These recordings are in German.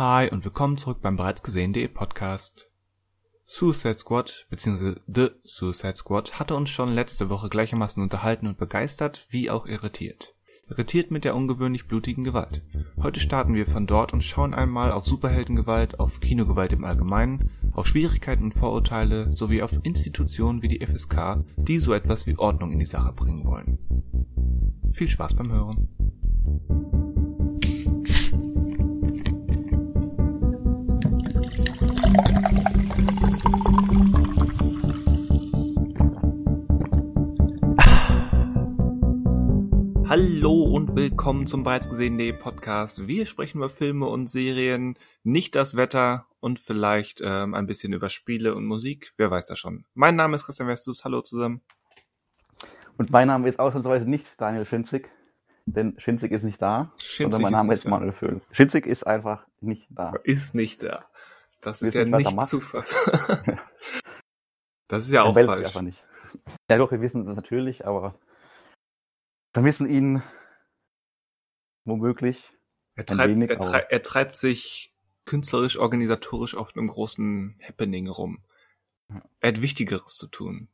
Hi und willkommen zurück beim bereits gesehen.de Podcast. Suicide Squad bzw. The Suicide Squad hatte uns schon letzte Woche gleichermaßen unterhalten und begeistert, wie auch irritiert. Irritiert mit der ungewöhnlich blutigen Gewalt. Heute starten wir von dort und schauen einmal auf Superheldengewalt, auf Kinogewalt im Allgemeinen, auf Schwierigkeiten und Vorurteile sowie auf Institutionen wie die FSK, die so etwas wie Ordnung in die Sache bringen wollen. Viel Spaß beim Hören. Hallo und willkommen zum bereits gesehen.de Podcast. Wir sprechen über Filme und Serien, nicht das Wetter und vielleicht ein bisschen über Spiele und Musik. Wer weiß das schon. Mein Name ist Christian Westus. Hallo zusammen. Und mein Name ist ausnahmsweise nicht Daniel Schinzig, denn Schinzig ist nicht da, sondern mein Name ist Manuel Föhl. Schinzig ist einfach nicht da. Ist nicht da. Das ist ja nicht zu fassen. Das ist ja auch falsch. Einfach nicht. Ja doch, wir wissen es natürlich, aber vermissen ihn womöglich. Er treibt sich künstlerisch, organisatorisch auf einem großen Happening rum. Er hat Wichtigeres zu tun.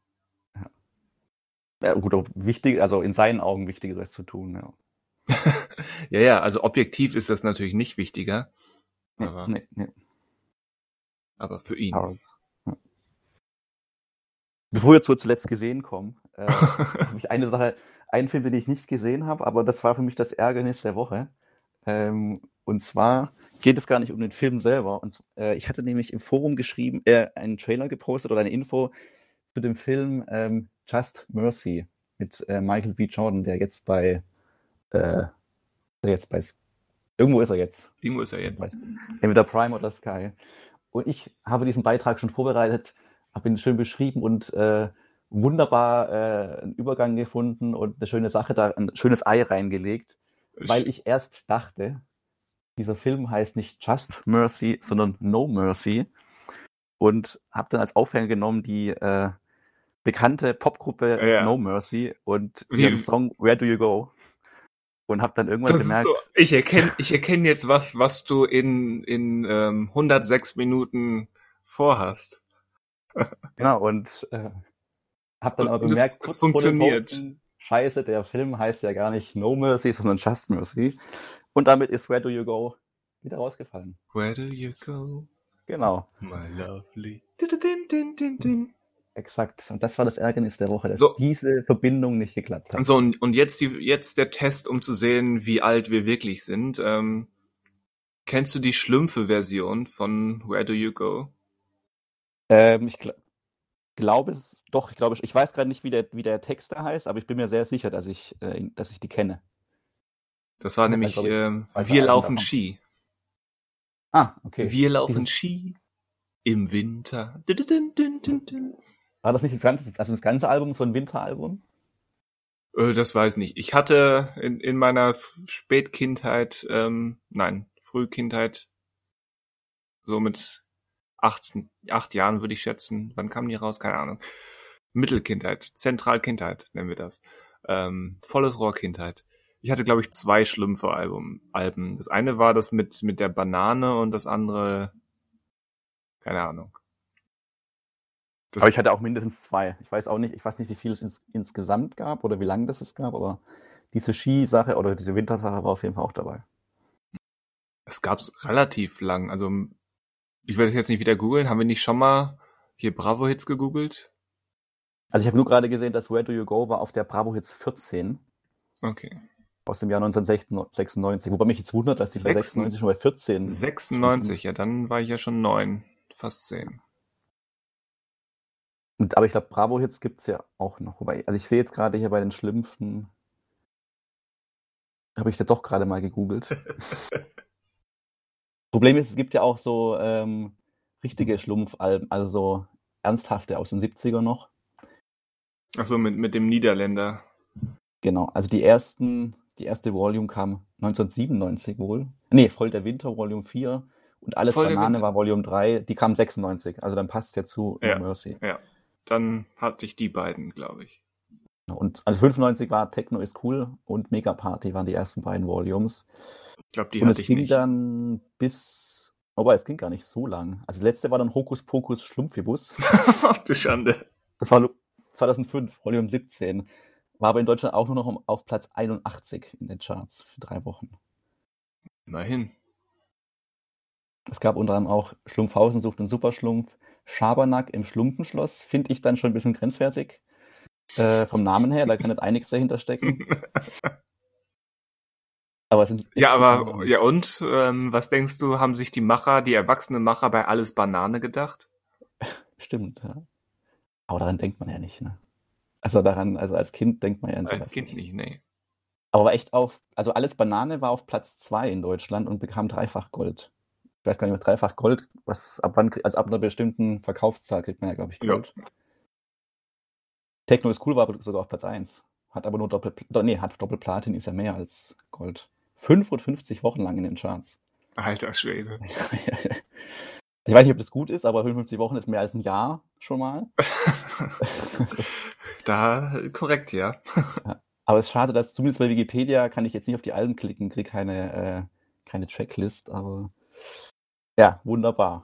Ja gut, auch wichtig, also in seinen Augen Wichtigeres zu tun, ja. Ja, also objektiv ist das natürlich nicht wichtiger. Nee. Aber für ihn. Bevor wir zuletzt gesehen kommen, habe ich einen Film, den ich nicht gesehen habe, aber das war für mich das Ärgernis der Woche. Und zwar geht es gar nicht um den Film selber. Und ich hatte nämlich im Forum geschrieben, einen Trailer gepostet oder eine Info zu dem Film Just Mercy mit Michael B. Jordan, der jetzt bei irgendwo ist er jetzt. Irgendwo ist er jetzt. Entweder Prime oder Sky. Und ich habe diesen Beitrag schon vorbereitet, habe ihn schön beschrieben und wunderbar einen Übergang gefunden und eine schöne Sache da, ein schönes Ei reingelegt, weil ich erst dachte, dieser Film heißt nicht Just Mercy, sondern No Mercy, und habe dann als Aufhänger genommen die bekannte Popgruppe No Mercy und ihren Song Where Do You Go, und habe dann irgendwann gemerkt, so, ich erkenne jetzt was du in 106 Minuten vorhast. Genau, und hab dann aber bemerkt, kurz funktioniert. Scheiße, der Film heißt ja gar nicht No Mercy, sondern Just Mercy. Und damit ist Where Do You Go wieder rausgefallen. Where do you go? Genau. My lovely. Exakt. Und das war das Ärgernis der Woche, dass diese Verbindung nicht geklappt hat. So, und jetzt der Test, um zu sehen, wie alt wir wirklich sind. Kennst du die Schlümpfe-Version von Where Do You Go? Ich glaube es, doch, ich weiß gerade nicht, wie der Text da heißt, aber ich bin mir sehr sicher, dass ich die kenne. Das war nämlich Wir laufen Ski. Ah, okay. Wir laufen Ski im Winter. War das nicht das ganze Album so ein Winteralbum? Das weiß ich nicht. Ich hatte in meiner Frühkindheit, so mit 8 Jahren würde ich schätzen. Wann kamen die raus? Keine Ahnung. Mittelkindheit, Zentralkindheit nennen wir das. Volles Rohr Kindheit. Ich hatte, glaube ich, 2 Schlümpfe-Alben. Das eine war das mit der Banane und das andere, keine Ahnung. Aber ich hatte auch mindestens 2. Ich weiß nicht, wie viel es insgesamt gab oder wie lange das es gab, aber diese Skisache oder diese Wintersache war auf jeden Fall auch dabei. Es gab es relativ lang. Also ich werde es jetzt nicht wieder googeln. Haben wir nicht schon mal hier Bravo-Hits gegoogelt? Also ich habe nur gerade gesehen, dass Where Do You Go war auf der Bravo-Hits 14. Okay. Aus dem Jahr 1996. Wobei mich jetzt wundert, dass die bei 96 schon bei 14. 96, ja, dann war ich ja schon 9. Fast 10. Aber ich glaube, Bravo-Hits gibt's ja auch noch. Wobei, also ich sehe jetzt gerade hier bei den Schlümpfen, habe ich da doch gerade mal gegoogelt. Problem ist, es gibt ja auch so richtige Schlumpfalben, also so ernsthafte aus den 70er noch. Ach so, mit dem Niederländer. Genau, also die erste Volume kam 1997 wohl. Nee, Voll der Winter, Volume 4. Und Alles Voll Banane war Volume 3. Die kam 96, also dann passt es ja zu No Mercy. Ja, dann hatte ich die beiden, glaube ich. Und also 95 war Techno ist cool und Mega Party waren die ersten beiden Volumes. Ich glaube, die hatte ich nicht. Und es ging dann bis Aber es ging gar nicht so lang. Also das letzte war dann Hokus Pokus Schlumpfibus. Ach du Schande. Das war 2005, Volume 17. War aber in Deutschland auch nur noch auf Platz 81 in den Charts für 3 Wochen. Immerhin. Es gab unter anderem auch Schlumpfhausen sucht den Superschlumpf, Schabernack im Schlumpfenschloss, finde ich dann schon ein bisschen grenzwertig. Vom Namen her, da kann jetzt einiges dahinter stecken. Aber es sind Ja, aber, ja und? Was denkst du, haben sich die erwachsenen Macher bei Alles Banane gedacht? Stimmt, ja. Aber daran denkt man ja nicht, ne? Also als Kind denkt man ja an sowas Als Kind nicht, nee. Aber war echt also Alles Banane war auf Platz 2 in Deutschland und bekam dreifach Gold. Ich weiß gar nicht mehr, dreifach Gold, ab einer bestimmten Verkaufszahl kriegt man ja, glaube ich, Gold. Ja. Techno ist cool, war aber sogar auf Platz 1. Hat aber nur Doppelplatin, ist ja mehr als Gold. 55 Wochen lang in den Charts. Alter Schwede. Ich weiß nicht, ob das gut ist, aber 55 Wochen ist mehr als ein Jahr schon mal. Korrekt, ja. Aber es ist schade, dass zumindest bei Wikipedia kann ich jetzt nicht auf die Alben klicken, kriege keine Tracklist, aber ja, wunderbar.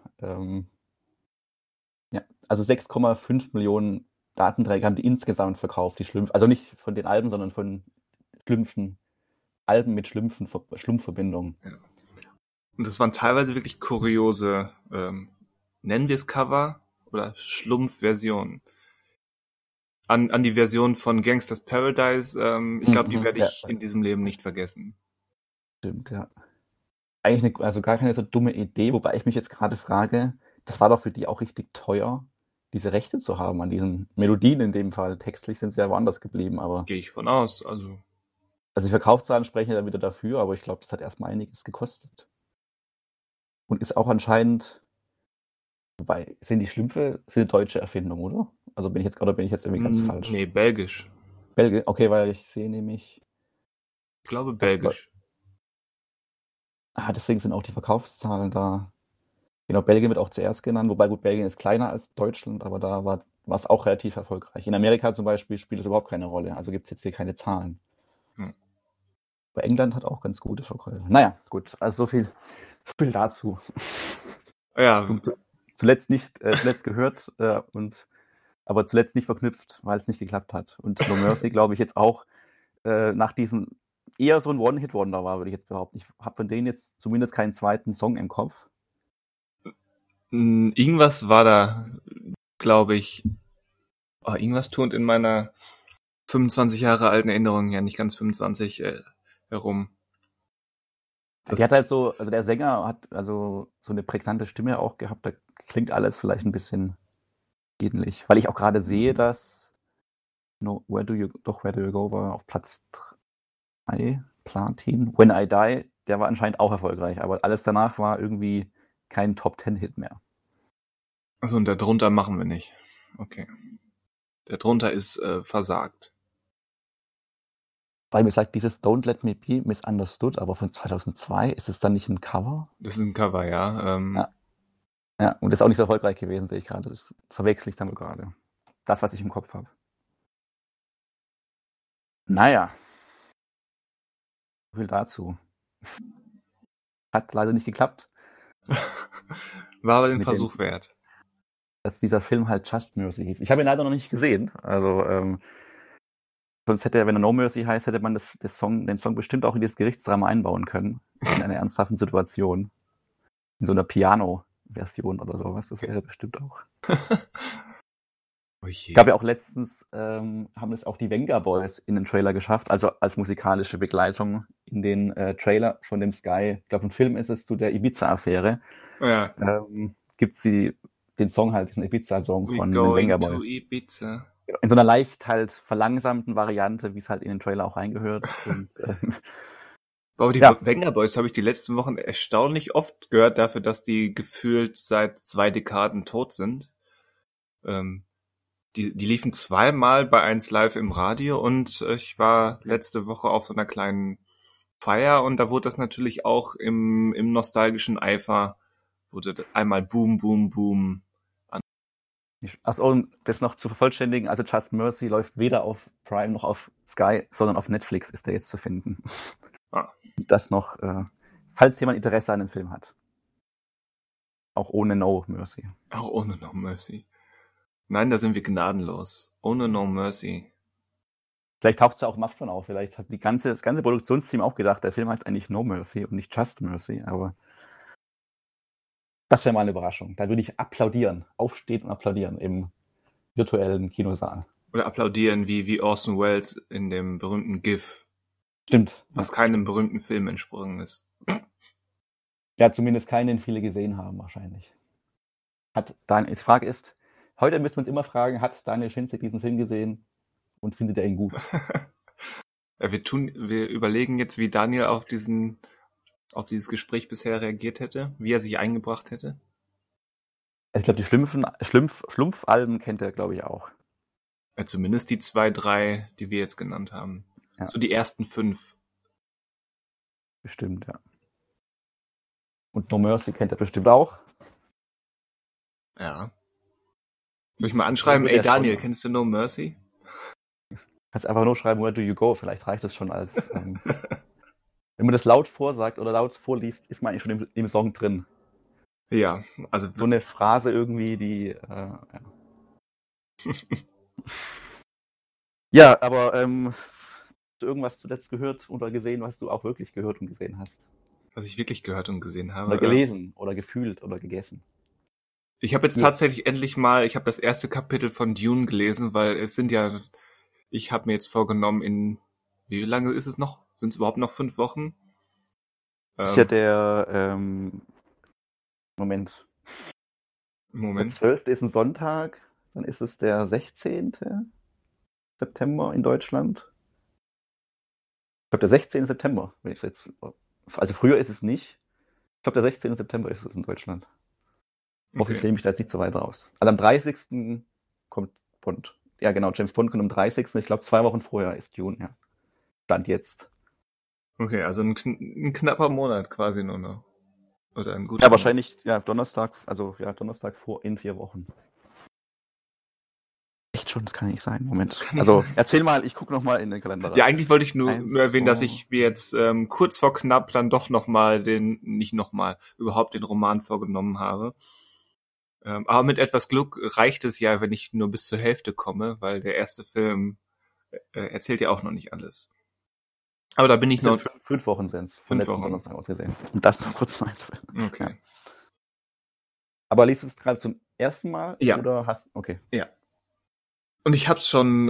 Ja, also 6,5 Millionen Datenträger haben die insgesamt verkauft, die Schlümpfe. Also nicht von den Alben, sondern von Schlümpfen. Alben mit Schlumpfverbindungen. Ja. Und das waren teilweise wirklich kuriose, nennen wir es Cover oder Schlumpfversionen. An die Version von Gangsters Paradise, ich glaube, die werde ich in diesem Leben nicht vergessen. Stimmt, ja. Eigentlich gar keine so dumme Idee, wobei ich mich jetzt gerade frage, das war doch für die auch richtig teuer, diese Rechte zu haben an diesen Melodien in dem Fall. Textlich sind sie ja woanders geblieben, aber... Gehe ich von aus, Also die Verkaufszahlen sprechen ja dann wieder dafür, aber ich glaube, das hat erstmal einiges gekostet. Und ist auch anscheinend... Wobei, sind die Schlümpfe eine deutsche Erfindung, oder? Also bin ich jetzt irgendwie ganz falsch? Nee, belgisch. Belgisch? Okay, weil ich sehe nämlich... Ich glaube belgisch. Deswegen sind auch die Verkaufszahlen da. Genau, Belgien wird auch zuerst genannt, wobei gut, Belgien ist kleiner als Deutschland, aber da war es auch relativ erfolgreich. In Amerika zum Beispiel spielt es überhaupt keine Rolle, also gibt es jetzt hier keine Zahlen. Aber England hat auch ganz gute Verkäufe. Naja, gut, also so viel dazu. Ja. Zuletzt gehört, aber zuletzt nicht verknüpft, weil es nicht geklappt hat. Und No Mercy, glaube ich, jetzt auch nach diesem eher so ein One-Hit-Wonder war, würde ich jetzt behaupten. Ich habe von denen jetzt zumindest keinen zweiten Song im Kopf. Irgendwas war da, glaube ich, irgendwas turnt in meiner 25 Jahre alten Erinnerung, ja nicht ganz 25, herum. Die hat halt so, also der Sänger hat also so eine prägnante Stimme auch gehabt, da klingt alles vielleicht ein bisschen ähnlich. Weil ich auch gerade sehe, dass Where Do You Go war auf Platz 3, Platin. When I Die, der war anscheinend auch erfolgreich, aber alles danach war irgendwie kein Top-10-Hit mehr. Also und darunter machen wir nicht. Okay. Der drunter ist versagt. Weil mir sagt, dieses Don't Let Me Be Misunderstood, aber von 2002, ist es dann nicht ein Cover? Das ist ein Cover, ja. Ja, und das ist auch nicht so erfolgreich gewesen, sehe ich gerade. Das verwechsel ich dann gerade. Das, was ich im Kopf habe. Naja. So viel dazu. Hat leider nicht geklappt. War aber den Versuch wert. Dass dieser Film halt Just Mercy hieß. Ich habe ihn leider noch nicht gesehen. Also, sonst wenn er No Mercy heißt, hätte man den Song bestimmt auch in dieses Gerichtsdrama einbauen können. In einer ernsthaften Situation. In so einer Piano-Version oder sowas. Das wäre bestimmt auch. Gab ja auch letztens, haben es auch die Venga Boys in den Trailer geschafft, also als musikalische Begleitung in den Trailer von dem Sky, ich glaube ein Film ist es, zu der Ibiza-Affäre. Ja. Gibt es den Song halt, diesen Ibiza-Song von den Venga Boys. Ibiza. In so einer leicht halt verlangsamten Variante, wie es halt in den Trailer auch reingehört. Und, aber die Venga Boys habe ich die letzten Wochen erstaunlich oft gehört, dafür, dass die gefühlt seit 2 Dekaden tot sind. Die liefen 2-mal bei 1 Live im Radio und ich war letzte Woche auf so einer kleinen Feier und da wurde das natürlich auch im nostalgischen Eifer, wurde einmal Boom, Boom, Boom. Achso, und das noch zu vervollständigen, also Just Mercy läuft weder auf Prime noch auf Sky, sondern auf Netflix ist der jetzt zu finden. Das noch, falls jemand Interesse an dem Film hat. Auch ohne No Mercy. Auch ohne No Mercy. Nein, da sind wir gnadenlos. Ohne No Mercy. Vielleicht taucht es ja auch im Abspann auf. Vielleicht hat das ganze Produktionsteam auch gedacht, der Film heißt eigentlich No Mercy und nicht Just Mercy. Aber das wäre mal eine Überraschung. Da würde ich applaudieren. Aufstehen und applaudieren im virtuellen Kinosaal. Oder applaudieren wie Orson Welles in dem berühmten GIF. Stimmt. Was keinem berühmten Film entsprungen ist. Ja, zumindest keinen, den viele gesehen haben, wahrscheinlich. Die Frage ist, heute müssen wir uns immer fragen, hat Daniel Schinzig diesen Film gesehen und findet er ihn gut? Ja, wir überlegen jetzt, wie Daniel auf dieses Gespräch bisher reagiert hätte, wie er sich eingebracht hätte. Ich glaube, die Schlumpfalben kennt er, glaube ich, auch. Ja, zumindest die 2, 3, die wir jetzt genannt haben. Ja. So die ersten 5. Bestimmt, ja. Und No Mercy kennt er bestimmt auch. Ja. Soll ich mal anschreiben, ey Daniel, kennst du No Mercy? Kannst einfach nur schreiben, where do you go? Vielleicht reicht das schon als... wenn man das laut vorsagt oder laut vorliest, ist man eigentlich schon im Song drin. Ja, also... So eine Phrase irgendwie, die... ja. Ja, aber hast du irgendwas zuletzt gehört oder gesehen, was du auch wirklich gehört und gesehen hast? Was ich wirklich gehört und gesehen habe. Oder gelesen oder gefühlt oder gegessen. Ich habe jetzt tatsächlich endlich mal, ich habe das erste Kapitel von Dune gelesen, weil es sind ja, ich habe mir jetzt vorgenommen wie lange ist es noch? Sind es überhaupt noch 5 Wochen? Ist ja der, Moment. Der 12. ist ein Sonntag, dann ist es der 16. September in Deutschland. Ich glaube, der 16. September, wenn ich jetzt, also früher ist es nicht. Ich glaube, der 16. September ist es in Deutschland. Hoffentlich lehne ich da jetzt nicht so weit raus. Also am 30. kommt Bond. Ja, genau, James Bond kommt am 30. Ich glaube, 2 Wochen vorher ist Dune, ja. Stand jetzt. Okay, also ein knapper Monat quasi nur noch. Oder ein guter Ja, wahrscheinlich, ja, Donnerstag in 4 Wochen. Echt schon, das kann nicht sein. Moment. Also, erzähl mal, ich gucke nochmal in den Kalender rein. Ja, eigentlich wollte ich nur erwähnen, dass ich mir jetzt kurz vor knapp dann doch überhaupt den Roman vorgenommen habe. Aber mit etwas Glück reicht es ja, wenn ich nur bis zur Hälfte komme, weil der erste Film erzählt ja auch noch nicht alles. Aber da bin ich noch... 5 Wochen sind es. 5 Wochen. Donnerstag ausgesehen. Und das noch kurz Zeit. Okay. Ja. Aber liest du es gerade zum ersten Mal? Ja. Oder hast... Okay. Ja. Und ich hab's schon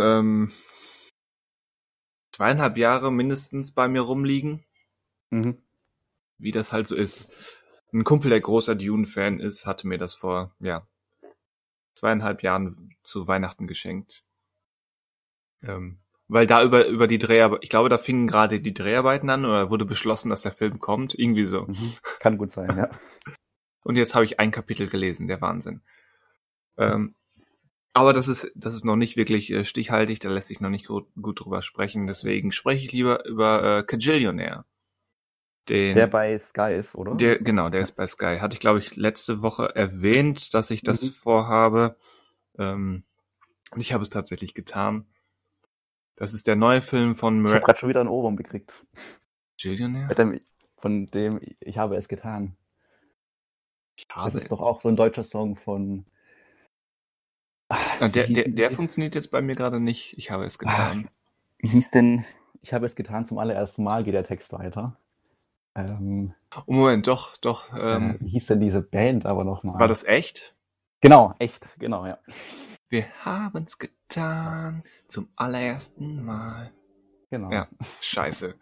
2,5 Jahre mindestens bei mir rumliegen. Mhm. Wie das halt so ist. Ein Kumpel, der großer Dune-Fan ist, hatte mir das vor, 2,5 Jahren zu Weihnachten geschenkt. Weil da über die Dreharbeiten, ich glaube, da fingen gerade die Dreharbeiten an oder wurde beschlossen, dass der Film kommt. Irgendwie so. Mhm. Kann gut sein, ja. Und jetzt habe ich ein Kapitel gelesen, der Wahnsinn. Aber das ist noch nicht wirklich stichhaltig, da lässt sich noch nicht gut drüber sprechen. Deswegen spreche ich lieber über Kajillionaire. Der bei Sky ist, oder? Der ist bei Sky. Hatte ich, glaube ich, letzte Woche erwähnt, dass ich das vorhabe. Und ich habe es tatsächlich getan. Das ist der neue Film von Ich habe gerade schon wieder einen Ohrwurm gekriegt. Kajillionaire? Von dem ich habe es getan. Das ist doch auch so ein deutscher Song von... Der funktioniert jetzt bei mir gerade nicht. Ich habe es getan. Wie hieß denn... Ich habe es getan zum allerersten Mal, geht der Text weiter. Moment, doch. Wie hieß denn diese Band aber nochmal? War das echt? Genau, echt, genau, ja. Wir haben's getan zum allerersten Mal. Genau. Ja, scheiße.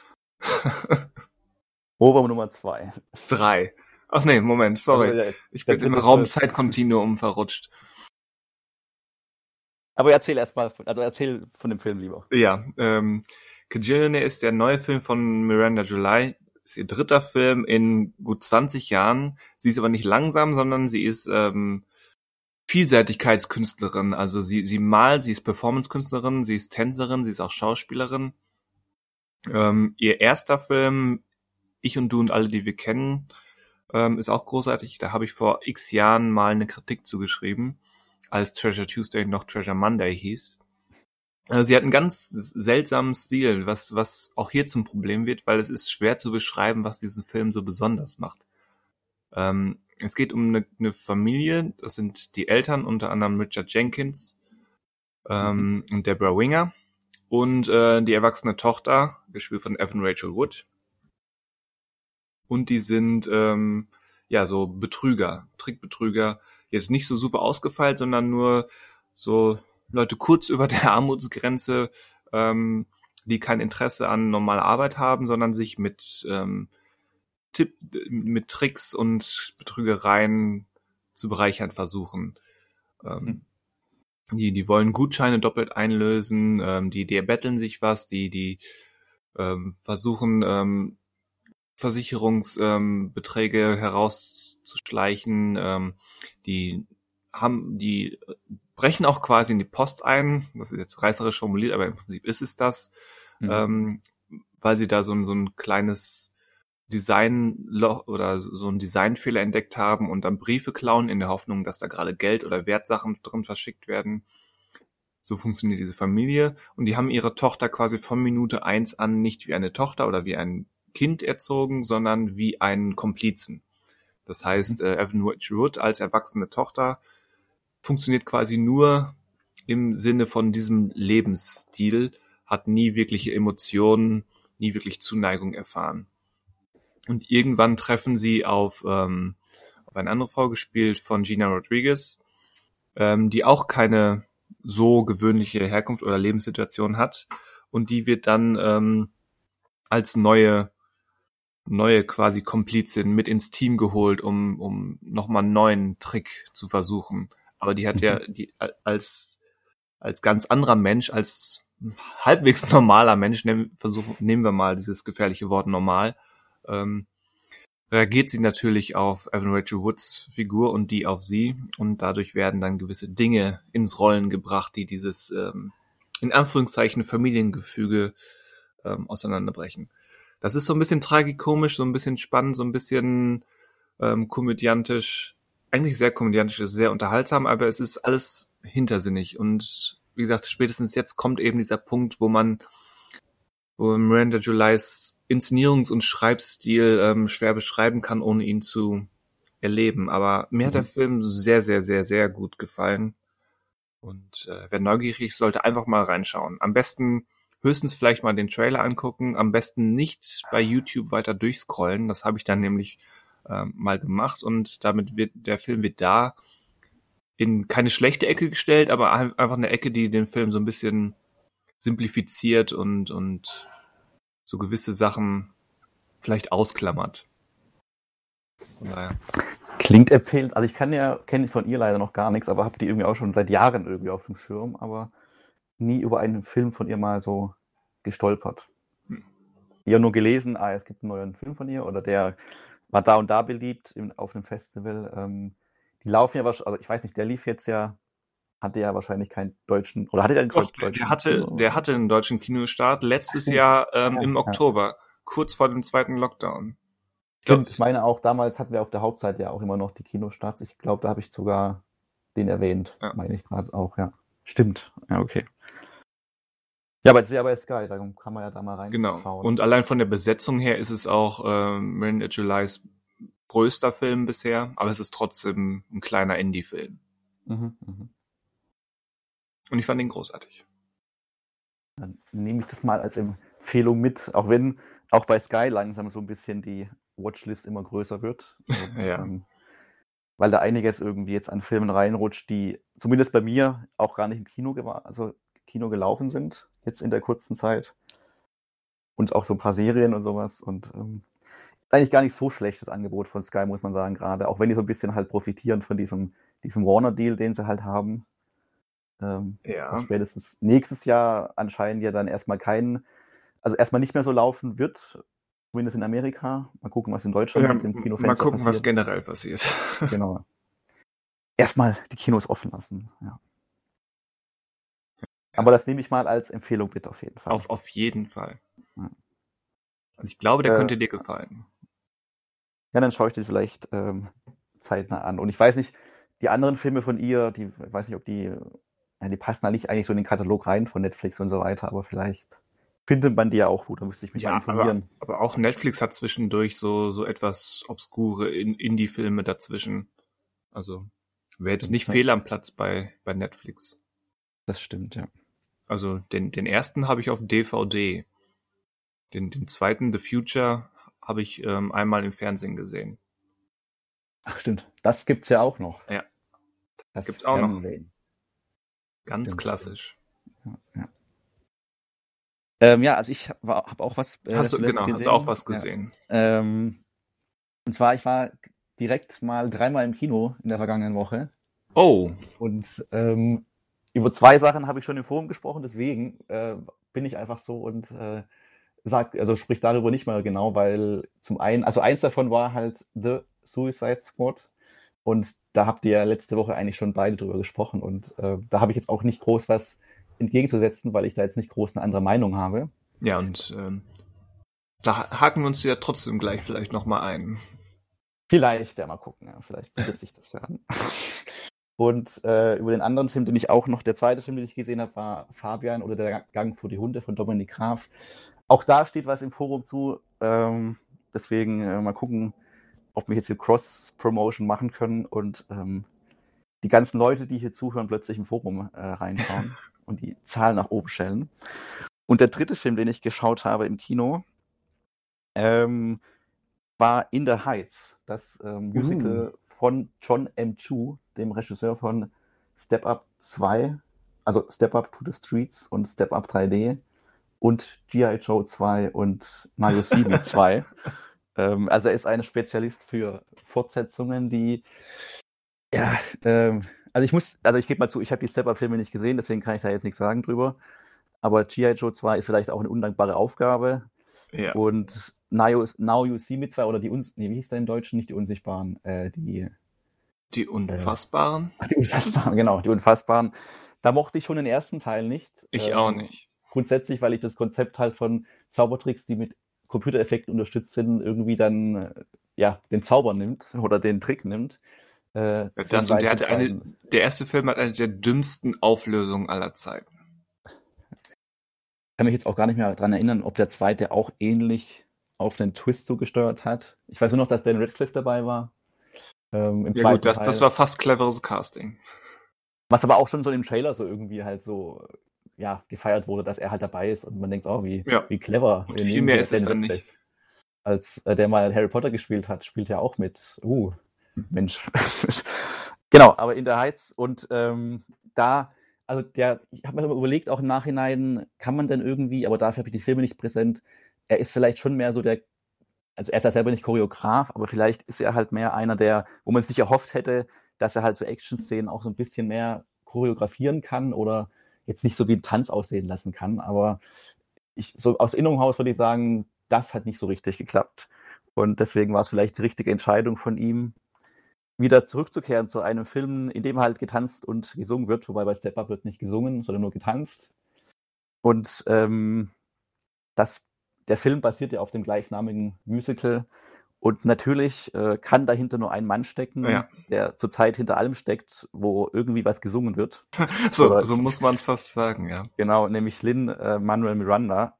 Ohrwurm Nummer 2. 3. Ach nee, Moment, sorry. Also, ich bin im Raum-Zeit-Kontinuum verrutscht. Aber erzähl von dem Film lieber. Ja, Kajillionaire ist der neue Film von Miranda July. Ist ihr 3. Film in gut 20 Jahren. Sie ist aber nicht langsam, sondern sie ist Vielseitigkeitskünstlerin. Also sie malt, sie ist Performance-Künstlerin, sie ist Tänzerin, sie ist auch Schauspielerin. Ihr erster Film, Ich und du und alle, die wir kennen, ist auch großartig. Da habe ich vor x Jahren mal eine Kritik zugeschrieben, als Treasure Tuesday noch Treasure Monday hieß. Sie hat einen ganz seltsamen Stil, was auch hier zum Problem wird, weil es ist schwer zu beschreiben, was diesen Film so besonders macht. Es geht um eine Familie, das sind die Eltern, unter anderem Richard Jenkins und Deborah Winger und die erwachsene Tochter, gespielt von Evan Rachel Wood. Und die sind so Betrüger, Trickbetrüger, jetzt nicht so super ausgefeilt, sondern nur so Leute kurz über der Armutsgrenze, die kein Interesse an normaler Arbeit haben, sondern sich mit Tricks und Betrügereien zu bereichern versuchen. Die wollen Gutscheine doppelt einlösen, die erbetteln sich was, die versuchen Versicherungsbeträge herauszuschleichen, die brechen auch quasi in die Post ein, das ist jetzt reißerisch formuliert, aber im Prinzip ist es das, weil sie da so ein kleines Designloch oder so einen Designfehler entdeckt haben und dann Briefe klauen in der Hoffnung, dass da gerade Geld oder Wertsachen drin verschickt werden. So funktioniert diese Familie und die haben ihre Tochter quasi von Minute 1 an nicht wie eine Tochter oder wie ein Kind erzogen, sondern wie einen Komplizen. Das heißt, Evan Rachel Wood als erwachsene Tochter funktioniert quasi nur im Sinne von diesem Lebensstil, hat nie wirkliche Emotionen, nie wirklich Zuneigung erfahren. Und irgendwann treffen sie auf eine andere Frau, gespielt von Gina Rodriguez, die auch keine so gewöhnliche Herkunft oder Lebenssituation hat. Und die wird dann als neue quasi Komplizin mit ins Team geholt, um nochmal einen neuen Trick zu versuchen. Aber die hat die als ganz anderer Mensch, als halbwegs normaler Mensch, nehmen wir mal dieses gefährliche Wort normal, reagiert sie natürlich auf Evan Rachel Woods Figur und die auf sie und dadurch werden dann gewisse Dinge ins Rollen gebracht, die dieses in Anführungszeichen Familiengefüge auseinanderbrechen. Das ist so ein bisschen tragikomisch, so ein bisschen spannend, so ein bisschen komödiantisch, eigentlich sehr komödiantisch, ist sehr unterhaltsam, aber es ist alles hintersinnig und wie gesagt, spätestens jetzt kommt eben dieser Punkt, wo Miranda Julie's Inszenierungs- und Schreibstil schwer beschreiben kann, ohne ihn zu erleben. Aber mir hat der Film sehr, sehr, sehr, sehr gut gefallen. Und wer neugierig ist, sollte einfach mal reinschauen. Am besten höchstens vielleicht mal den Trailer angucken. Am besten nicht bei YouTube weiter durchscrollen. Das habe ich dann nämlich mal gemacht. Und damit der Film wird da in keine schlechte Ecke gestellt, aber einfach eine Ecke, die den Film so ein bisschen simplifiziert und so gewisse Sachen vielleicht ausklammert. Von daher. Klingt empfehlend. Also ich kenne von ihr leider noch gar nichts, aber habe die irgendwie auch schon seit Jahren irgendwie auf dem Schirm, aber nie über einen Film von ihr mal so gestolpert. Ich habe nur gelesen, es gibt einen neuen Film von ihr oder der war da und da beliebt auf einem Festival. Die laufen ja wahrscheinlich, also ich weiß nicht, der lief jetzt ja, hatte ja wahrscheinlich keinen deutschen, oder hatte der einen deutschen? Der hatte einen deutschen Kinostart letztes Jahr im Oktober, kurz vor dem zweiten Lockdown. Stimmt, ich meine auch, damals hatten wir auf der Hauptseite ja auch immer noch die Kinostarts. Ich glaube, da habe ich sogar den erwähnt, meine ich gerade auch, ja. Stimmt, ja, okay. Ja, aber es ist ja bei Sky, da kann man ja da mal reinschauen. Genau, und allein von der Besetzung her ist es auch Miranda Julie's größter Film bisher, aber es ist trotzdem ein kleiner Indie-Film. Und ich fand ihn großartig. Dann nehme ich das mal als Empfehlung mit, auch wenn auch bei Sky langsam so ein bisschen die Watchlist immer größer wird. Ja. Weil da einiges irgendwie jetzt an Filmen reinrutscht, die zumindest bei mir auch gar nicht im Kino gelaufen sind, jetzt in der kurzen Zeit. Und auch so ein paar Serien und sowas. Und ist eigentlich gar nicht so schlecht, das Angebot von Sky, muss man sagen, gerade. Auch wenn die so ein bisschen halt profitieren von diesem Warner-Deal, den sie halt haben. Spätestens nächstes Jahr anscheinend ja dann erstmal erstmal nicht mehr so laufen wird, zumindest in Amerika. Mal gucken, was in Deutschland mit dem Kinofenster mal gucken, passiert. was generell passiert. Genau. Erstmal die Kinos offen lassen, ja. Aber das nehme ich mal als Empfehlung mit auf jeden Fall. Auf jeden Fall. Also ich glaube, der könnte dir gefallen. Ja, dann schaue ich den vielleicht zeitnah an. Und ich weiß nicht, die anderen Filme von ihr, ich weiß nicht, ob die passen eigentlich so in den Katalog rein von Netflix und so weiter, aber vielleicht Findet man die ja auch gut, da müsste ich mich mal Ja, informieren. aber auch Netflix hat zwischendurch so etwas obskure Indie-Filme dazwischen. Also wäre jetzt nicht fehl am Platz bei Netflix. Das stimmt, ja. Also den ersten habe ich auf DVD. Den zweiten, The Future, habe ich einmal im Fernsehen gesehen. Ach stimmt, das gibt's ja auch noch. Ja. Das Gibt's auch noch. Fernsehen. Ganz Stimmt, klassisch. Ja. Ja, also ich habe auch was Hast du auch was gesehen? Ja. Und zwar, ich war direkt mal 3-mal im Kino in der vergangenen Woche. Oh. Und über 2 Sachen habe ich schon im Forum gesprochen, deswegen bin ich einfach so und sprich darüber nicht mal genau, weil zum einen, also eins davon war halt The Suicide Squad und da habt ihr ja letzte Woche eigentlich schon beide drüber gesprochen und da habe ich jetzt auch nicht groß was entgegenzusetzen, weil ich da jetzt nicht groß eine andere Meinung habe. Ja, und da haken wir uns ja trotzdem gleich vielleicht nochmal ein. Vielleicht, ja, mal gucken, ja, vielleicht bietet sich das ja an. Und über den anderen Film, der zweite Film, den ich gesehen habe, war Fabian oder der Gang vor die Hunde von Dominik Graf. Auch da steht was im Forum zu, deswegen mal gucken, ob wir jetzt hier Cross-Promotion machen können und die ganzen Leute, die hier zuhören, plötzlich im Forum reinschauen und die Zahlen nach oben stellen. Und der dritte Film, den ich geschaut habe im Kino, war In the Heights, das Musical von John M. Chu, dem Regisseur von Step Up 2, also Step Up to the Streets und Step Up 3D und G.I. Joe 2 und Mario 7 2. Also er ist ein Spezialist für Fortsetzungen, die ich gebe mal zu, ich habe die Step Up Filme nicht gesehen, deswegen kann ich da jetzt nichts sagen drüber. Aber G.I. Joe 2 ist vielleicht auch eine undankbare Aufgabe. Ja. Und Now You See Me 2 oder wie hieß der im Deutschen? Nicht die Unsichtbaren, Die Unfassbaren? Die Unfassbaren, genau, die Unfassbaren. Da mochte ich schon den ersten Teil nicht. Ich auch nicht. Grundsätzlich, weil ich das Konzept halt von Zaubertricks, die mit Computereffekten unterstützt sind, irgendwie dann den Zauber nimmt oder den Trick nimmt. Der erste Film hat eine der dümmsten Auflösungen aller Zeiten. Ich kann mich jetzt auch gar nicht mehr daran erinnern, ob der zweite auch ähnlich auf den Twist zugesteuert hat. Ich weiß nur noch, dass Dan Radcliffe dabei war. Das war fast cleveres Casting. Was aber auch schon so im Trailer so irgendwie halt so gefeiert wurde, dass er halt dabei ist und man denkt, wie clever. Und viel mehr ist es dann nicht. Als der mal Harry Potter gespielt hat, spielt er auch mit. Mensch. Genau, aber in der Heights und ich habe mir immer überlegt, auch im Nachhinein, kann man denn irgendwie, aber dafür habe ich die Filme nicht präsent, er ist vielleicht schon mehr so also er ist ja selber nicht Choreograf, aber vielleicht ist er halt mehr einer, wo man sich erhofft hätte, dass er halt so Action-Szenen auch so ein bisschen mehr choreografieren kann oder jetzt nicht so wie ein Tanz aussehen lassen kann, aber so aus Erinnerung heraus würde ich sagen, das hat nicht so richtig geklappt und deswegen war es vielleicht die richtige Entscheidung von ihm, wieder zurückzukehren zu einem Film, in dem halt getanzt und gesungen wird, wobei bei Step Up wird nicht gesungen, sondern nur getanzt. Und der Film basiert ja auf dem gleichnamigen Musical und natürlich kann dahinter nur ein Mann stecken, der zurzeit hinter allem steckt, wo irgendwie was gesungen wird. So muss man es fast sagen, ja. Genau, nämlich Lin-Manuel Miranda,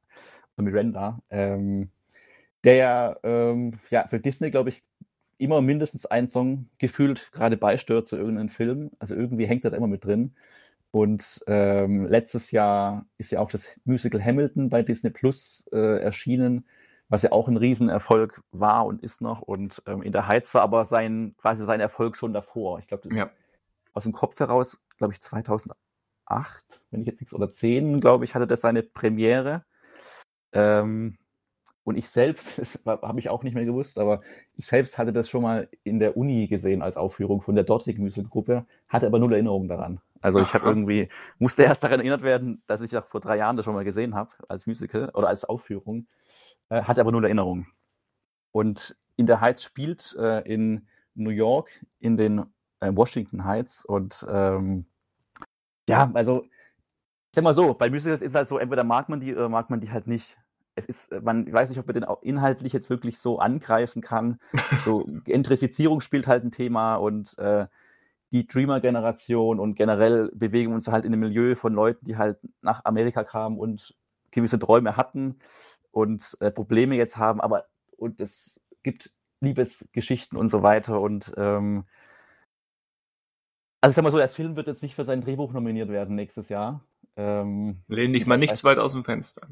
der für Disney, glaube ich, immer mindestens einen Song gefühlt gerade beisteuert zu irgendeinem Film. Also irgendwie hängt er da immer mit drin. Und letztes Jahr ist ja auch das Musical Hamilton bei Disney Plus erschienen, was ja auch ein Riesenerfolg war und ist noch. Und in der Heights war aber quasi sein Erfolg schon davor. Ich glaube, das ist aus dem Kopf heraus, glaube ich, 2008, wenn ich jetzt nichts, oder 10, glaube ich, hatte das seine Premiere. Und ich selbst, das habe ich auch nicht mehr gewusst, aber ich selbst hatte das schon mal in der Uni gesehen als Aufführung von der dortigen Musicalgruppe, hatte aber null Erinnerung daran. Also ich musste erst daran erinnert werden, dass ich auch vor 3 Jahren das schon mal gesehen habe als Musical oder als Aufführung, hatte aber null Erinnerung. Und In the Heights spielt in New York in den Washington Heights und also ich sag mal so, bei Musicals ist es halt so, entweder mag man die oder mag man die halt nicht. Ich weiß nicht, ob man den auch inhaltlich jetzt wirklich so angreifen kann. So Gentrifizierung spielt halt ein Thema und die Dreamer-Generation und generell bewegen wir uns halt in einem Milieu von Leuten, die halt nach Amerika kamen und gewisse Träume hatten und Probleme jetzt haben, und es gibt Liebesgeschichten und so weiter. Und also ich sag mal so, der Film wird jetzt nicht für sein Drehbuch nominiert werden nächstes Jahr. Lehn dich mal nicht zu weit aus dem Fenster.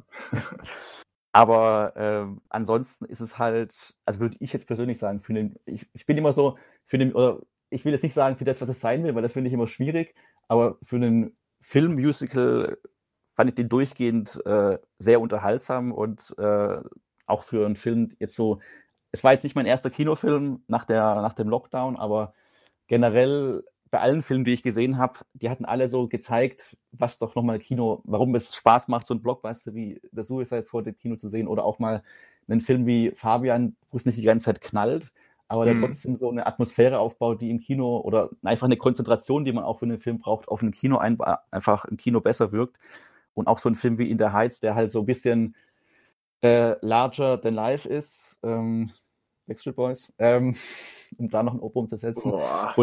Aber ansonsten ist es halt, also würde ich jetzt persönlich sagen, ich bin immer so, oder ich will jetzt nicht sagen für das, was es sein will, weil das finde ich immer schwierig, aber für einen Filmmusical fand ich den durchgehend sehr unterhaltsam und auch für einen Film jetzt so, es war jetzt nicht mein erster Kinofilm nach dem Lockdown, aber generell bei allen Filmen, die ich gesehen habe, die hatten alle so gezeigt, was doch nochmal warum es Spaß macht, so ein Blockbuster wie The Suicide Squad im Kino zu sehen oder auch mal einen Film wie Fabian, wo es nicht die ganze Zeit knallt, aber der trotzdem so eine Atmosphäre aufbaut, die im Kino oder einfach eine Konzentration, die man auch für einen Film braucht, auf einem Kino einfach im Kino besser wirkt. Und auch so ein Film wie In the Heights, der halt so ein bisschen larger than life ist, Backstreet Boys, um da noch ein Ohrwurm zu setzen. Boah.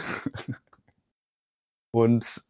Und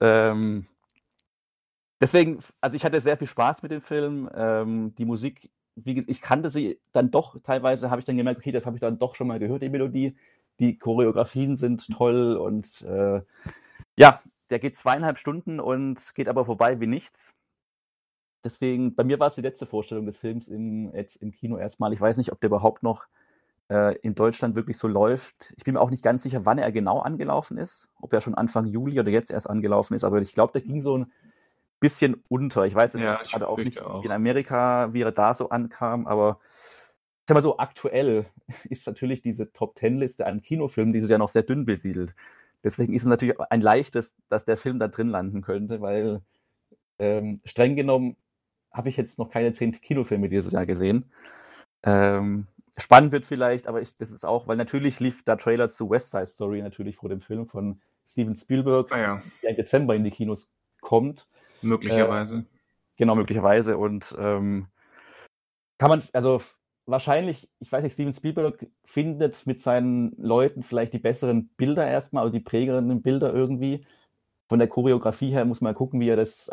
deswegen, also ich hatte sehr viel Spaß mit dem Film. Die Musik, wie gesagt, ich kannte sie dann doch, teilweise habe ich dann gemerkt, okay, das habe ich dann doch schon mal gehört, die Melodie. Die Choreografien sind toll und ja, der geht 2,5 Stunden und geht aber vorbei wie nichts. Deswegen, bei mir war es die letzte Vorstellung des Films jetzt im Kino erstmal. Ich weiß nicht, ob der überhaupt noch in Deutschland wirklich so läuft. Ich bin mir auch nicht ganz sicher, wann er genau angelaufen ist. Ob er schon Anfang Juli oder jetzt erst angelaufen ist. Aber ich glaube, der ging so ein bisschen unter. Ich weiß jetzt gerade auch nicht, wie in Amerika, wie er da so ankam. Aber ich sag mal so, aktuell ist natürlich diese Top-10-Liste an Kinofilmen dieses Jahr noch sehr dünn besiedelt. Deswegen ist es natürlich ein leichtes, dass der Film da drin landen könnte, weil streng genommen habe ich jetzt noch keine 10 Kinofilme dieses Jahr gesehen. Spannend wird vielleicht, aber das ist auch, weil natürlich lief da Trailer zu West Side Story natürlich vor dem Film von Steven Spielberg, der im Dezember in die Kinos kommt. Möglicherweise. Genau, möglicherweise. Und kann man, also wahrscheinlich, ich weiß nicht, Steven Spielberg findet mit seinen Leuten vielleicht die besseren Bilder erstmal, oder die prägenden Bilder irgendwie. Von der Choreografie her muss man gucken, wie es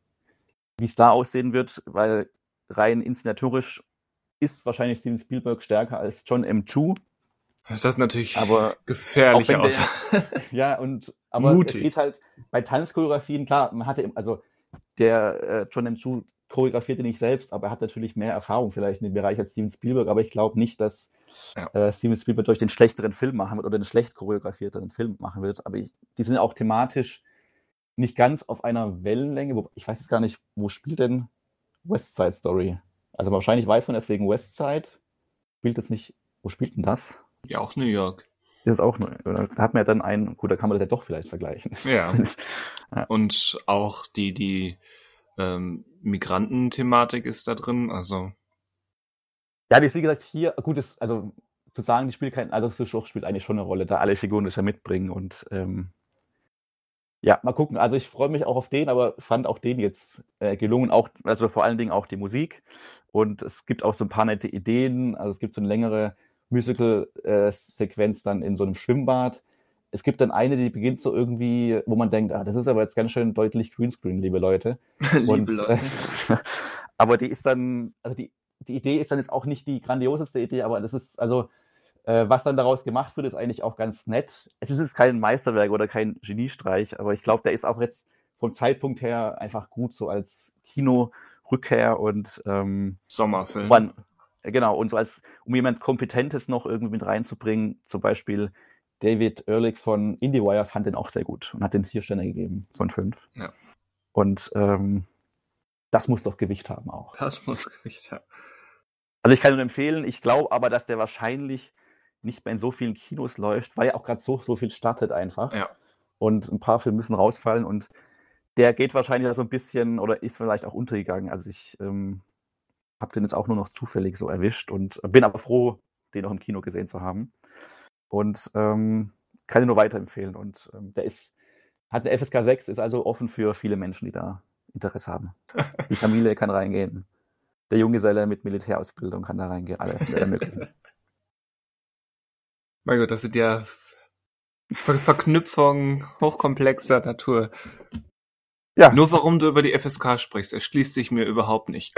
da aussehen wird, weil rein inszenatorisch ist wahrscheinlich Steven Spielberg stärker als John M. Chu. Das ist natürlich gefährlich aus. Ja, aber mutig. Es geht halt bei Tanzchoreografien, klar, der John M. Chu choreografierte nicht selbst, aber er hat natürlich mehr Erfahrung vielleicht in dem Bereich als Steven Spielberg, aber ich glaube nicht, dass Steven Spielberg durch den schlechteren Film machen wird oder den schlecht choreografierteren Film machen wird, aber die sind auch thematisch nicht ganz auf einer Wellenlänge. Ich weiß jetzt gar nicht, wo spielt denn West Side Story? Also wahrscheinlich weiß man es wegen West Side. Wo spielt denn das? Ja, auch New York. Das ist auch, da hat man ja dann gut, da kann man das ja doch vielleicht vergleichen. Ja. Und auch die Migrantenthematik ist da drin, also. Ja, wie gesagt, hier, gut, also zu sagen, die spielt spielt eigentlich schon eine Rolle, da alle Figuren das ja mitbringen und ja, mal gucken. Also ich freue mich auch auf den, aber fand auch den jetzt gelungen, also vor allen Dingen auch die Musik. Und es gibt auch so ein paar nette Ideen. Also es gibt so eine längere Musical-Sequenz dann in so einem Schwimmbad. Es gibt dann eine, die beginnt so irgendwie, wo man denkt, das ist aber jetzt ganz schön deutlich Greenscreen, liebe Leute. Leute. Aber die ist dann, also die Idee ist dann jetzt auch nicht die grandioseste Idee, aber das ist, also was dann daraus gemacht wird, ist eigentlich auch ganz nett. Es ist jetzt kein Meisterwerk oder kein Geniestreich, aber ich glaube, der ist auch jetzt vom Zeitpunkt her einfach gut so als Kino-Rückkehr und Sommerfilm. Genau, und so um jemand Kompetentes noch irgendwie mit reinzubringen, zum Beispiel David Ehrlich von IndieWire fand den auch sehr gut und hat den 4 Sterne gegeben von 5. Ja. Und das muss doch Gewicht haben auch. Das muss Gewicht haben. Also ich kann nur empfehlen, ich glaube aber, dass der wahrscheinlich nicht mehr in so vielen Kinos läuft, weil ja auch gerade so viel startet einfach. Ja. Und ein paar Filme müssen rausfallen und der geht wahrscheinlich so ein bisschen oder ist vielleicht auch untergegangen. Also ich habe den jetzt auch nur noch zufällig so erwischt und bin aber froh, den noch im Kino gesehen zu haben. Und kann ihn nur weiterempfehlen. Und der hat eine FSK 6, ist also offen für viele Menschen, die da Interesse haben. Die Familie kann reingehen. Der Junggeselle mit Militärausbildung kann da reingehen. Alle möglichen. Mein Gott, das sind ja Verknüpfungen hochkomplexer Natur. Ja. Nur warum du über die FSK sprichst, erschließt sich mir überhaupt nicht.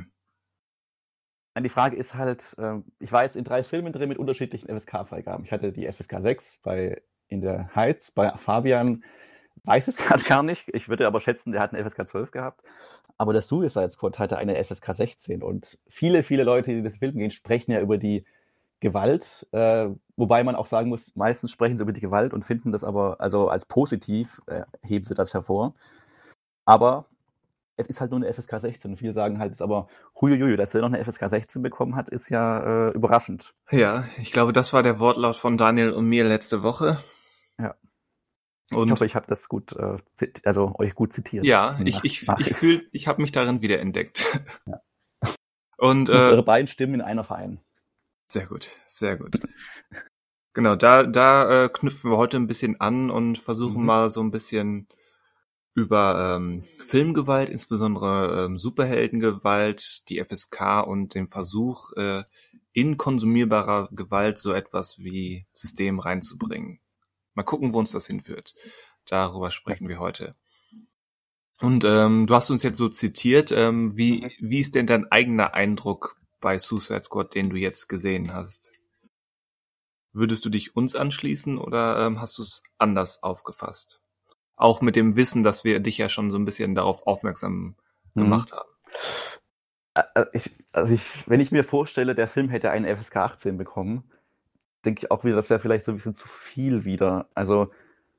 Die Frage ist halt, ich war jetzt in 3 Filmen drin mit unterschiedlichen FSK-Freigaben. Ich hatte die FSK 6 in der Heiz, bei Fabian weiß es gerade gar nicht. Ich würde aber schätzen, der hat eine FSK 12 gehabt. Aber der Suicide Squad hatte eine FSK 16 und viele, viele Leute, die in den Film gehen, sprechen ja über die Gewalt, wobei man auch sagen muss, meistens sprechen sie über die Gewalt und finden das aber, also als positiv, heben sie das hervor. Aber es ist halt nur eine FSK 16 und viele sagen halt, aber huiuiui, dass er noch eine FSK 16 bekommen hat, ist ja überraschend. Ja, ich glaube, das war der Wortlaut von Daniel und mir letzte Woche. Ja. Und ich hoffe, ich habe das gut, also euch gut zitiert. ja, ich habe mich darin wiederentdeckt. Ja. Und eure beiden Stimmen in einer Verein. Sehr gut, sehr gut. Genau, da knüpfen wir heute ein bisschen an und versuchen mal so ein bisschen über Filmgewalt, insbesondere Superheldengewalt, die FSK und den Versuch, in konsumierbarer Gewalt so etwas wie System reinzubringen. Mal gucken, wo uns das hinführt. Darüber sprechen wir heute. Und du hast uns jetzt so zitiert. Wie ist denn dein eigener Eindruck bei Suicide Squad, den du jetzt gesehen hast? Würdest du dich uns anschließen oder hast du es anders aufgefasst? Auch mit dem Wissen, dass wir dich ja schon so ein bisschen darauf aufmerksam gemacht haben. Wenn ich mir vorstelle, der Film hätte einen FSK 18 bekommen, denke ich auch wieder, das wäre vielleicht so ein bisschen zu viel wieder. Also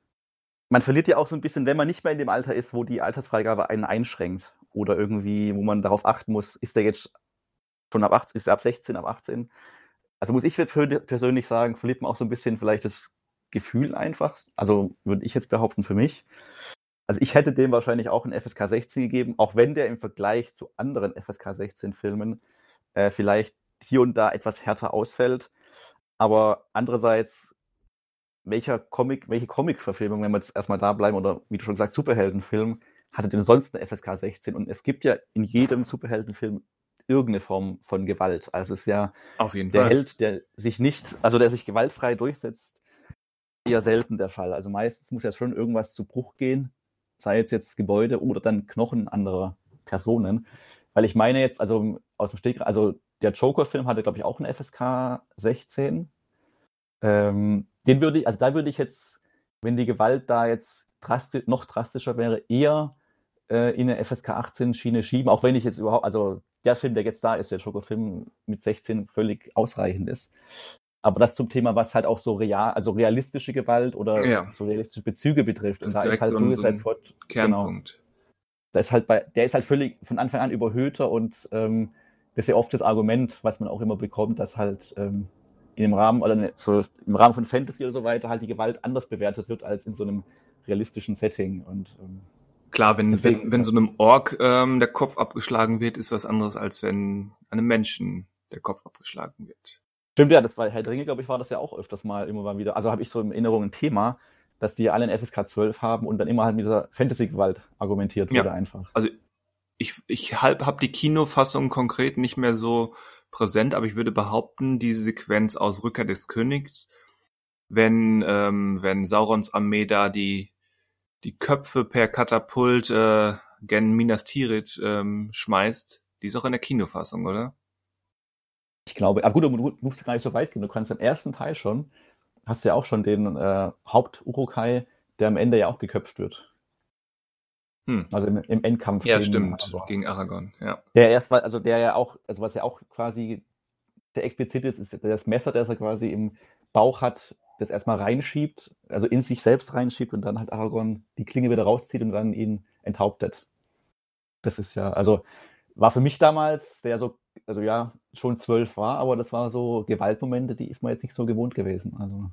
man verliert ja auch so ein bisschen, wenn man nicht mehr in dem Alter ist, wo die Altersfreigabe einen einschränkt oder irgendwie, wo man darauf achten muss, ist der jetzt schon ab 18, ist er ab 16, ab 18? Also muss ich persönlich sagen, verliert man auch so ein bisschen vielleicht das Gefühl einfach. Also würde ich jetzt behaupten für mich. Also ich hätte dem wahrscheinlich auch einen FSK 16 gegeben, auch wenn der im Vergleich zu anderen FSK 16 Filmen vielleicht hier und da etwas härter ausfällt. Aber andererseits, welche Comic-Verfilmung, wenn wir jetzt erstmal da bleiben, oder wie du schon gesagt, Superheldenfilm, hatte denn sonst eine FSK 16? Und es gibt ja in jedem Superheldenfilm irgendeine Form von Gewalt. Also es ist ja Auf jeden der Fall. Held, der sich gewaltfrei durchsetzt, eher selten der Fall. Also meistens muss ja schon irgendwas zu Bruch gehen, sei es jetzt Gebäude oder dann Knochen anderer Personen. Weil ich meine jetzt, also aus dem Stegreif, also der Joker-Film hatte, glaube ich, auch eine FSK 16. Da würde ich jetzt, wenn die Gewalt da jetzt noch drastischer wäre, eher in eine FSK 18 Schiene schieben, auch wenn ich jetzt überhaupt, also der Film, der jetzt da ist, der Joker-Film mit 16 völlig ausreichend ist. Aber das zum Thema, was halt auch so realistische Gewalt oder so realistische Bezüge betrifft. Und da ist halt so ein Kernpunkt. Genau. Der ist halt völlig von Anfang an überhöhter und das ist ja oft das Argument, was man auch immer bekommt, dass halt im Rahmen von Fantasy oder so weiter halt die Gewalt anders bewertet wird als in so einem realistischen Setting. Und klar, wenn so einem Ork der Kopf abgeschlagen wird, ist was anderes, als wenn einem Menschen der Kopf abgeschlagen wird. Stimmt, ja, das war Herr der Ringe, glaube ich, war das ja auch öfters mal immer mal wieder. Also habe ich so in Erinnerung ein Thema, dass die alle ein FSK 12 haben und dann immer halt mit dieser Fantasy-Gewalt argumentiert wurde einfach. Also ich hab die Kinofassung konkret nicht mehr so präsent, aber ich würde behaupten, diese Sequenz aus Rückkehr des Königs, wenn Saurons Armee da die Köpfe per Katapult gen Minas Tirith schmeißt, die ist auch in der Kinofassung, oder? Ich glaube, aber gut, du musst gar nicht so weit gehen. Du kannst im ersten Teil schon, hast ja auch schon den Haupt-Urukai, der am Ende ja auch geköpft wird. Also im Endkampf. Ja, stimmt, gegen Aragorn, ja. Was ja auch quasi sehr explizit ist das Messer, das er quasi im Bauch hat, das erstmal reinschiebt, also in sich selbst reinschiebt und dann halt Aragorn die Klinge wieder rauszieht und dann ihn enthauptet. Das ist ja, also war für mich damals, der so, also ja, schon 12 war, aber das war so Gewaltmomente, die ist man jetzt nicht so gewohnt gewesen. Also.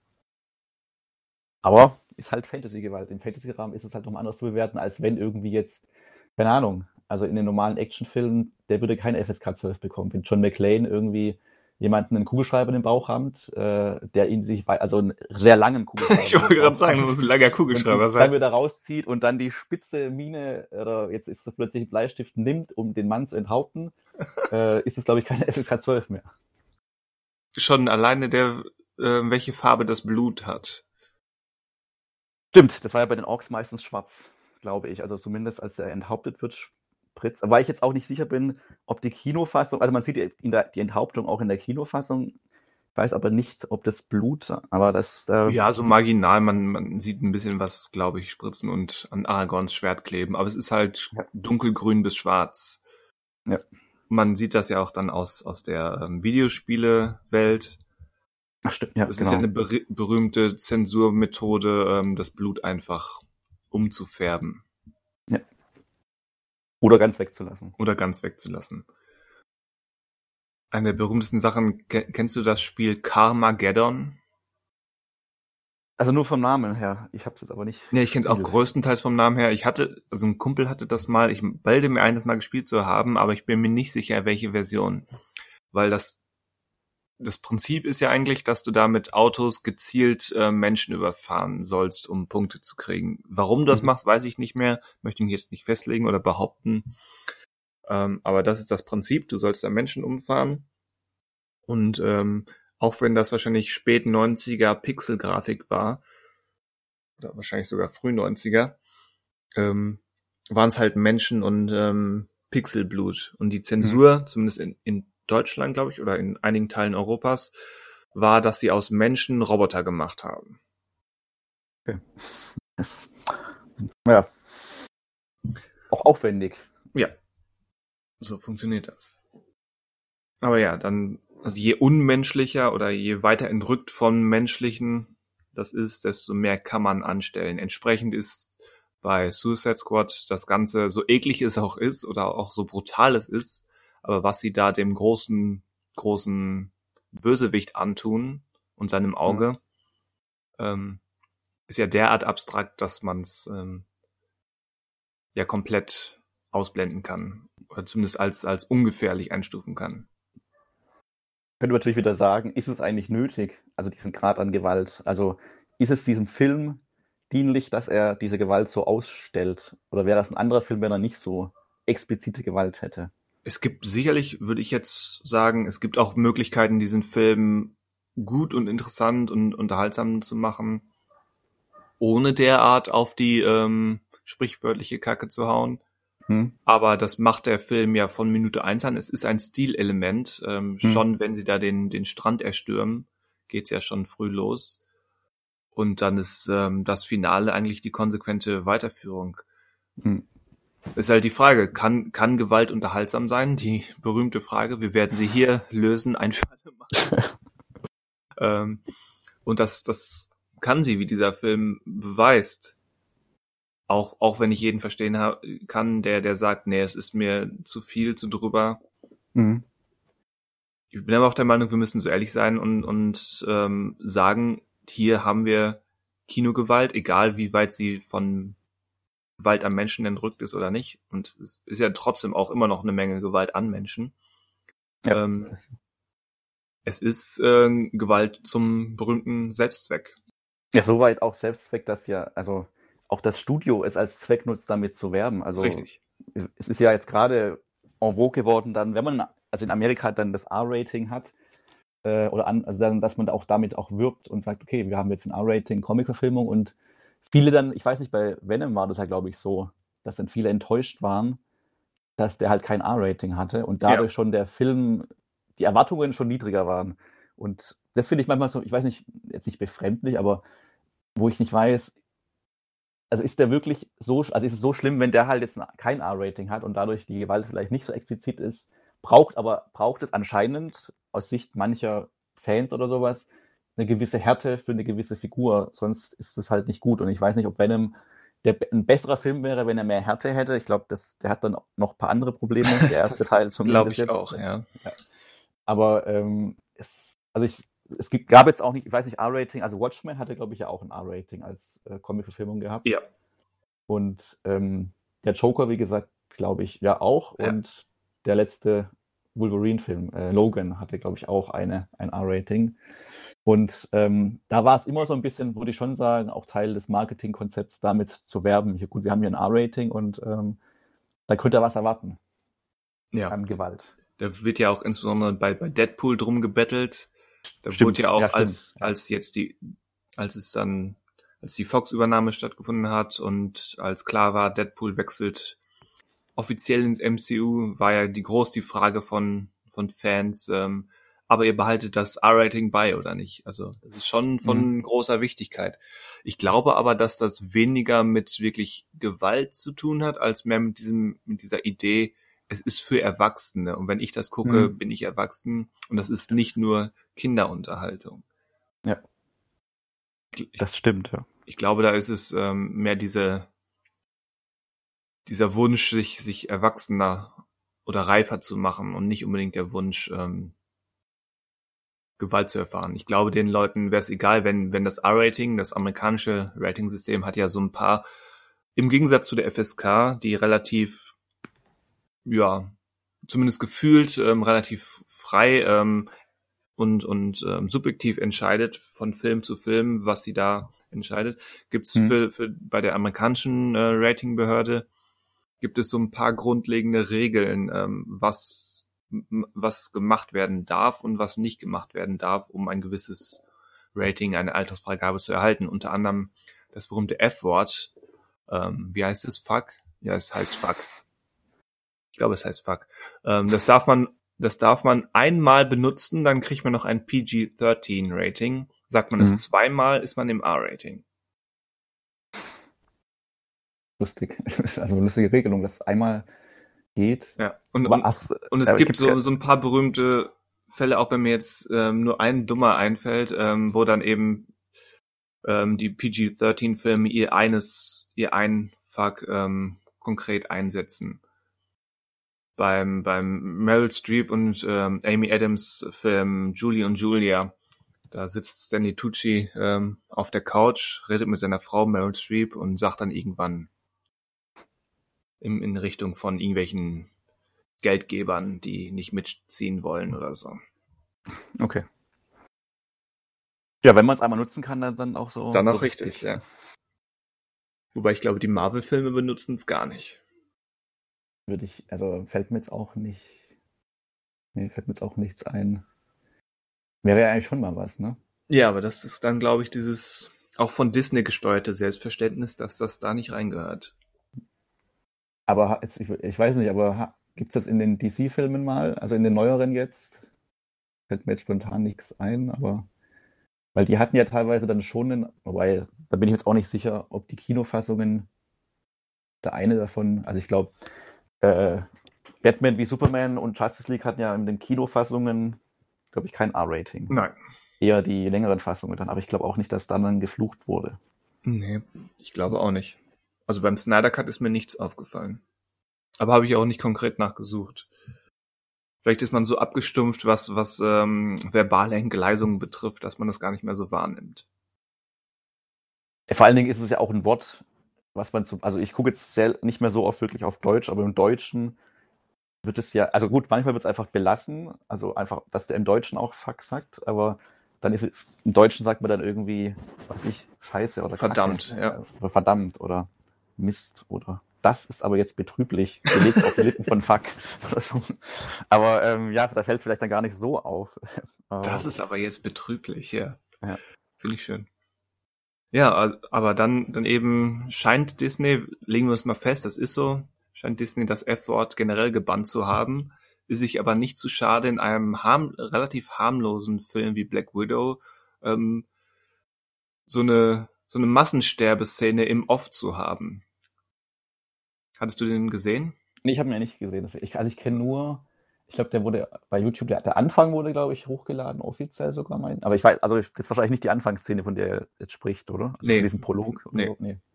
Aber ist halt Fantasy-Gewalt. Im Fantasy-Rahmen ist es halt noch anders zu bewerten, als wenn irgendwie jetzt, keine Ahnung, also in den normalen Actionfilmen, der würde keine FSK 12 bekommen. Wenn John McClane irgendwie jemanden einen Kugelschreiber in den Bauch rammt, der ihn also einen sehr langen Kugelschreiber. Ich wollte gerade sagen, das muss ein langer Kugelschreiber sein. Dann wieder rauszieht und dann die spitze Mine, oder jetzt ist es plötzlich ein Bleistift, nimmt, um den Mann zu enthaupten, ist es, glaube ich, keine FSK 12 mehr. Schon alleine welche Farbe das Blut hat. Stimmt, das war ja bei den Orks meistens schwarz. glaube ich. Also zumindest als er enthauptet wird, spritzt. Weil ich jetzt auch nicht sicher bin, ob die Kinofassung, also man sieht die Enthauptung auch in der Kinofassung. Ich weiß aber nicht, ob das Blut, aber das... Ja, so marginal, man sieht ein bisschen was, glaube ich, spritzen und an Aragorns Schwert kleben, aber es ist halt dunkelgrün bis schwarz. Ja. Man sieht das ja auch dann aus der Videospiele-Welt. Ach, stimmt, ja, Das ist ja eine berühmte Zensurmethode, das Blut einfach umzufärben. Ja. Oder ganz wegzulassen. Eine der berühmtesten Sachen, kennst du das Spiel Carmageddon? Also nur vom Namen her. Ich habe es jetzt aber nicht. Ja, ich kenne es auch größtenteils vom Namen her. Also ein Kumpel hatte das mal, ich bilde mir ein, das mal gespielt zu haben, aber ich bin mir nicht sicher, welche Version. Weil das Prinzip ist ja eigentlich, dass du da mit Autos gezielt Menschen überfahren sollst, um Punkte zu kriegen. Warum du das machst, weiß ich nicht mehr. Möchte ich mich jetzt nicht festlegen oder behaupten. Aber das ist das Prinzip. Du sollst da Menschen umfahren. Und auch wenn das wahrscheinlich spät 90er Pixelgrafik war, oder wahrscheinlich sogar früh 90er, waren es halt Menschen und Pixelblut. Und die Zensur, zumindest in Deutschland, glaube ich, oder in einigen Teilen Europas, war, dass sie aus Menschen Roboter gemacht haben. Okay. Ja. Auch aufwendig. Ja. So funktioniert das. Aber ja, dann, also je unmenschlicher oder je weiter entrückt vom Menschlichen das ist, desto mehr kann man anstellen. Entsprechend ist bei Suicide Squad das Ganze, so eklig es auch ist oder auch so brutal es ist, aber was sie da dem großen Bösewicht antun und seinem Auge, ist ja derart abstrakt, dass man es ja komplett ausblenden kann oder zumindest als ungefährlich einstufen kann. Könnte man natürlich wieder sagen, ist es eigentlich nötig, also diesen Grad an Gewalt? Also ist es diesem Film dienlich, dass er diese Gewalt so ausstellt? Oder wäre das ein anderer Film, wenn er nicht so explizite Gewalt hätte? Es gibt sicherlich, würde ich jetzt sagen, es gibt auch Möglichkeiten, diesen Film gut und interessant und unterhaltsam zu machen, ohne derart auf die sprichwörtliche Kacke zu hauen. Aber das macht der Film ja von Minute 1 an. Es ist ein Stilelement. Schon wenn sie da den Strand erstürmen, geht's ja schon früh los. Und dann ist das Finale eigentlich die konsequente Weiterführung. Ist halt die Frage, kann Gewalt unterhaltsam sein? Die berühmte Frage. Wir werden sie hier lösen, ein für alle Mal. Und das kann sie, wie dieser Film beweist. Auch wenn ich jeden verstehen kann, der sagt, nee, es ist mir zu viel, zu drüber. Ich bin aber auch der Meinung, wir müssen so ehrlich sein und sagen, hier haben wir Kinogewalt, egal wie weit sie von Gewalt am Menschen entrückt ist oder nicht. Und es ist ja trotzdem auch immer noch eine Menge Gewalt an Menschen. Ja. Es ist Gewalt zum berühmten Selbstzweck. Ja, soweit auch Selbstzweck, dass ja, also auch das Studio es als Zweck nutzt, damit zu werben. Also richtig. Es ist ja jetzt gerade en vogue geworden, dann, wenn man also in Amerika dann das R-Rating hat, also dann, dass man auch damit auch wirbt und sagt, okay, wir haben jetzt ein R-Rating Comic-Verfilmung und viele dann, ich weiß nicht, bei Venom war das ja, glaube ich, so, dass dann viele enttäuscht waren, dass der halt kein R-Rating hatte und dadurch schon der Film, die Erwartungen schon niedriger waren. Und das finde ich manchmal so, ich weiß nicht, jetzt nicht befremdlich, aber wo ich nicht weiß, also ist der wirklich so, also ist es so schlimm, wenn der halt jetzt kein R-Rating hat und dadurch die Gewalt vielleicht nicht so explizit ist, braucht es anscheinend aus Sicht mancher Fans oder sowas eine gewisse Härte für eine gewisse Figur, sonst ist es halt nicht gut. Und ich weiß nicht, ob Venom ein besserer Film wäre, wenn er mehr Härte hätte. Ich glaube, der hat dann noch ein paar andere Probleme. Der erste Teil zumindest. Glaube ich jetzt auch, ja. Aber es gab jetzt auch nicht, ich weiß nicht, R-Rating, also Watchmen hatte, glaube ich, ja auch ein R-Rating als Comic-Verfilmung gehabt. Ja. Und der Joker, wie gesagt, glaube ich, ja auch. Ja. Und der letzte Wolverine-Film, Logan, hatte, glaube ich, auch ein R-Rating. Und da war es immer so ein bisschen, würde ich schon sagen, auch Teil des Marketingkonzepts, damit zu werben. Gut, wir haben hier ein R-Rating und da könnt ihr was erwarten an Gewalt. Da wird ja auch insbesondere bei Deadpool drum gebettelt. Da wurde ja auch als als die Fox-Übernahme stattgefunden hat und als klar war, Deadpool wechselt offiziell ins MCU, war ja die Frage von Fans, aber ihr behaltet das R-Rating bei oder nicht? Also das ist schon von großer Wichtigkeit. Ich glaube aber, dass das weniger mit wirklich Gewalt zu tun hat, als mehr mit dieser Idee, es ist für Erwachsene. Und wenn ich das gucke, bin ich erwachsen und das ist nicht nur Kinderunterhaltung. Ja. Das stimmt, ja. Ich glaube, da ist es mehr dieser Wunsch, sich erwachsener oder reifer zu machen und nicht unbedingt der Wunsch, Gewalt zu erfahren. Ich glaube, den Leuten wäre es egal, wenn das R-Rating, das amerikanische Rating-System hat ja so ein paar, im Gegensatz zu der FSK, die relativ, ja, zumindest gefühlt relativ frei und subjektiv entscheidet von Film zu Film, was sie da entscheidet, gibt's für bei der amerikanischen Ratingbehörde gibt es so ein paar grundlegende Regeln, was gemacht werden darf und was nicht gemacht werden darf, um ein gewisses Rating, eine Altersfreigabe zu erhalten. Unter anderem das berühmte F-Wort. Wie heißt es? Fuck? Ja, es heißt Fuck. Ich glaube, es heißt Fuck. Das darf man einmal benutzen, dann kriegt man noch ein PG-13-Rating. Sagt man es zweimal, ist man im R-Rating. Lustig. Das ist also eine lustige Regelung, dass es einmal geht. Ja, und es gibt so ein paar berühmte Fälle, auch wenn mir jetzt nur ein dummer einfällt, wo dann eben die PG-13-Filme ihr einen Fuck konkret einsetzen. Beim Meryl Streep und Amy Adams Film Julie und Julia, da sitzt Stanley Tucci auf der Couch, redet mit seiner Frau Meryl Streep und sagt dann irgendwann in Richtung von irgendwelchen Geldgebern, die nicht mitziehen wollen oder so. Okay. Ja, wenn man es einmal nutzen kann, dann auch so. Dann auch so richtig, ja. Wobei ich glaube, die Marvel-Filme benutzen es gar nicht. Fällt mir jetzt auch nichts ein. Wäre ja eigentlich schon mal was, ne? Ja, aber das ist dann, glaube ich, dieses auch von Disney gesteuerte Selbstverständnis, dass das da nicht reingehört. Aber jetzt, ich weiß nicht, aber gibt's das in den DC-Filmen mal? Also in den neueren jetzt? Fällt mir jetzt spontan nichts ein, aber weil die hatten ja teilweise dann schon wobei, da bin ich jetzt auch nicht sicher, ob die Kinofassungen, der eine davon, also ich glaube, Batman wie Superman und Justice League hatten ja in den Kinofassungen, glaube ich, kein R-Rating. Nein. Eher die längeren Fassungen dann, aber ich glaube auch nicht, dass dann geflucht wurde. Nee, ich glaube auch nicht. Also beim Snyder Cut ist mir nichts aufgefallen. Aber habe ich auch nicht konkret nachgesucht. Vielleicht ist man so abgestumpft, was verbale Entgleisungen betrifft, dass man das gar nicht mehr so wahrnimmt. Vor allen Dingen ist es ja auch ein Wort, was man also ich gucke jetzt nicht mehr so oft wirklich auf Deutsch, aber im Deutschen wird es ja, also gut, manchmal wird es einfach belassen, also einfach, dass der im Deutschen auch Fuck sagt, aber dann ist im Deutschen sagt man dann irgendwie, weiß ich, Scheiße oder verdammt, Kacke, ja. Oder verdammt oder Mist oder das ist aber jetzt betrüblich, gelegt auf die Lippen von Fuck oder so. Aber da fällt es vielleicht dann gar nicht so auf. Das ist aber jetzt betrüblich, ja. Finde ich schön. Ja, aber dann eben scheint Disney, legen wir uns mal fest, das ist so, scheint Disney das F-Wort generell gebannt zu haben, ist sich aber nicht zu schade, in einem relativ harmlosen Film wie Black Widow so eine Massensterbeszene im Off zu haben. Hattest du den gesehen? Nee, ich habe ihn ja nicht gesehen. Ich kenne nur, ich glaube, der wurde bei YouTube, der Anfang wurde, glaube ich, hochgeladen, offiziell sogar mein. Aber ich weiß, also das ist wahrscheinlich nicht die Anfangsszene, von der er jetzt spricht, oder? Also nee. Diesen Prolog? Nee. So? Nee.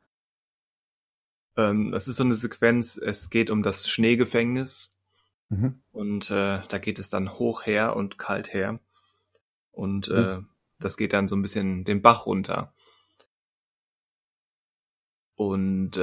Das ist so eine Sequenz, es geht um das Schneegefängnis und da geht es dann hoch her und kalt her und das geht dann so ein bisschen den Bach runter. Und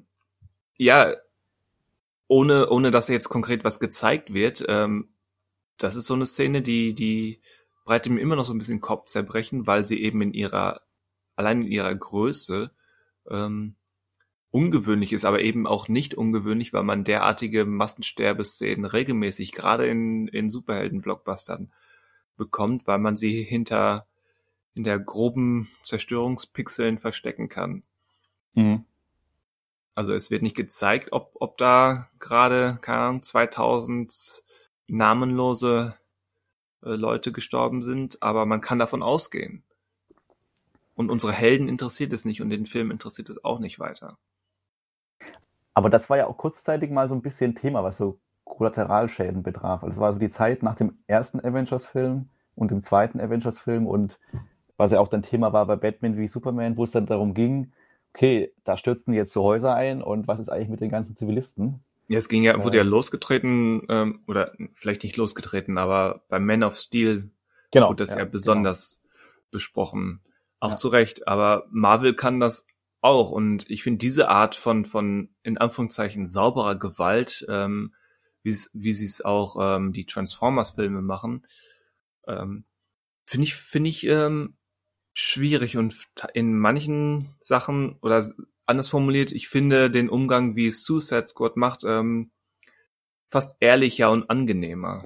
ohne dass jetzt konkret was gezeigt wird, das ist so eine Szene, die bereitet mir immer noch so ein bisschen Kopfzerbrechen, weil sie eben allein in ihrer Größe ungewöhnlich ist, aber eben auch nicht ungewöhnlich, weil man derartige Massensterbeszenen regelmäßig, gerade in Superhelden-Blockbustern bekommt, weil man sie hinter in der groben Zerstörungspixeln verstecken kann. Mhm. Also es wird nicht gezeigt, ob da gerade, keine Ahnung, 2000 namenlose Leute gestorben sind, aber man kann davon ausgehen. Und unsere Helden interessiert es nicht und den Film interessiert es auch nicht weiter. Aber das war ja auch kurzzeitig mal so ein bisschen Thema, was so Kollateralschäden betraf. Also es war so die Zeit nach dem ersten Avengers-Film und dem zweiten Avengers-Film und was ja auch dann Thema war bei Batman wie Superman, wo es dann darum ging, okay, da stürzen jetzt so Häuser ein und was ist eigentlich mit den ganzen Zivilisten? Ja, wurde ja losgetreten, oder vielleicht nicht losgetreten, aber bei Man of Steel wurde das ja besonders besprochen. Auch zu Recht, aber Marvel kann das auch und ich finde diese Art von in Anführungszeichen sauberer Gewalt, wie sie es auch die Transformers-Filme machen, finde ich schwierig und in manchen Sachen oder anders formuliert, ich finde den Umgang, wie es Suicide Squad macht, fast ehrlicher und angenehmer.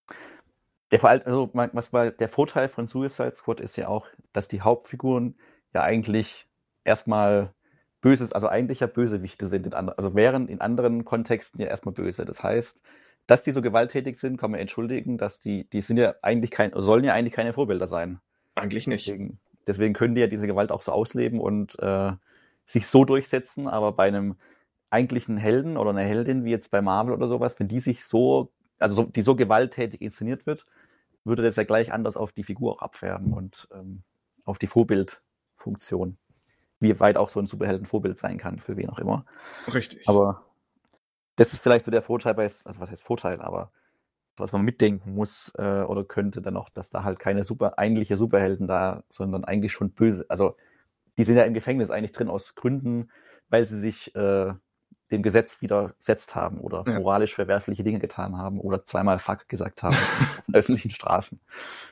Der Vorteil von Suicide Squad ist ja auch, dass die Hauptfiguren ja eigentlich erstmal eigentlich ja Bösewichte sind, also wären in anderen Kontexten ja erstmal böse. Das heißt, dass die so gewalttätig sind, kann man entschuldigen, dass die sind ja eigentlich sollen ja eigentlich keine Vorbilder sein. Eigentlich nicht. Deswegen können die ja diese Gewalt auch so ausleben und sich so durchsetzen, aber bei einem eigentlichen Helden oder einer Heldin, wie jetzt bei Marvel oder sowas, wenn die sich die so gewalttätig inszeniert wird, würde das ja gleich anders auf die Figur auch abfärben und auf die Vorbildfunktion. Wie weit auch so ein Superhelden Vorbild sein kann, für wen auch immer. Richtig. Aber das ist vielleicht so der Vorteil was heißt Vorteil, aber was man mitdenken muss oder könnte dann auch, dass da halt keine eigentliche Superhelden da, sondern eigentlich schon böse. Also die sind ja im Gefängnis eigentlich drin aus Gründen, weil sie sich dem Gesetz widersetzt haben oder moralisch verwerfliche Dinge getan haben oder zweimal Fuck gesagt haben auf öffentlichen Straßen.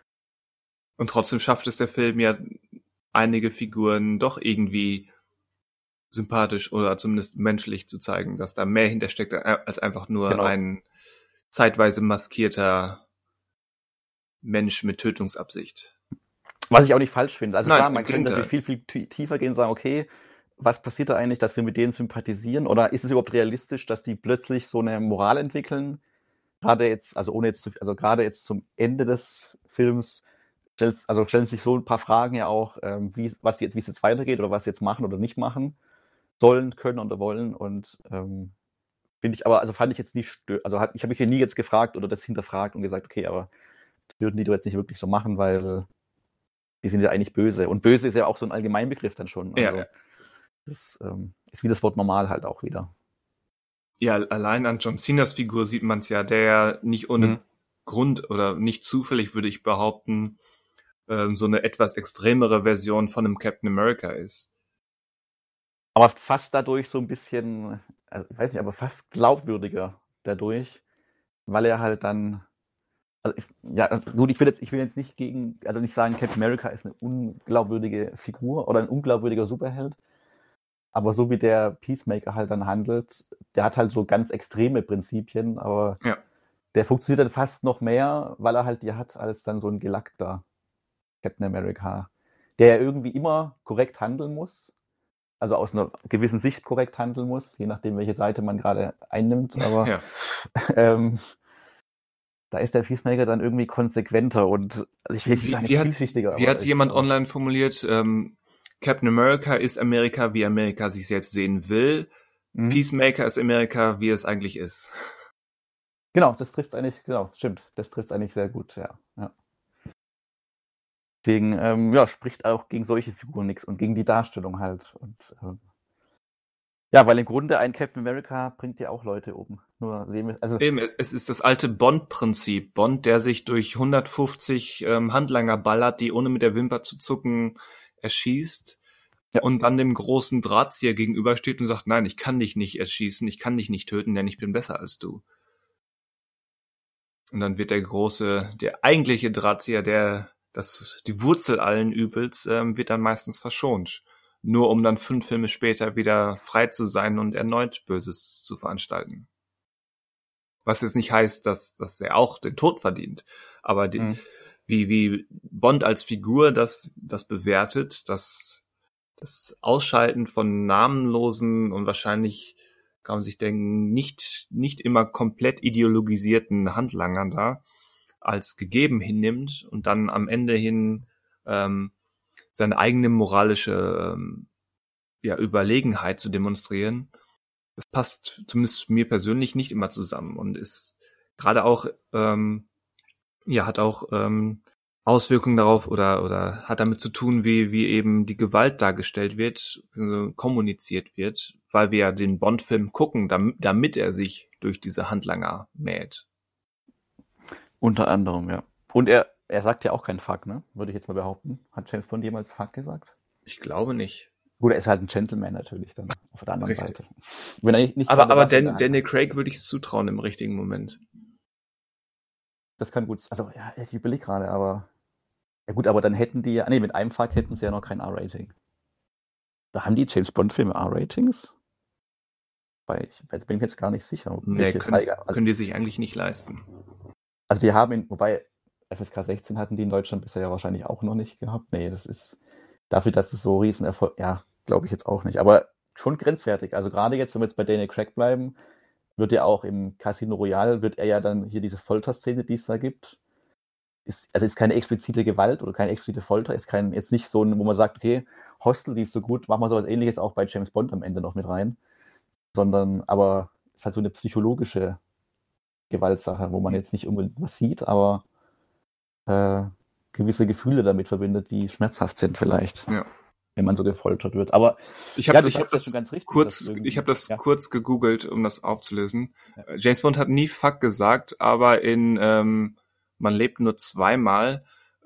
Und trotzdem schafft es der Film ja, einige Figuren doch irgendwie sympathisch oder zumindest menschlich zu zeigen, dass da mehr hintersteckt als einfach nur ein zeitweise maskierter Mensch mit Tötungsabsicht. Was ich auch nicht falsch finde. Also Nein, klar, man könnte natürlich viel, viel tiefer gehen und sagen, okay, was passiert da eigentlich, dass wir mit denen sympathisieren? Oder ist es überhaupt realistisch, dass die plötzlich so eine Moral entwickeln? Gerade jetzt zum Ende des Films stellen sich so ein paar Fragen ja auch, wie es jetzt weitergeht oder was sie jetzt machen oder nicht machen sollen, können oder wollen. Und fand ich jetzt nicht ich habe mich hier nie jetzt gefragt oder das hinterfragt und gesagt, okay, aber das würden die doch jetzt nicht wirklich so machen, weil die sind ja eigentlich böse. Und böse ist ja auch so ein Allgemeinbegriff dann schon. Also, das ist wie das Wort normal halt auch wieder. Ja, allein an John Cenas Figur sieht man es ja, der ja nicht ohne Grund oder nicht zufällig, würde ich behaupten, so eine etwas extremere Version von einem Captain America ist. Aber fast dadurch so ein bisschen, also ich weiß nicht, aber fast glaubwürdiger dadurch, weil er halt dann, ich will jetzt nicht nicht sagen, Captain America ist eine unglaubwürdige Figur oder ein unglaubwürdiger Superheld, aber so wie der Peacemaker halt dann handelt, der hat halt so ganz extreme Prinzipien, aber der funktioniert dann fast noch mehr, weil er halt die hat als dann so ein gelackter Captain America, der ja irgendwie immer korrekt handeln muss, also aus einer gewissen Sicht korrekt handeln muss, je nachdem, welche Seite man gerade einnimmt, aber da ist der Peacemaker dann irgendwie konsequenter und ich will nicht sagen, vielschichtiger. Wie hat es jemand online formuliert? Captain America ist Amerika, wie Amerika sich selbst sehen will. Peacemaker ist Amerika, wie es eigentlich ist. Genau, das trifft eigentlich, stimmt. Das trifft eigentlich sehr gut, ja. Deswegen, spricht auch gegen solche Figuren nichts und gegen die Darstellung halt. Und weil im Grunde ein Captain America bringt ja auch Leute um. Nur sehen wir, also eben, es ist das alte Bond-Prinzip. Bond, der sich durch 150 Handlanger ballert, die ohne mit der Wimper zu zucken erschießt und dann dem großen Drahtzieher gegenübersteht und sagt, nein, ich kann dich nicht erschießen, ich kann dich nicht töten, denn ich bin besser als du. Und dann wird der eigentliche Drahtzieher, die Wurzel allen Übels, wird dann meistens verschont. Nur um dann 5 Filme später wieder frei zu sein und erneut Böses zu veranstalten. Was jetzt nicht heißt, dass er auch den Tod verdient. Aber wie Bond als Figur das bewertet, das Ausschalten von namenlosen und wahrscheinlich, kann man sich denken, nicht immer komplett ideologisierten Handlangern da als gegeben hinnimmt und dann am Ende hin seine eigene moralische Überlegenheit zu demonstrieren. Das passt zumindest mir persönlich nicht immer zusammen und ist gerade auch hat auch Auswirkungen darauf oder hat damit zu tun, wie eben die Gewalt dargestellt wird, kommuniziert wird, weil wir ja den Bond-Film gucken, damit er sich durch diese Handlanger mäht. Unter anderem, ja. Und er sagt ja auch kein Fuck, ne? Würde ich jetzt mal behaupten. Hat James Bond jemals Fuck gesagt? Ich glaube nicht. Gut, er ist halt ein Gentleman natürlich dann auf der anderen Richtig. Seite. Wenn er nicht aber Daniel Craig würde ich es zutrauen im richtigen Moment. Das kann gut sein. Also, ja, ich überlege gerade, aber ja gut, aber dann hätten die ja, mit einem Fuck hätten sie ja noch kein R-Rating. Da haben die James Bond-Filme R-Ratings? Weil ich bin mir jetzt gar nicht sicher. Nee, können die sich eigentlich nicht leisten. Also die haben, wobei FSK 16 hatten die in Deutschland bisher ja wahrscheinlich auch noch nicht gehabt. Nee, das ist dafür, dass es so Riesenerfolg, ja, glaube ich jetzt auch nicht. Aber schon grenzwertig. Also gerade jetzt, wenn wir jetzt bei Daniel Craig bleiben, wird ja auch im Casino Royale, wird er ja dann hier diese Folterszene, die es da gibt, ist keine explizite Gewalt oder keine explizite Folter, ist jetzt nicht so, wo man sagt, okay, Hostel, die ist so gut, machen wir sowas Ähnliches auch bei James Bond am Ende noch mit rein. Sondern, aber es ist halt so eine psychologische Gewaltsache, wo man jetzt nicht unbedingt was sieht, aber gewisse Gefühle damit verbindet, die schmerzhaft sind vielleicht, wenn man so gefoltert wird. Aber ich habe das ganz richtig. Ich habe das kurz gegoogelt, um das aufzulösen. Ja. James Bond hat nie Fuck gesagt, aber in Man lebt nur zweimal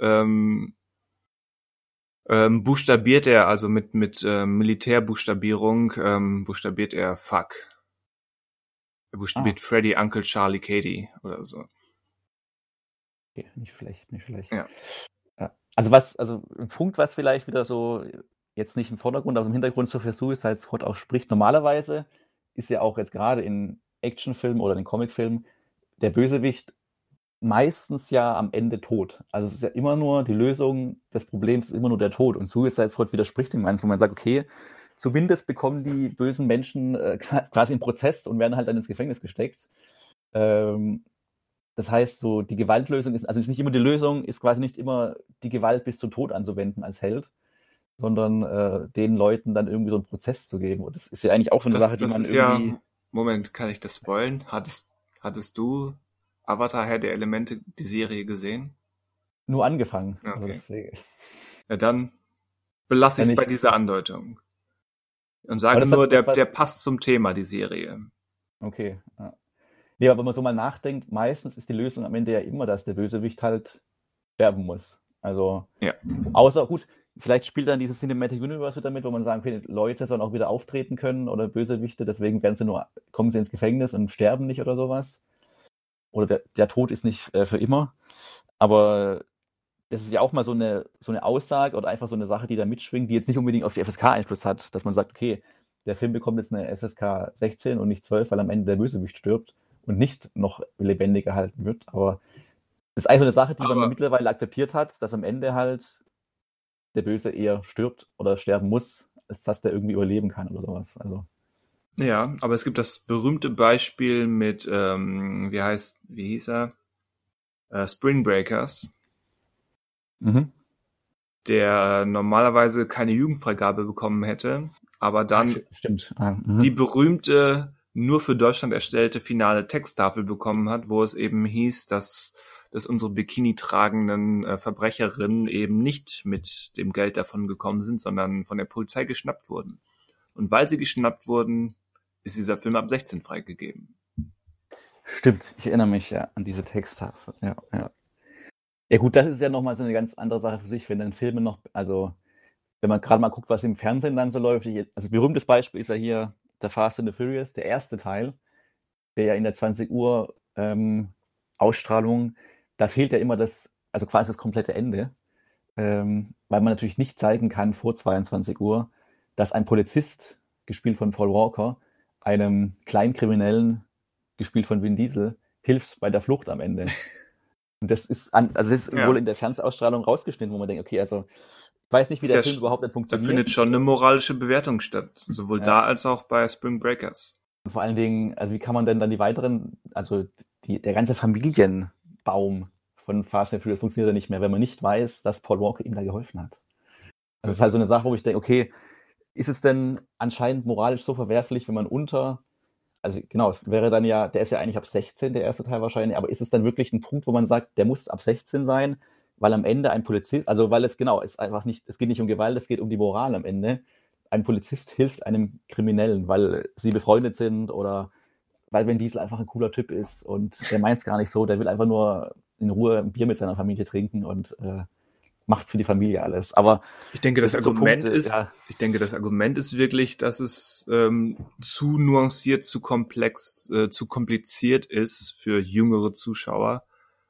buchstabiert er, also mit Militärbuchstabierung, buchstabiert er Fuck. Er buchstabiert Freddy, Uncle Charlie, Katie oder so. Okay, nicht schlecht. Ja. Also ein Punkt, was vielleicht wieder so, jetzt nicht im Vordergrund, aber im Hintergrund so für Suicide Squad auch spricht. Normalerweise ist ja auch jetzt gerade in Actionfilmen oder in Comicfilmen der Bösewicht meistens ja am Ende tot. Also es ist ja immer nur die Lösung des Problems, ist immer nur der Tod. Und Suicide Squad widerspricht dem Ganzen, wo man sagt, okay, zumindest bekommen die bösen Menschen quasi einen Prozess und werden halt dann ins Gefängnis gesteckt. Das heißt, so die Gewaltlösung ist nicht immer die Lösung, ist quasi nicht immer die Gewalt bis zum Tod anzuwenden als Held, sondern den Leuten dann irgendwie so einen Prozess zu geben. Und das ist ja eigentlich auch so eine Sache, die man irgendwie... Ja, Moment, kann ich das spoilen? Hattest du Avatar Herr der Elemente, die Serie gesehen? Nur angefangen. Okay. Also ja, dann belasse ich es bei dieser Andeutung. Und sage nur, der passt zum Thema, die Serie. Okay, ja. Nee, aber wenn man so mal nachdenkt, meistens ist die Lösung am Ende ja immer, dass der Bösewicht halt sterben muss. Also, außer, gut, vielleicht spielt dann dieses Cinematic Universe wieder mit, wo man sagen kann, Leute sollen auch wieder auftreten können oder Bösewichte, deswegen kommen sie ins Gefängnis und sterben nicht oder sowas. Oder der Tod ist nicht für immer. Aber das ist ja auch mal so eine Aussage oder einfach so eine Sache, die da mitschwingt, die jetzt nicht unbedingt auf die FSK Einfluss hat, dass man sagt, okay, der Film bekommt jetzt eine FSK 16 und nicht 12, weil am Ende der Bösewicht stirbt und nicht noch lebendig gehalten wird. Aber das ist eigentlich so eine Sache, die man mittlerweile akzeptiert hat, dass am Ende halt der Böse eher stirbt oder sterben muss, als dass der irgendwie überleben kann oder sowas. Also. Ja, aber es gibt das berühmte Beispiel mit, wie hieß er? Spring Breakers. Mhm. Der normalerweise keine Jugendfreigabe bekommen hätte, aber dann die berühmte, nur für Deutschland erstellte finale Texttafel bekommen hat, wo es eben hieß, dass unsere Bikini tragenden Verbrecherinnen eben nicht mit dem Geld davon gekommen sind, sondern von der Polizei geschnappt wurden. Und weil sie geschnappt wurden, ist dieser Film ab 16 freigegeben. Stimmt, ich erinnere mich ja an diese Texttafel. Ja. Ja gut, das ist ja nochmal so eine ganz andere Sache für sich, wenn dann Filme noch, also wenn man gerade mal guckt, was im Fernsehen dann so läuft. Also berühmtes Beispiel ist ja hier der Fast and the Furious, der erste Teil, der ja in der 20 Uhr Ausstrahlung, da fehlt ja immer quasi das komplette Ende, weil man natürlich nicht zeigen kann vor 22 Uhr, dass ein Polizist, gespielt von Paul Walker, einem Kleinkriminellen, gespielt von Vin Diesel, hilft bei der Flucht am Ende. Und das ist wohl in der Fernsehausstrahlung rausgeschnitten, wo man denkt, okay, also ich weiß nicht, wie der Film überhaupt nicht Da funktioniert. findet schon eine moralische Bewertung statt, sowohl da als auch bei Spring Breakers. Und vor allen Dingen, also wie kann man denn dann die weiteren, also der ganze Familienbaum von Fast and Furious funktioniert ja nicht mehr, wenn man nicht weiß, dass Paul Walker ihm da geholfen hat. Also das ist halt so eine Sache, wo ich denke, okay, ist es denn anscheinend moralisch so verwerflich, wenn man also genau, es wäre dann ja, der ist ja eigentlich ab 16, der erste Teil wahrscheinlich, aber ist es dann wirklich ein Punkt, wo man sagt, der muss ab 16 sein, weil am Ende ein Polizist, also weil es genau, ist einfach nicht, es geht nicht um Gewalt, es geht um die Moral am Ende. Ein Polizist hilft einem Kriminellen, weil sie befreundet sind oder weil Vin Diesel einfach ein cooler Typ ist und der meint es gar nicht so, der will einfach nur in Ruhe ein Bier mit seiner Familie trinken und macht für die Familie alles. Aber ich denke, das Argument Punkte, ist wirklich, dass es zu nuanciert, zu komplex, zu kompliziert ist für jüngere Zuschauer,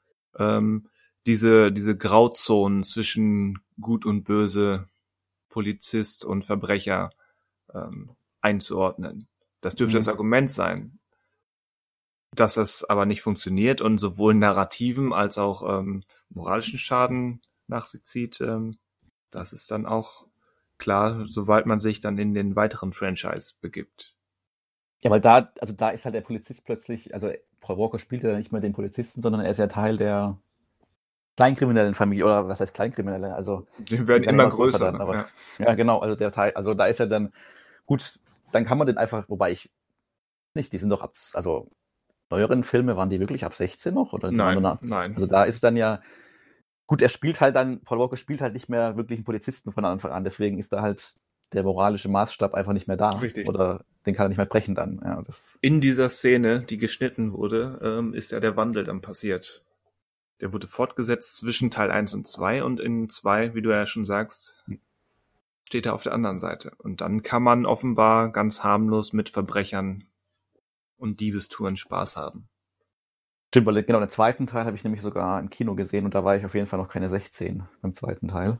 diese Grauzonen zwischen Gut und Böse, Polizist und Verbrecher einzuordnen. Das dürfte das Argument sein. Dass das aber nicht funktioniert und sowohl narrativen als auch moralischen Schaden nach sich zieht, das ist dann auch klar, sobald man sich dann in den weiteren Franchise begibt. Ja, weil da ist halt der Polizist plötzlich, also Paul Walker spielt ja nicht mehr den Polizisten, sondern er ist ja Teil der kleinkriminellen Familie, oder was heißt Kleinkriminelle? Also die werden immer größer. Dann, aber, ja, genau, also der Teil, also da ist er dann, gut, dann kann man den einfach, wobei ich nicht, die sind doch also neueren Filme, waren die wirklich ab 16 noch? Oder Nein. Also da ist es dann ja, gut, Paul Walker spielt halt nicht mehr wirklich einen Polizisten von Anfang an, deswegen ist da halt der moralische Maßstab einfach nicht mehr da. Richtig. Oder den kann er nicht mehr brechen dann. Ja, in dieser Szene, die geschnitten wurde, ist ja der Wandel dann passiert. Der wurde fortgesetzt zwischen Teil 1 und 2 und in 2, wie du ja schon sagst, steht er auf der anderen Seite. Und dann kann man offenbar ganz harmlos mit Verbrechern und Diebestouren Spaß haben. Stimmt, weil genau, den zweiten Teil habe ich nämlich sogar im Kino gesehen und da war ich auf jeden Fall noch keine 16 beim zweiten Teil.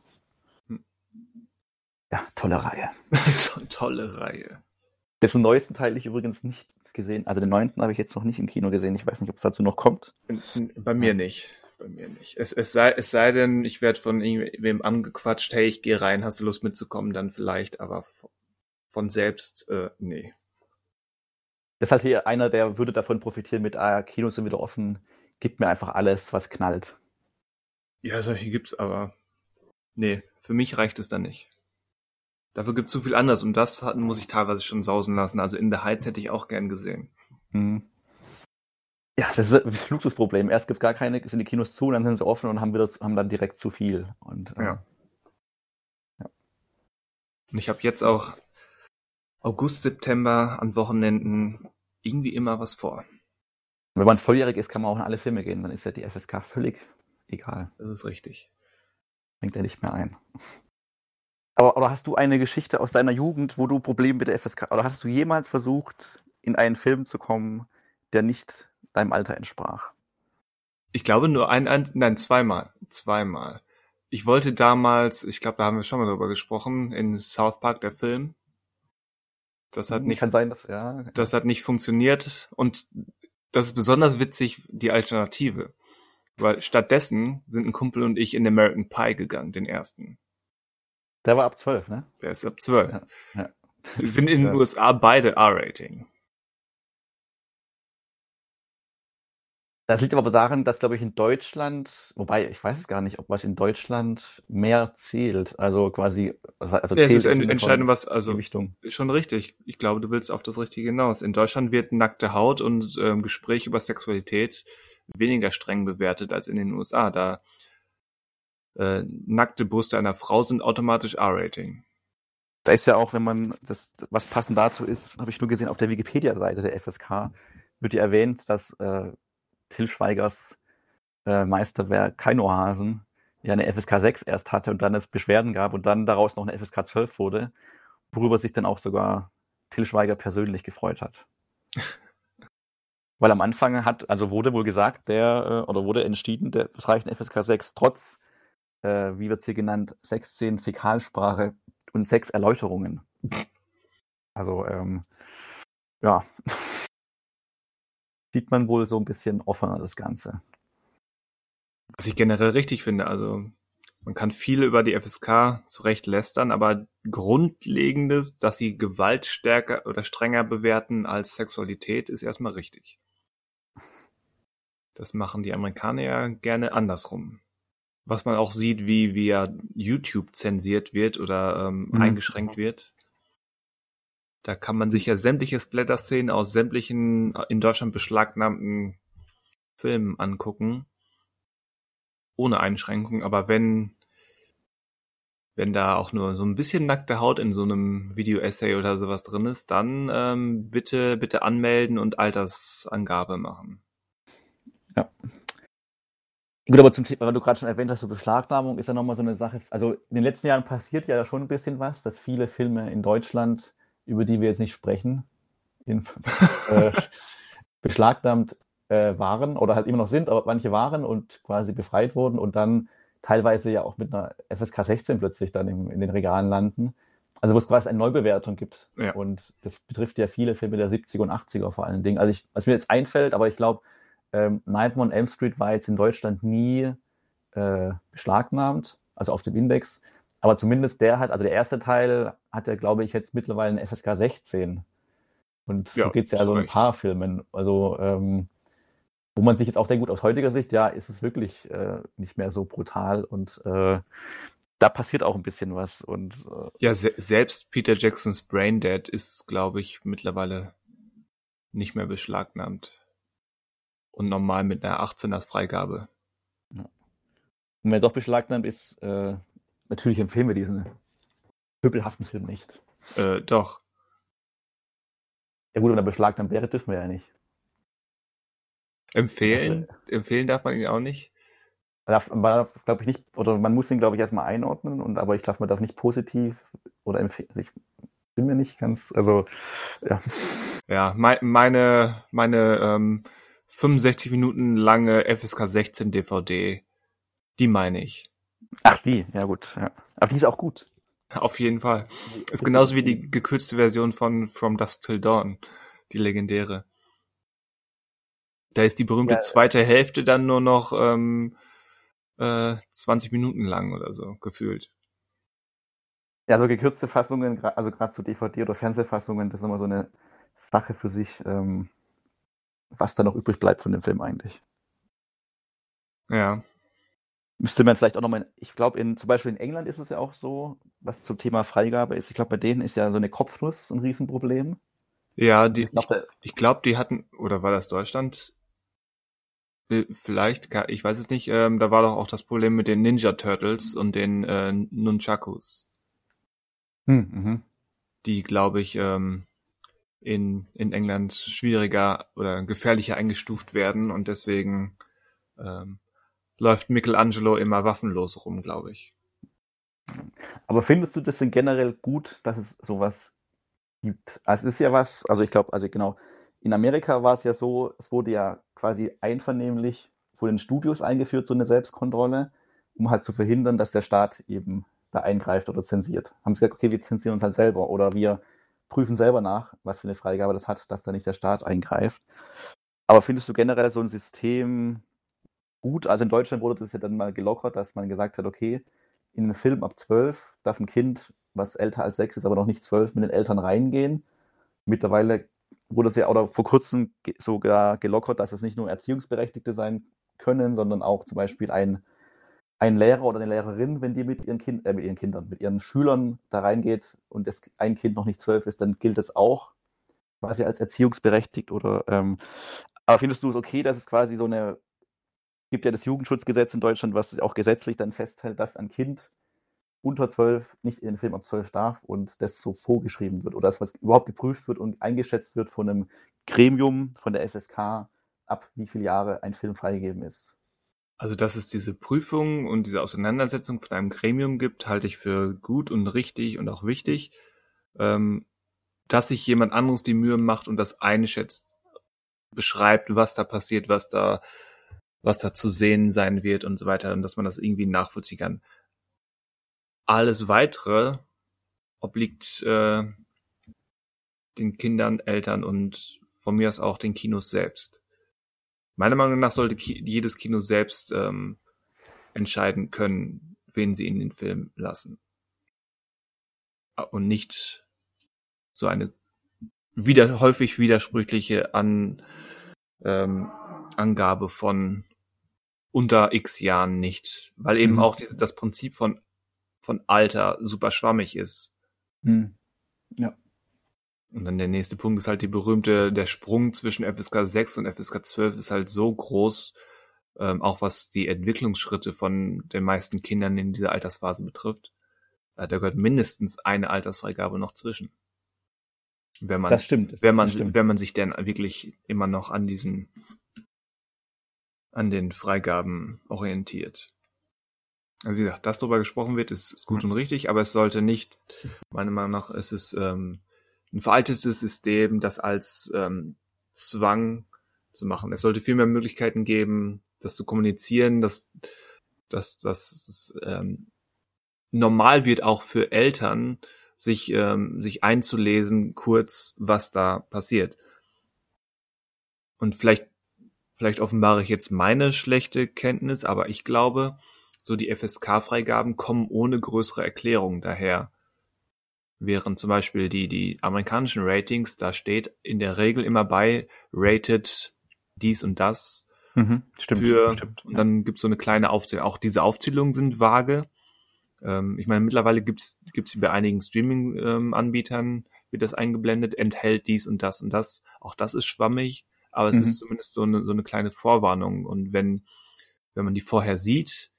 Ja, tolle Reihe. Tolle Reihe. Den neuesten Teil ich übrigens nicht gesehen. Also den 9. habe ich jetzt noch nicht im Kino gesehen. Ich weiß nicht, ob es dazu noch kommt. Bei mir nicht. Es sei denn, ich werde von irgendwem angequatscht, hey, ich gehe rein, hast du Lust mitzukommen, dann vielleicht, aber von selbst, nee. Das ist halt hier einer, der würde davon profitieren mit, Kinos sind wieder offen, gib mir einfach alles, was knallt. Ja, solche gibt's, aber nee, für mich reicht es dann nicht. Dafür gibt's so viel anderes und das muss ich teilweise schon sausen lassen. Also In the Heights hätte ich auch gern gesehen. Ja, das ist ein Luxusproblem. Erst gibt's gar keine, sind die Kinos zu, dann sind sie offen und haben dann direkt zu viel. Und, ja. Und ich habe jetzt auch August, September an Wochenenden irgendwie immer was vor. Wenn man volljährig ist, kann man auch in alle Filme gehen. Dann ist ja die FSK völlig egal. Das ist richtig. Fängt ja nicht mehr ein. Aber hast du eine Geschichte aus deiner Jugend, wo du Probleme mit der FSK, oder hast du jemals versucht, in einen Film zu kommen, der nicht deinem Alter entsprach? Ich glaube nur zweimal. Ich wollte damals, ich glaube, da haben wir schon mal drüber gesprochen, in South Park, der Film. Das hat nicht, kann sein, das hat nicht funktioniert und das ist besonders witzig, die Alternative. Weil stattdessen sind ein Kumpel und ich in American Pie gegangen, den ersten. Der war ab 12, ne? Der ist ab 12. Ja. Die sind in den USA beide R-Rating. Das liegt aber daran, dass, glaube ich, in Deutschland, wobei, ich weiß es gar nicht, ob was in Deutschland mehr zählt. Also quasi, also ja, zählt es ist entscheidend, was, also, Gewichtung. Schon richtig. Ich glaube, du willst auf das Richtige hinaus. In Deutschland wird nackte Haut und Gespräch über Sexualität weniger streng bewertet als in den USA. Da nackte Brüste einer Frau sind automatisch R-Rating. Da ist ja auch, wenn man das, was passend dazu ist, habe ich nur gesehen, auf der Wikipedia-Seite der FSK wird ja erwähnt, dass Til Schweigers Meisterwerk Keinohasen ja eine FSK 6 erst hatte und dann es Beschwerden gab und dann daraus noch eine FSK 12 wurde, worüber sich dann auch sogar Til Schweiger persönlich gefreut hat. Weil am Anfang wurde wohl gesagt, wurde entschieden, es reicht eine FSK 6 trotz, wie wird sie genannt, 16 Fäkalsprache und 6 Erläuterungen. Also, ja. Sieht man wohl so ein bisschen offener das Ganze. Was ich generell richtig finde, also man kann viel über die FSK zurecht lästern, aber Grundlegendes, dass sie Gewalt stärker oder strenger bewerten als Sexualität, ist erstmal richtig. Das machen die Amerikaner ja gerne andersrum. Was man auch sieht, wie ja YouTube zensiert wird oder eingeschränkt wird. Da kann man sich ja sämtliche Splatter-Szenen aus sämtlichen in Deutschland beschlagnahmten Filmen angucken. Ohne Einschränkung, aber wenn da auch nur so ein bisschen nackte Haut in so einem Video-Essay oder sowas drin ist, dann bitte anmelden und Altersangabe machen. Ja. Gut, aber zum Thema, weil du gerade schon erwähnt hast, so Beschlagnahmung ist ja nochmal so eine Sache. Also in den letzten Jahren passiert ja schon ein bisschen was, dass viele Filme in Deutschland, über die wir jetzt nicht sprechen, beschlagnahmt waren oder halt immer noch sind, aber manche waren und quasi befreit wurden und dann teilweise ja auch mit einer FSK 16 plötzlich dann in den Regalen landen. Also wo es quasi eine Neubewertung gibt. Ja. Und das betrifft ja viele Filme der 70er und 80er vor allen Dingen. Also was mir jetzt einfällt, aber ich glaube, Nightmare on Elm Street war jetzt in Deutschland nie beschlagnahmt, also auf dem Index. Aber zumindest der erste Teil hat ja, glaube ich, jetzt mittlerweile eine FSK 16. Und so geht es ja also in ein paar Filmen. Also wo man sich jetzt auch denkt, gut, aus heutiger Sicht, ja, ist es wirklich nicht mehr so brutal und da passiert auch ein bisschen was. Und ja, selbst Peter Jacksons Braindead ist, glaube ich, mittlerweile nicht mehr beschlagnahmt. Und normal mit einer 18er Freigabe. Ja. Und wenn er doch beschlagnahmt ist, natürlich empfehlen wir diesen pöbelhaften Film nicht. Doch. Ja gut, wenn er beschlagnahmt wäre, dürfen wir ja nicht. Empfehlen darf man ihn auch nicht. Glaube ich nicht, oder man muss ihn, glaube ich, erstmal einordnen, aber ich glaube, man darf nicht positiv oder empfehlen. Also ich bin mir nicht ganz, also, ja. Ja, meine 65 Minuten lange FSK 16 DVD, die meine ich. Ach, die, ja gut. Ja. Aber die ist auch gut. Auf jeden Fall. Ist genauso wie die gekürzte Version von From Dusk Till Dawn, die legendäre. Da ist die berühmte zweite Hälfte dann nur noch 20 Minuten lang oder so, gefühlt. Ja, so gekürzte Fassungen, also gerade so DVD- oder Fernsehfassungen, das ist immer so eine Sache für sich, was da noch übrig bleibt von dem Film eigentlich. Ja. Müsste man vielleicht auch nochmal, ich glaube, zum Beispiel in England ist es ja auch so, was zum Thema Freigabe ist. Ich glaube, bei denen ist ja so eine Kopfnuss ein Riesenproblem. Ja, ich glaube, die hatten, oder war das Deutschland? Vielleicht, ich weiß es nicht, da war doch auch das Problem mit den Ninja Turtles und den Nunchakus. Die, glaube ich, in England schwieriger oder gefährlicher eingestuft werden und deswegen läuft Michelangelo immer waffenlos rum, glaube ich. Aber findest du das denn generell gut, dass es sowas gibt? Also es ist ja was, also ich glaube, also genau, in Amerika war es ja so, es wurde ja quasi einvernehmlich von den Studios eingeführt, so eine Selbstkontrolle, um halt zu verhindern, dass der Staat eben da eingreift oder zensiert. Haben sie gesagt, okay, wir zensieren uns halt selber oder wir prüfen selber nach, was für eine Freigabe das hat, dass da nicht der Staat eingreift. Aber findest du generell so ein System gut? Also in Deutschland wurde das ja dann mal gelockert, dass man gesagt hat, okay, in einen Film ab 12 darf ein Kind, was älter als 6 ist, aber noch nicht 12, mit den Eltern reingehen. Mittlerweile wurde es ja, oder vor kurzem sogar gelockert, dass es nicht nur Erziehungsberechtigte sein können, sondern auch zum Beispiel ein Lehrer oder eine Lehrerin, wenn die mit ihren Schülern da reingeht und ein Kind noch nicht 12 ist, dann gilt es auch quasi als erziehungsberechtigt oder aber findest du es okay, dass es quasi so eine, gibt ja das Jugendschutzgesetz in Deutschland, was auch gesetzlich dann festhält, dass ein Kind unter 12 nicht in den Film ab 12 darf und das so vorgeschrieben wird oder das, was überhaupt geprüft wird und eingeschätzt wird von einem Gremium, von der FSK, ab wie viele Jahre ein Film freigegeben ist? Also, dass es diese Prüfung und diese Auseinandersetzung von einem Gremium gibt, halte ich für gut und richtig und auch wichtig. Dass sich jemand anderes die Mühe macht und das einschätzt, beschreibt, was da passiert, was da zu sehen sein wird und so weiter und dass man das irgendwie nachvollziehen kann. Alles Weitere obliegt den Kindern, Eltern und von mir aus auch den Kinos selbst. Meiner Meinung nach sollte jedes Kino selbst entscheiden können, wen sie in den Film lassen. Und nicht so eine häufig widersprüchliche Angabe von unter X Jahren nicht, weil eben auch das Prinzip von Alter super schwammig ist. Ja. Und dann der nächste Punkt ist halt der Sprung zwischen FSK 6 und FSK 12 ist halt so groß, auch was die Entwicklungsschritte von den meisten Kindern in dieser Altersphase betrifft. Da gehört mindestens eine Altersfreigabe noch zwischen. Das stimmt. Wenn man sich denn wirklich immer noch an den Freigaben orientiert. Also wie gesagt, dass darüber gesprochen wird, ist gut und richtig, aber es sollte nicht, meiner Meinung nach, es ist ein veraltetes System, das als Zwang zu machen. Es sollte viel mehr Möglichkeiten geben, das zu kommunizieren, dass es normal wird auch für Eltern, sich einzulesen, kurz, was da passiert. Und vielleicht offenbare ich jetzt meine schlechte Kenntnis, aber ich glaube, so die FSK-Freigaben kommen ohne größere Erklärung daher. Während zum Beispiel die amerikanischen Ratings, da steht in der Regel immer bei rated dies und das. Stimmt. Und dann gibt's so eine kleine Aufzählung. Auch diese Aufzählungen sind vage. Ich meine, mittlerweile gibt's sie bei einigen Streaming-Anbietern, wird das eingeblendet, enthält dies und das und das. Auch das ist schwammig, aber es ist zumindest so eine kleine Vorwarnung. Und wenn man die vorher sieht,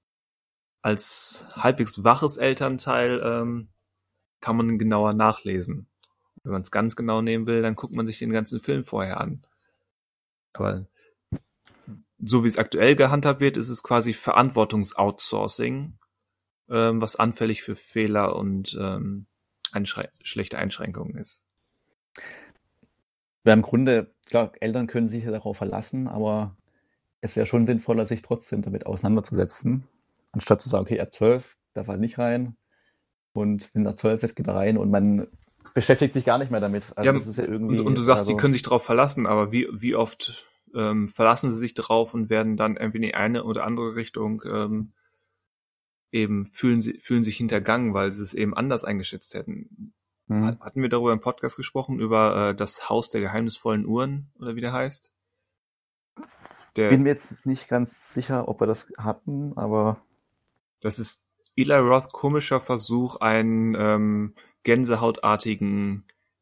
als halbwegs waches Elternteil, kann man genauer nachlesen. Wenn man es ganz genau nehmen will, dann guckt man sich den ganzen Film vorher an. Aber so wie es aktuell gehandhabt wird, ist es quasi Verantwortungsoutsourcing, was anfällig für Fehler und schlechte Einschränkungen ist. Ja, im Grunde, klar, Eltern können sich ja darauf verlassen, aber es wäre schon sinnvoller, sich trotzdem damit auseinanderzusetzen, anstatt zu sagen, okay, ab 12 darf er nicht rein und wenn er 12 ist, geht er rein und man beschäftigt sich gar nicht mehr damit. Also das ist ja irgendwie, und du sagst, die können sich darauf verlassen, aber wie oft verlassen sie sich drauf und werden dann irgendwie in die eine oder andere Richtung eben fühlen sich hintergangen, weil sie es eben anders eingeschätzt hätten. Hatten wir darüber im Podcast gesprochen, über das Haus der geheimnisvollen Uhren, oder wie der heißt? Bin mir jetzt nicht ganz sicher, ob wir das hatten, aber das ist Eli Roth komischer Versuch, einen gänsehautartigen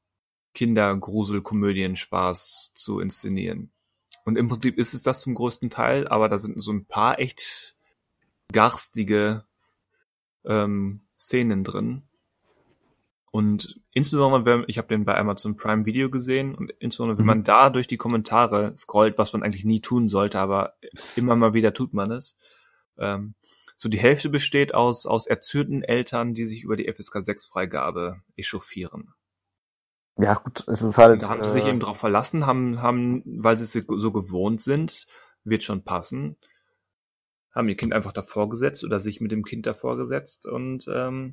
Kindergrusel-Komödienspaß zu inszenieren. Und im Prinzip ist es das zum größten Teil, aber da sind so ein paar echt garstige Szenen drin. Und insbesondere, ich habe den bei Amazon Prime Video gesehen, und insbesondere, wenn man da durch die Kommentare scrollt, was man eigentlich nie tun sollte, aber immer mal wieder tut man es, so die Hälfte besteht aus erzürnten Eltern, die sich über die FSK 6 Freigabe echauffieren. Ja gut, es ist halt... Da haben sie sich eben drauf verlassen, haben, weil sie es so gewohnt sind, wird schon passen, haben ihr Kind einfach davor gesetzt oder sich mit dem Kind davor gesetzt und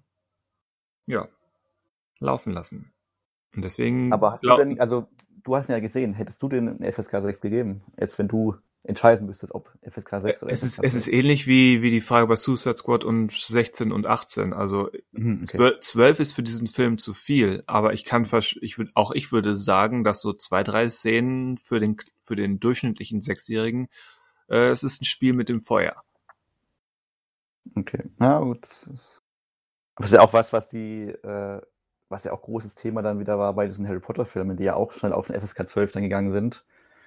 laufen lassen. Und deswegen... Aber hast du denn, also du hast ihn ja gesehen, hättest du den eine FSK 6 gegeben? Jetzt, wenn du entscheiden müsstest, ob FSK 6 oder FSK 6? Es ist ähnlich wie die Frage bei Suicide Squad und 16 und 18. Also 12 ist für diesen Film zu viel, aber ich würde sagen, dass so 2-3 Szenen für den durchschnittlichen Sechsjährigen, es ist ein Spiel mit dem Feuer. Okay, na gut. Das ist ja auch was ja auch großes Thema dann wieder war bei diesen Harry Potter Filmen, die ja auch schnell auf den FSK 12 dann gegangen sind.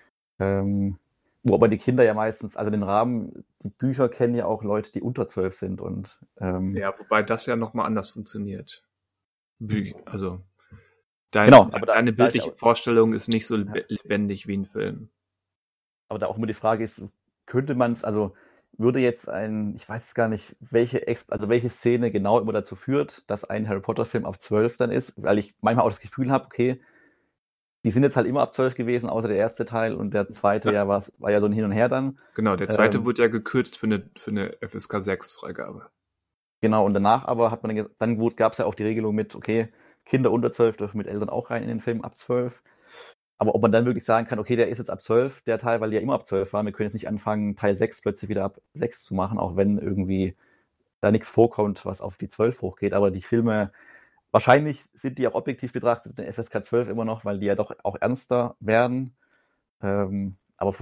Wo aber die Kinder ja meistens, also den Rahmen, die Bücher kennen ja auch Leute, die unter 12 sind und ja, wobei das ja nochmal anders funktioniert. Also deine bildliche Vorstellung ist nicht so lebendig wie ein Film. Aber da auch immer die Frage ist, könnte man es, also würde jetzt ich weiß es gar nicht, welche Szene genau immer dazu führt, dass ein Harry Potter Film ab 12 dann ist, weil ich manchmal auch das Gefühl habe, okay, die sind jetzt halt immer ab 12 gewesen, außer der erste Teil, und der zweite war ja so ein Hin und Her dann. Genau, der zweite wurde ja gekürzt für eine FSK 6 Freigabe. Genau, und danach aber gab es ja auch die Regelung mit, okay, Kinder unter 12 dürfen mit Eltern auch rein in den Film ab 12. Aber ob man dann wirklich sagen kann, okay, der ist jetzt ab 12, der Teil, weil die ja immer ab 12 waren, wir können jetzt nicht anfangen, Teil 6 plötzlich wieder ab 6 zu machen, auch wenn irgendwie da nichts vorkommt, was auf die 12 hochgeht. Aber die Filme, wahrscheinlich sind die auch objektiv betrachtet in FSK 12 immer noch, weil die ja doch auch ernster werden. Aber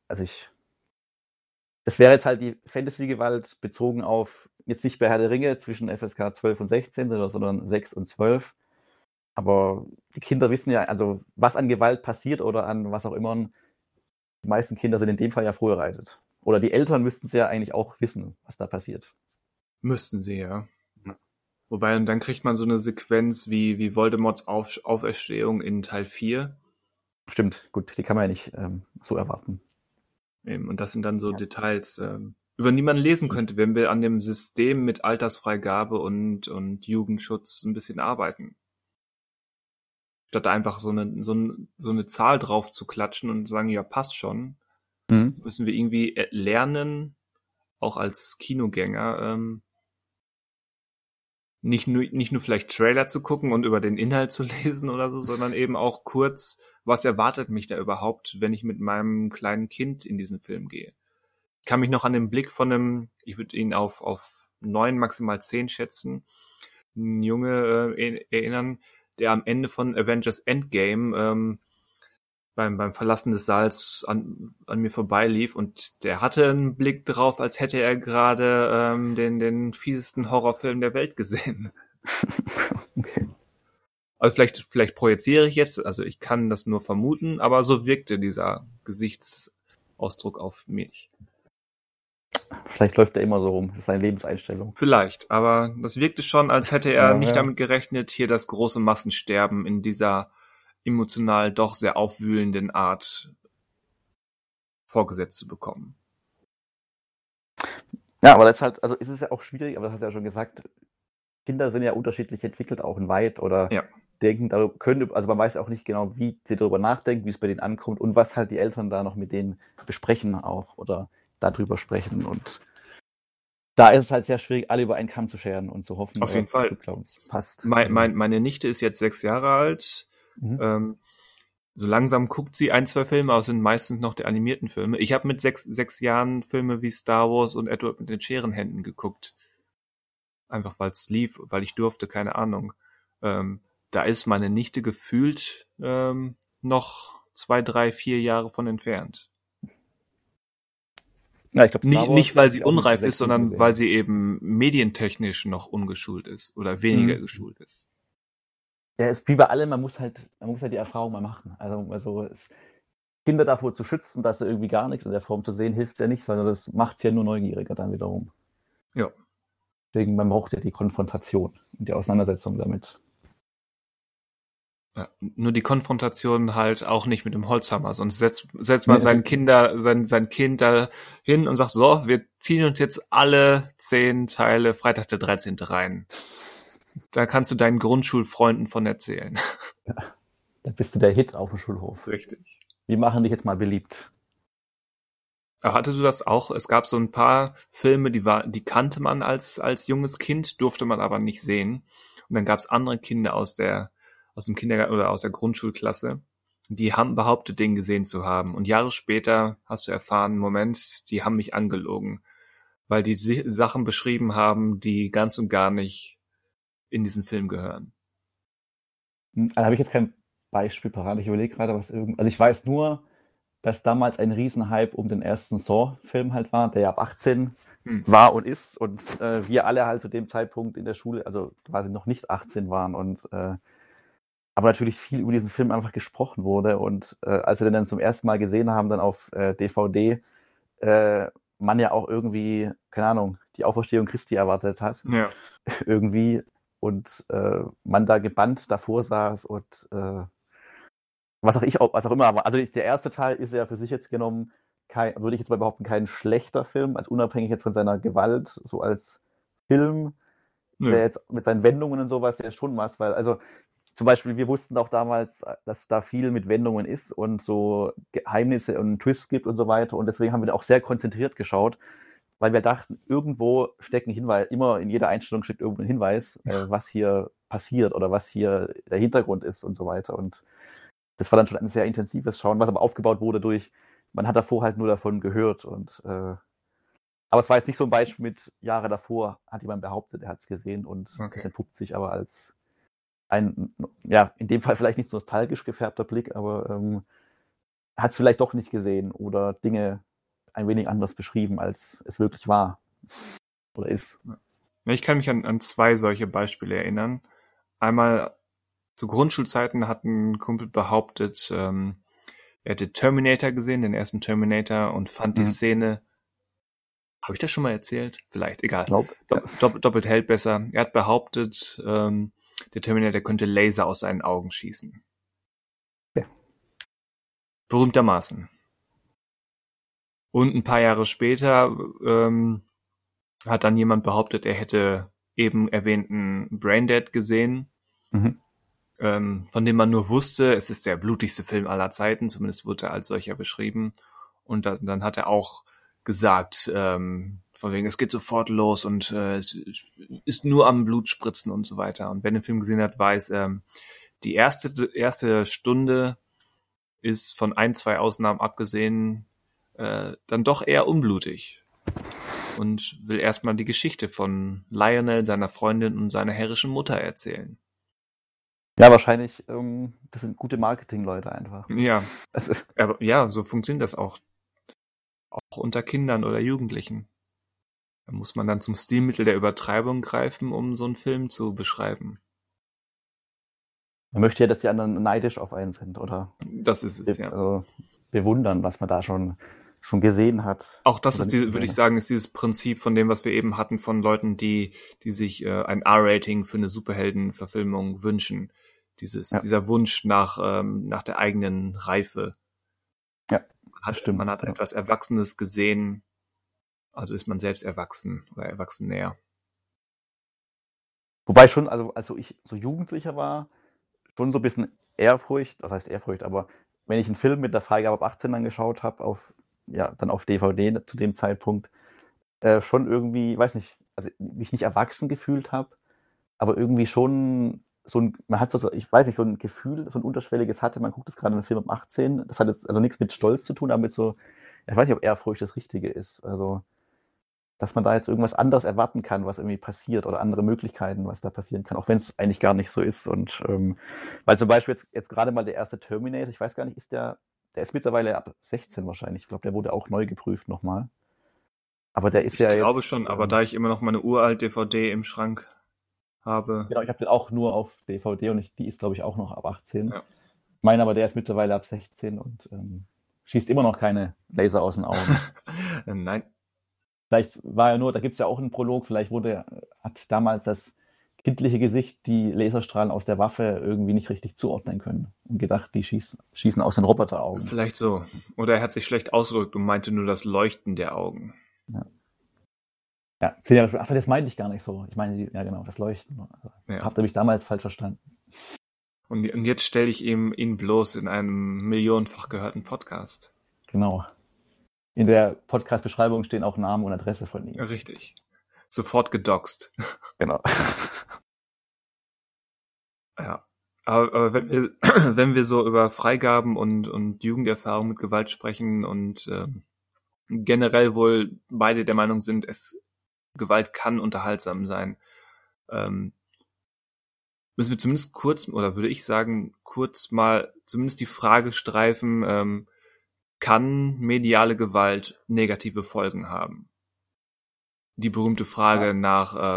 das wäre jetzt halt die Fantasy-Gewalt bezogen auf, jetzt nicht bei Herr der Ringe zwischen FSK 12 und 16, sondern 6 und 12. Aber die Kinder wissen ja, also was an Gewalt passiert oder an was auch immer, die meisten Kinder sind in dem Fall ja vorbereitet. Oder die Eltern müssten es ja eigentlich auch wissen, was da passiert. Müssten sie, ja. Wobei, und dann kriegt man so eine Sequenz wie Voldemorts Auferstehung in Teil 4. Stimmt, gut, die kann man ja nicht so erwarten. Eben, und das sind dann so Details, über die man lesen könnte, wenn wir an dem System mit Altersfreigabe und Jugendschutz ein bisschen arbeiten. Statt einfach so eine Zahl drauf zu klatschen und sagen, ja, passt schon, müssen wir irgendwie lernen, auch als Kinogänger, nicht nur vielleicht Trailer zu gucken und über den Inhalt zu lesen oder so, sondern eben auch kurz, was erwartet mich da überhaupt, wenn ich mit meinem kleinen Kind in diesen Film gehe. Ich kann mich noch an den Blick von einem, ich würde ihn auf 9, maximal 10 schätzen, ein Junge erinnern, der am Ende von Avengers Endgame beim Verlassen des Saals an mir vorbeilief und der hatte einen Blick drauf, als hätte er gerade den fiesesten Horrorfilm der Welt gesehen. Okay. Also vielleicht projiziere ich jetzt, also ich kann das nur vermuten, aber so wirkte dieser Gesichtsausdruck auf mich. Vielleicht läuft er immer so rum, das ist seine Lebenseinstellung. Vielleicht, aber das wirkte schon, als hätte er nicht damit gerechnet, hier das große Massensterben in dieser emotional doch sehr aufwühlenden Art vorgesetzt zu bekommen. Ja, aber das ist halt, also ist es ja auch schwierig, aber das hast du ja schon gesagt, Kinder sind ja unterschiedlich entwickelt, auch in Weit oder denken, also man weiß auch nicht genau, wie sie darüber nachdenken, wie es bei denen ankommt und was halt die Eltern da noch mit denen besprechen auch oder darüber sprechen und da ist es halt sehr schwierig, alle über einen Kamm zu scheren und zu hoffen, auf jeden Fall. zu glauben, es passt. Meine Nichte ist jetzt 6 Jahre alt. So langsam guckt sie 1, 2 Filme, aber sind meistens noch die animierten Filme. Ich habe mit 6 Jahren Filme wie Star Wars und Edward mit den Scherenhänden geguckt. Einfach weil es lief, weil ich durfte, keine Ahnung. Da ist meine Nichte gefühlt noch 2, 3, 4 Jahre von entfernt. Ja, ich glaub, nicht, weil sie unreif ist, sondern weil sie eben medientechnisch noch ungeschult ist oder weniger geschult ist. Ja, es ist wie bei allem, man muss halt die Erfahrung mal machen. Also Kinder davor zu schützen, dass sie irgendwie gar nichts in der Form zu sehen, hilft ja nicht, sondern das macht es ja nur neugieriger dann wiederum. Ja. Deswegen, man braucht ja die Konfrontation und die Auseinandersetzung damit. Ja, nur die Konfrontation halt auch nicht mit dem Holzhammer, sonst setzt man sein Kind da hin und sagt, so, wir ziehen uns jetzt alle 10 Teile Freitag der 13. rein. Da kannst du deinen Grundschulfreunden von erzählen. Ja, dann bist du der Hit auf dem Schulhof. Richtig. Wir machen dich jetzt mal beliebt. Aber hattest du das auch? Es gab so ein paar Filme, die kannte man als junges Kind, durfte man aber nicht sehen. Und dann gab es andere Kinder aus dem Kindergarten oder aus der Grundschulklasse, die haben behauptet, den gesehen zu haben. Und Jahre später hast du erfahren, Moment, die haben mich angelogen, weil die Sachen beschrieben haben, die ganz und gar nicht in diesen Film gehören. Da habe ich jetzt kein Beispiel parat. Ich überlege gerade, also ich weiß nur, dass damals ein Riesenhype um den ersten Saw-Film halt war, der ja ab 18 war und ist und wir alle halt zu dem Zeitpunkt in der Schule, also quasi noch nicht 18 waren und aber natürlich viel über diesen Film einfach gesprochen wurde und als wir den dann zum ersten Mal gesehen haben, dann auf DVD, man ja auch irgendwie, keine Ahnung, die Auferstehung Christi erwartet hat. Ja. Irgendwie und man da gebannt davor saß und was auch immer. Aber also der erste Teil ist ja für sich jetzt genommen, würde ich jetzt mal behaupten, kein schlechter Film, als unabhängig jetzt von seiner Gewalt, so als Film, der jetzt mit seinen Wendungen und sowas, der ist schon was, weil also zum Beispiel, wir wussten auch damals, dass da viel mit Wendungen ist und so Geheimnisse und Twists gibt und so weiter. Und deswegen haben wir da auch sehr konzentriert geschaut, weil wir dachten, irgendwo steckt ein Hinweis, immer in jeder Einstellung steckt irgendwo ein Hinweis, was hier passiert oder was hier der Hintergrund ist und so weiter. Und das war dann schon ein sehr intensives Schauen, was aber aufgebaut wurde durch, man hat davor halt nur davon gehört. Aber es war jetzt nicht so ein Beispiel mit Jahre davor, hat jemand behauptet, er hat es gesehen und es entpuppt sich aber als ein, ja, in dem Fall vielleicht nicht nostalgisch gefärbter Blick, aber hat es vielleicht doch nicht gesehen oder Dinge ein wenig anders beschrieben, als es wirklich war oder ist. Ich kann mich an 2 solche Beispiele erinnern. Einmal zu Grundschulzeiten hat ein Kumpel behauptet, er hätte Terminator gesehen, den ersten Terminator, und fand die Szene, habe ich das schon mal erzählt? Vielleicht, egal. Doppelt hält besser. Er hat behauptet, der Terminator könnte Laser aus seinen Augen schießen. Ja. Berühmtermaßen. Und ein paar Jahre später hat dann jemand behauptet, er hätte eben erwähnten Braindead gesehen, von dem man nur wusste, es ist der blutigste Film aller Zeiten, zumindest wurde er als solcher beschrieben. Und dann hat er auch gesagt, von wegen, es geht sofort los und es ist nur am Blutspritzen und so weiter. Und wer den Film gesehen hat, weiß, die erste Stunde ist von 1-2 Ausnahmen abgesehen dann doch eher unblutig. Und will erstmal die Geschichte von Lionel, seiner Freundin und seiner herrischen Mutter erzählen. Ja, wahrscheinlich, das sind gute Marketingleute einfach. Ja, aber ja, so funktioniert das auch unter Kindern oder Jugendlichen. Da muss man dann zum Stilmittel der Übertreibung greifen, um so einen Film zu beschreiben. Man möchte ja, dass die anderen neidisch auf einen sind, oder? Das ist es, ja. Also bewundern, was man da schon gesehen hat. Auch das ist, würde ich sagen, ist dieses Prinzip von dem, was wir eben hatten, von Leuten, die sich ein R-Rating für eine Superheldenverfilmung wünschen. Dieser Wunsch nach der eigenen Reife. Ja, stimmt. Man hat etwas Erwachsenes gesehen, also ist man selbst erwachsen oder erwachsener. Wobei schon, also ich so Jugendlicher war, schon so ein bisschen Ehrfurcht, was heißt Ehrfurcht, aber wenn ich einen Film mit der Freigabe ab 18 dann geschaut habe, dann auf DVD zu dem Zeitpunkt, schon irgendwie, weiß nicht, also mich nicht erwachsen gefühlt habe, aber irgendwie schon man hat so, ich weiß nicht, so ein Gefühl, so ein unterschwelliges hatte, man guckt jetzt gerade einen Film ab 18, das hat jetzt also nichts mit Stolz zu tun, aber mit so, ich weiß nicht, ob Ehrfurcht das Richtige ist, also dass man da jetzt irgendwas anderes erwarten kann, was irgendwie passiert oder andere Möglichkeiten, was da passieren kann, auch wenn es eigentlich gar nicht so ist. Und weil zum Beispiel jetzt gerade mal der erste Terminator, ich weiß gar nicht, der ist mittlerweile ab 16 wahrscheinlich. Ich glaube, der wurde auch neu geprüft nochmal. Aber der ist Ich glaube schon, aber da ich immer noch meine uralte DVD im Schrank habe. Genau, ich habe den auch nur auf DVD und die ist, glaube ich, auch noch ab 18. Ja. Ich meine aber, der ist mittlerweile ab 16 und schießt immer noch keine Laser aus den Augen. Nein. Vielleicht war da gibt es ja auch einen Prolog, vielleicht hat damals das kindliche Gesicht die Laserstrahlen aus der Waffe irgendwie nicht richtig zuordnen können und gedacht, die schießen aus den Roboteraugen. Vielleicht so. Oder er hat sich schlecht ausgedrückt und meinte nur das Leuchten der Augen. Ja, 10 Jahre später. Achso, das meinte ich gar nicht so. Ich meine, ja genau, das Leuchten. Also, habt ihr mich damals falsch verstanden. Und jetzt stelle ich ihn bloß in einem millionenfach gehörten Podcast. Genau. In der Podcast-Beschreibung stehen auch Name und Adresse von ihm. Richtig. Sofort gedoxt. Genau. Ja. Aber wenn wir so über Freigaben und Jugenderfahrung mit Gewalt sprechen und generell wohl beide der Meinung sind, Gewalt kann unterhaltsam sein, müssen wir zumindest würde ich sagen, kurz mal zumindest die Frage streifen, kann mediale Gewalt negative Folgen haben? Die berühmte Frage nach,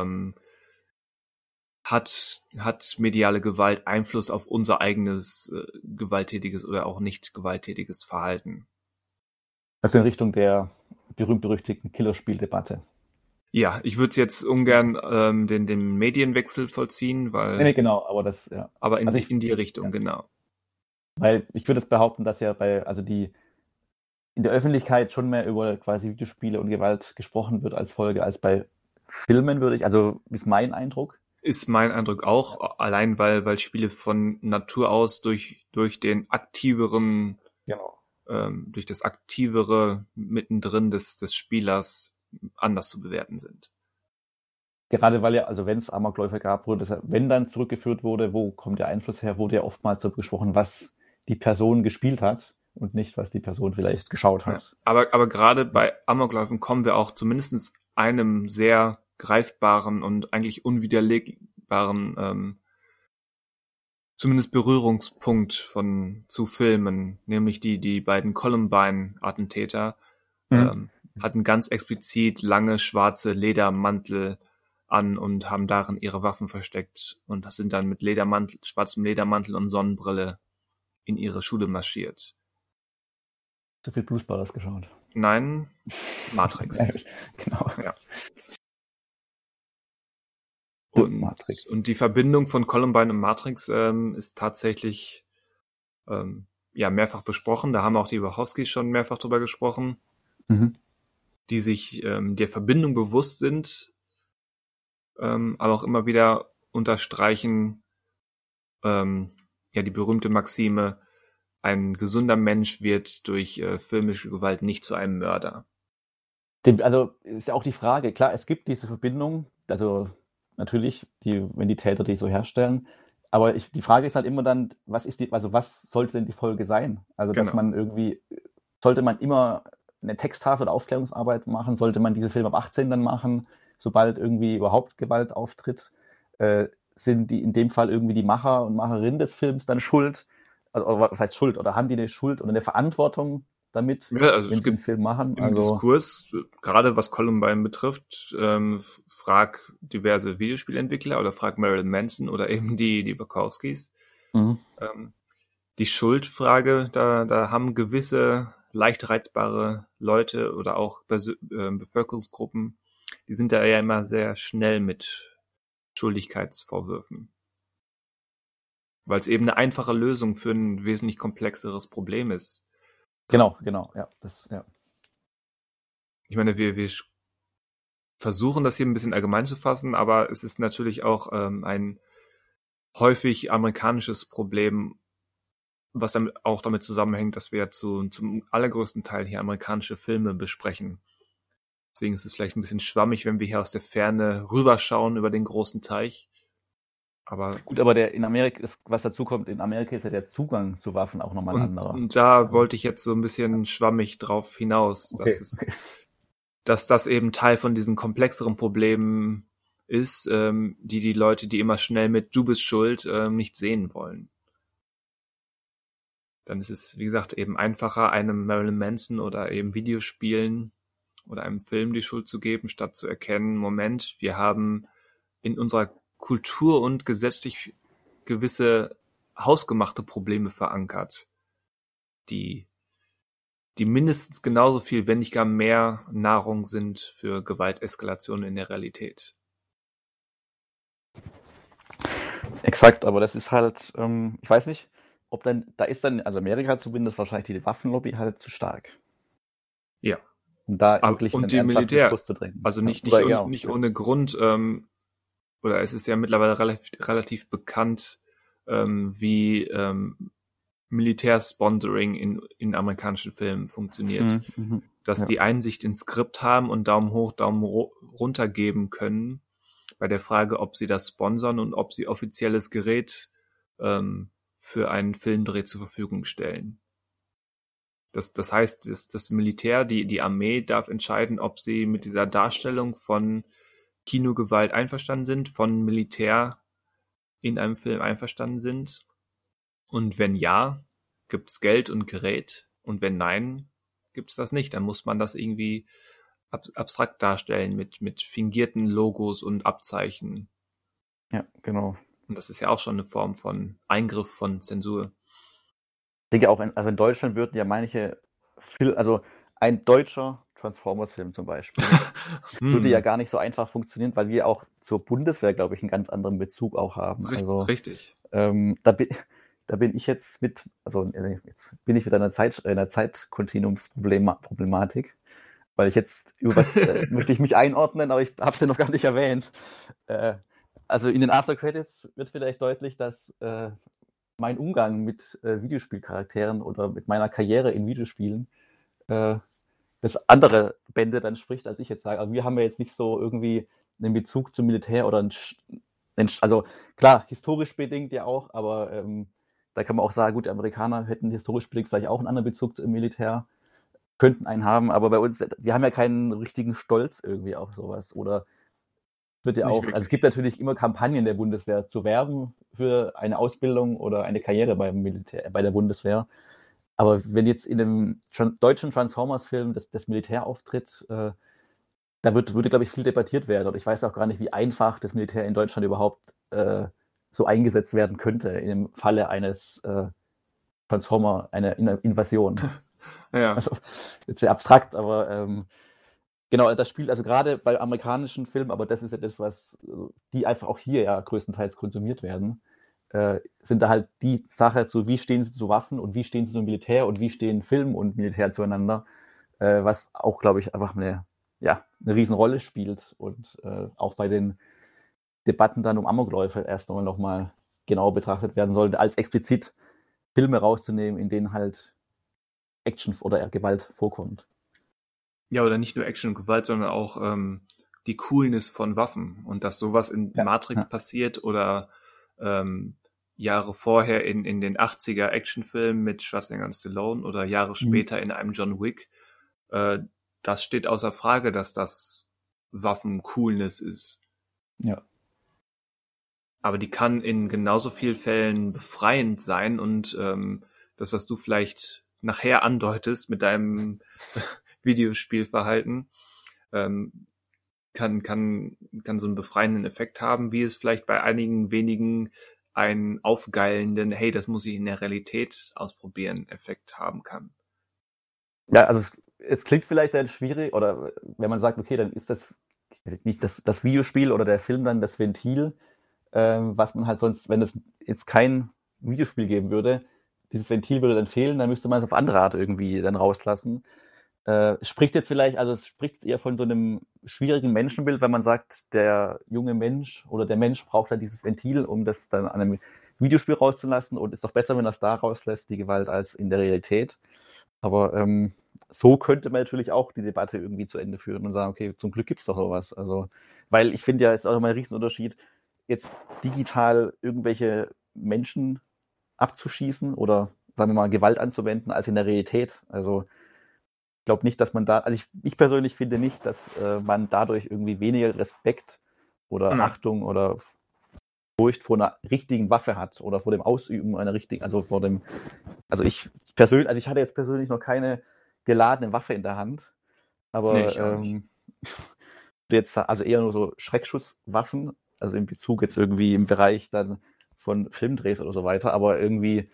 hat mediale Gewalt Einfluss auf unser eigenes gewalttätiges oder auch nicht gewalttätiges Verhalten? Also in Richtung der berühmt-berüchtigten Killerspieldebatte. Ja, ich würde jetzt ungern den Medienwechsel vollziehen, weil... Nee, genau, aber das, ja. Aber in die Richtung, genau. Weil ich würde jetzt behaupten, dass ja in der Öffentlichkeit schon mehr über quasi Videospiele und Gewalt gesprochen wird als Folge, als bei Filmen ist mein Eindruck. Ist mein Eindruck auch, allein weil Spiele von Natur aus durch den aktiveren, durch das aktivere mittendrin des Spielers anders zu bewerten sind. Gerade weil wenn es Amokläufe gab, wenn dann zurückgeführt wurde, wo kommt der Einfluss her, wurde ja oftmals so gesprochen, was die Person gespielt hat und nicht, was die Person vielleicht geschaut Ja. hat. Aber gerade bei Amokläufen kommen wir auch zumindest einem sehr greifbaren und eigentlich unwiderlegbaren zumindest Berührungspunkt zu Filmen, nämlich die beiden Columbine-Attentäter hatten ganz explizit lange schwarze Ledermantel an und haben darin ihre Waffen versteckt und sind dann mit schwarzem Ledermantel und Sonnenbrille in ihre Schule marschiert. Zu viel Blues Brothers geschaut. Nein, Matrix. Genau. Ja. Matrix. Und die Verbindung von Columbine und Matrix ist tatsächlich mehrfach besprochen. Da haben auch die Wachowskis schon mehrfach drüber gesprochen, die sich der Verbindung bewusst sind, aber auch immer wieder unterstreichen die berühmte Maxime: Ein gesunder Mensch wird durch filmische Gewalt nicht zu einem Mörder. Also ist ja auch die Frage, klar, es gibt diese Verbindung, also natürlich, wenn die Täter die so herstellen, aber die Frage ist halt immer dann, was sollte denn die Folge sein? Also dass man irgendwie, sollte man immer eine Texttafel oder Aufklärungsarbeit machen, sollte man diese Filme ab 18 dann machen, sobald irgendwie überhaupt Gewalt auftritt, sind die in dem Fall irgendwie die Macher und Macherinnen des Films dann schuld? Also, was heißt Schuld? Oder haben die eine Schuld oder eine Verantwortung damit, wenn sie einen Film machen? Im Diskurs, gerade was Columbine betrifft, frag diverse Videospielentwickler oder frag Marilyn Manson oder eben die Wachowskis. Die Schuldfrage, da haben gewisse leicht reizbare Leute oder auch Bevölkerungsgruppen, die sind da ja immer sehr schnell mit Schuldigkeitsvorwürfen. Weil es eben eine einfache Lösung für ein wesentlich komplexeres Problem ist. Genau, ja. Ich meine, wir versuchen das hier ein bisschen allgemein zu fassen, aber es ist natürlich auch ein häufig amerikanisches Problem, was dann auch damit zusammenhängt, dass wir zum allergrößten Teil hier amerikanische Filme besprechen. Deswegen ist es vielleicht ein bisschen schwammig, wenn wir hier aus der Ferne rüberschauen über den großen Teich. Aber gut, aber in Amerika, was dazu kommt, in Amerika ist ja der Zugang zu Waffen auch nochmal ein anderer. Und da wollte ich jetzt so ein bisschen schwammig drauf hinaus, dass das eben Teil von diesen komplexeren Problemen ist, die Leute, die immer schnell mit "Du bist schuld" nicht sehen wollen. Dann ist es, wie gesagt, eben einfacher, einem Marilyn Manson oder eben Videospielen oder einem Film die Schuld zu geben, statt zu erkennen, Moment, wir haben in unserer Kultur und gesetzlich gewisse hausgemachte Probleme verankert, die mindestens genauso viel, wenn nicht gar mehr Nahrung sind für Gewalteskalation in der Realität. Exakt, aber das ist halt, ich weiß nicht, ob also Amerika zumindest wahrscheinlich die Waffenlobby halt zu stark. Ja. Um da wirklich und die Militär, zu drängen. Also nicht ohne Grund, oder es ist ja mittlerweile relativ bekannt, wie Militärsponsoring in amerikanischen Filmen funktioniert. Dass die Einsicht ins Skript haben und Daumen hoch, Daumen runter geben können bei der Frage, ob sie das sponsern und ob sie offizielles Gerät für einen Filmdreh zur Verfügung stellen. Das heißt, das Militär, die Armee darf entscheiden, ob sie mit dieser Darstellung von Kinogewalt einverstanden sind, von Militär in einem Film einverstanden sind. Und wenn ja, gibt's Geld und Gerät. Und wenn nein, gibt's das nicht. Dann muss man das irgendwie abstrakt darstellen mit fingierten Logos und Abzeichen. Ja, genau. Und das ist ja auch schon eine Form von Eingriff von Zensur. Ich denke auch, in Deutschland würden ja manche also ein deutscher Transformers-Film zum Beispiel würde ja gar nicht so einfach funktionieren, weil wir auch zur Bundeswehr, glaube ich, einen ganz anderen Bezug auch haben. Richtig. Da bin ich jetzt jetzt bin ich wieder in einer Zeitkontinuumsproblematik, weil ich jetzt über was möchte ich mich einordnen, aber ich habe es ja noch gar nicht erwähnt. Also in den After Credits wird vielleicht deutlich, dass mein Umgang mit Videospielcharakteren oder mit meiner Karriere in Videospielen das andere Bände dann spricht, als ich jetzt sage. Also wir haben ja jetzt nicht so irgendwie einen Bezug zum Militär oder also klar, historisch bedingt ja auch, aber Da kann man auch sagen, gut, die Amerikaner hätten historisch bedingt vielleicht auch einen anderen Bezug zum Militär, könnten einen haben, aber bei uns, wir haben ja keinen richtigen Stolz irgendwie auf sowas. Oder wird ja Nicht auch, also es wirklich. gibt natürlich immer Kampagnen der Bundeswehr zu werben für eine Ausbildung oder eine Karriere beim Militär, bei der Bundeswehr. Aber wenn jetzt in einem deutschen Transformers-Film das Militär auftritt, da würde, glaube ich, viel debattiert werden. Und ich weiß auch gar nicht, wie einfach das Militär in Deutschland überhaupt so eingesetzt werden könnte im Falle eines einer Invasion. Ja. Also jetzt sehr abstrakt, aber genau, das spielt also gerade bei amerikanischen Filmen, aber das ist ja das, was die einfach auch hier ja größtenteils konsumiert werden, sind da halt die Sache zu, wie stehen sie zu Waffen und wie stehen sie zum Militär und wie stehen Film und Militär zueinander, was auch, glaube ich, einfach eine Riesenrolle spielt und auch bei den Debatten dann um Amokläufe erst noch mal genau betrachtet werden sollte, als explizit Filme rauszunehmen, in denen halt Action oder Gewalt vorkommt. Ja, oder nicht nur Action und Gewalt, sondern auch die Coolness von Waffen. Und dass sowas in Matrix passiert oder Jahre vorher in den 80er Actionfilmen mit Schwarzenegger und Stallone oder Jahre später in einem John Wick, das steht außer Frage, dass das Waffen-Coolness ist. Ja. Aber die kann in genauso vielen Fällen befreiend sein und das, was du vielleicht nachher andeutest mit deinem Videospielverhalten, kann so einen befreienden Effekt haben, wie es vielleicht bei einigen wenigen einen aufgeilenden, hey, das muss ich in der Realität ausprobieren, Effekt haben kann. Ja, also es klingt vielleicht dann schwierig, oder wenn man sagt, okay, dann ist das nicht das Videospiel oder der Film dann das Ventil, was man halt sonst, wenn es jetzt kein Videospiel geben würde, dieses Ventil würde dann fehlen, dann müsste man es auf andere Art irgendwie dann rauslassen. Spricht jetzt vielleicht, also es spricht eher von so einem schwierigen Menschenbild, wenn man sagt, der junge Mensch oder der Mensch braucht dann dieses Ventil, um das dann an einem Videospiel rauszulassen und ist doch besser, wenn er es da rauslässt, die Gewalt, als in der Realität. Aber so könnte man natürlich auch die Debatte irgendwie zu Ende führen und sagen, okay, zum Glück gibt es doch sowas. Also, weil ich finde ja, es ist auch immer ein Riesenunterschied, jetzt digital irgendwelche Menschen abzuschießen oder, sagen wir mal, Gewalt anzuwenden, als in der Realität. Also ich glaube nicht, dass man da, also ich persönlich finde nicht, dass man dadurch irgendwie weniger Respekt oder Achtung oder Furcht vor einer richtigen Waffe hat oder vor dem Ausüben einer richtigen, ich hatte jetzt persönlich noch keine geladene Waffe in der Hand, aber jetzt also eher nur so Schreckschusswaffen, also in Bezug jetzt irgendwie im Bereich dann von Filmdrehs oder so weiter, aber irgendwie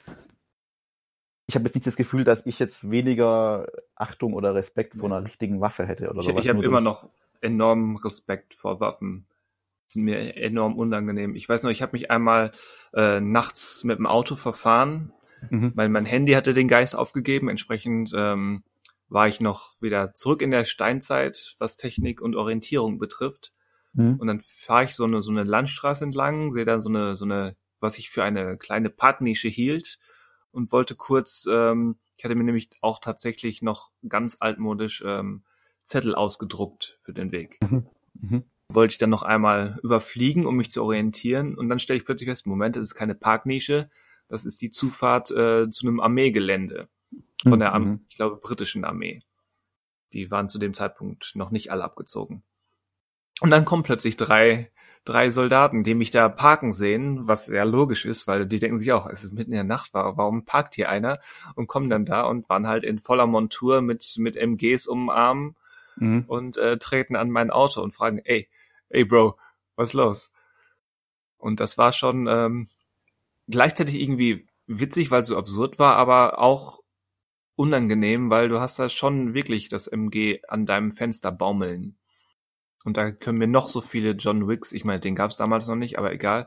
ich habe jetzt nicht das Gefühl, dass ich jetzt weniger Achtung oder Respekt vor einer richtigen Waffe hätte oder sowas. Ich habe immer noch enormen Respekt vor Waffen. Sind mir enorm unangenehm. Ich weiß noch, ich habe mich einmal nachts mit dem Auto verfahren, weil mein Handy hatte den Geist aufgegeben. Entsprechend war ich noch wieder zurück in der Steinzeit, was Technik und Orientierung betrifft. Und dann fahre ich so eine Landstraße entlang, sehe dann so eine, was ich für eine kleine Parknische hielt und wollte kurz, ich hatte mir nämlich auch tatsächlich noch ganz altmodisch Zettel ausgedruckt für den Weg. Wollte ich dann noch einmal überfliegen, um mich zu orientieren, und dann stelle ich plötzlich fest, Moment, das ist keine Parknische, das ist die Zufahrt zu einem Armeegelände von der, ich glaube, britischen Armee. Die waren zu dem Zeitpunkt noch nicht alle abgezogen. Und dann kommen plötzlich drei Soldaten, die mich da parken sehen, was ja logisch ist, weil die denken sich auch, es ist mitten in der Nacht, warum parkt hier einer? Und kommen dann da und waren halt in voller Montur mit MGs um den Arm und treten an mein Auto und fragen, ey Bro, was ist los? Und das war schon gleichzeitig irgendwie witzig, weil es so absurd war, aber auch unangenehm, weil du hast da schon wirklich das MG an deinem Fenster baumeln. Und da können mir noch so viele John Wicks, ich meine, den gab es damals noch nicht, aber egal,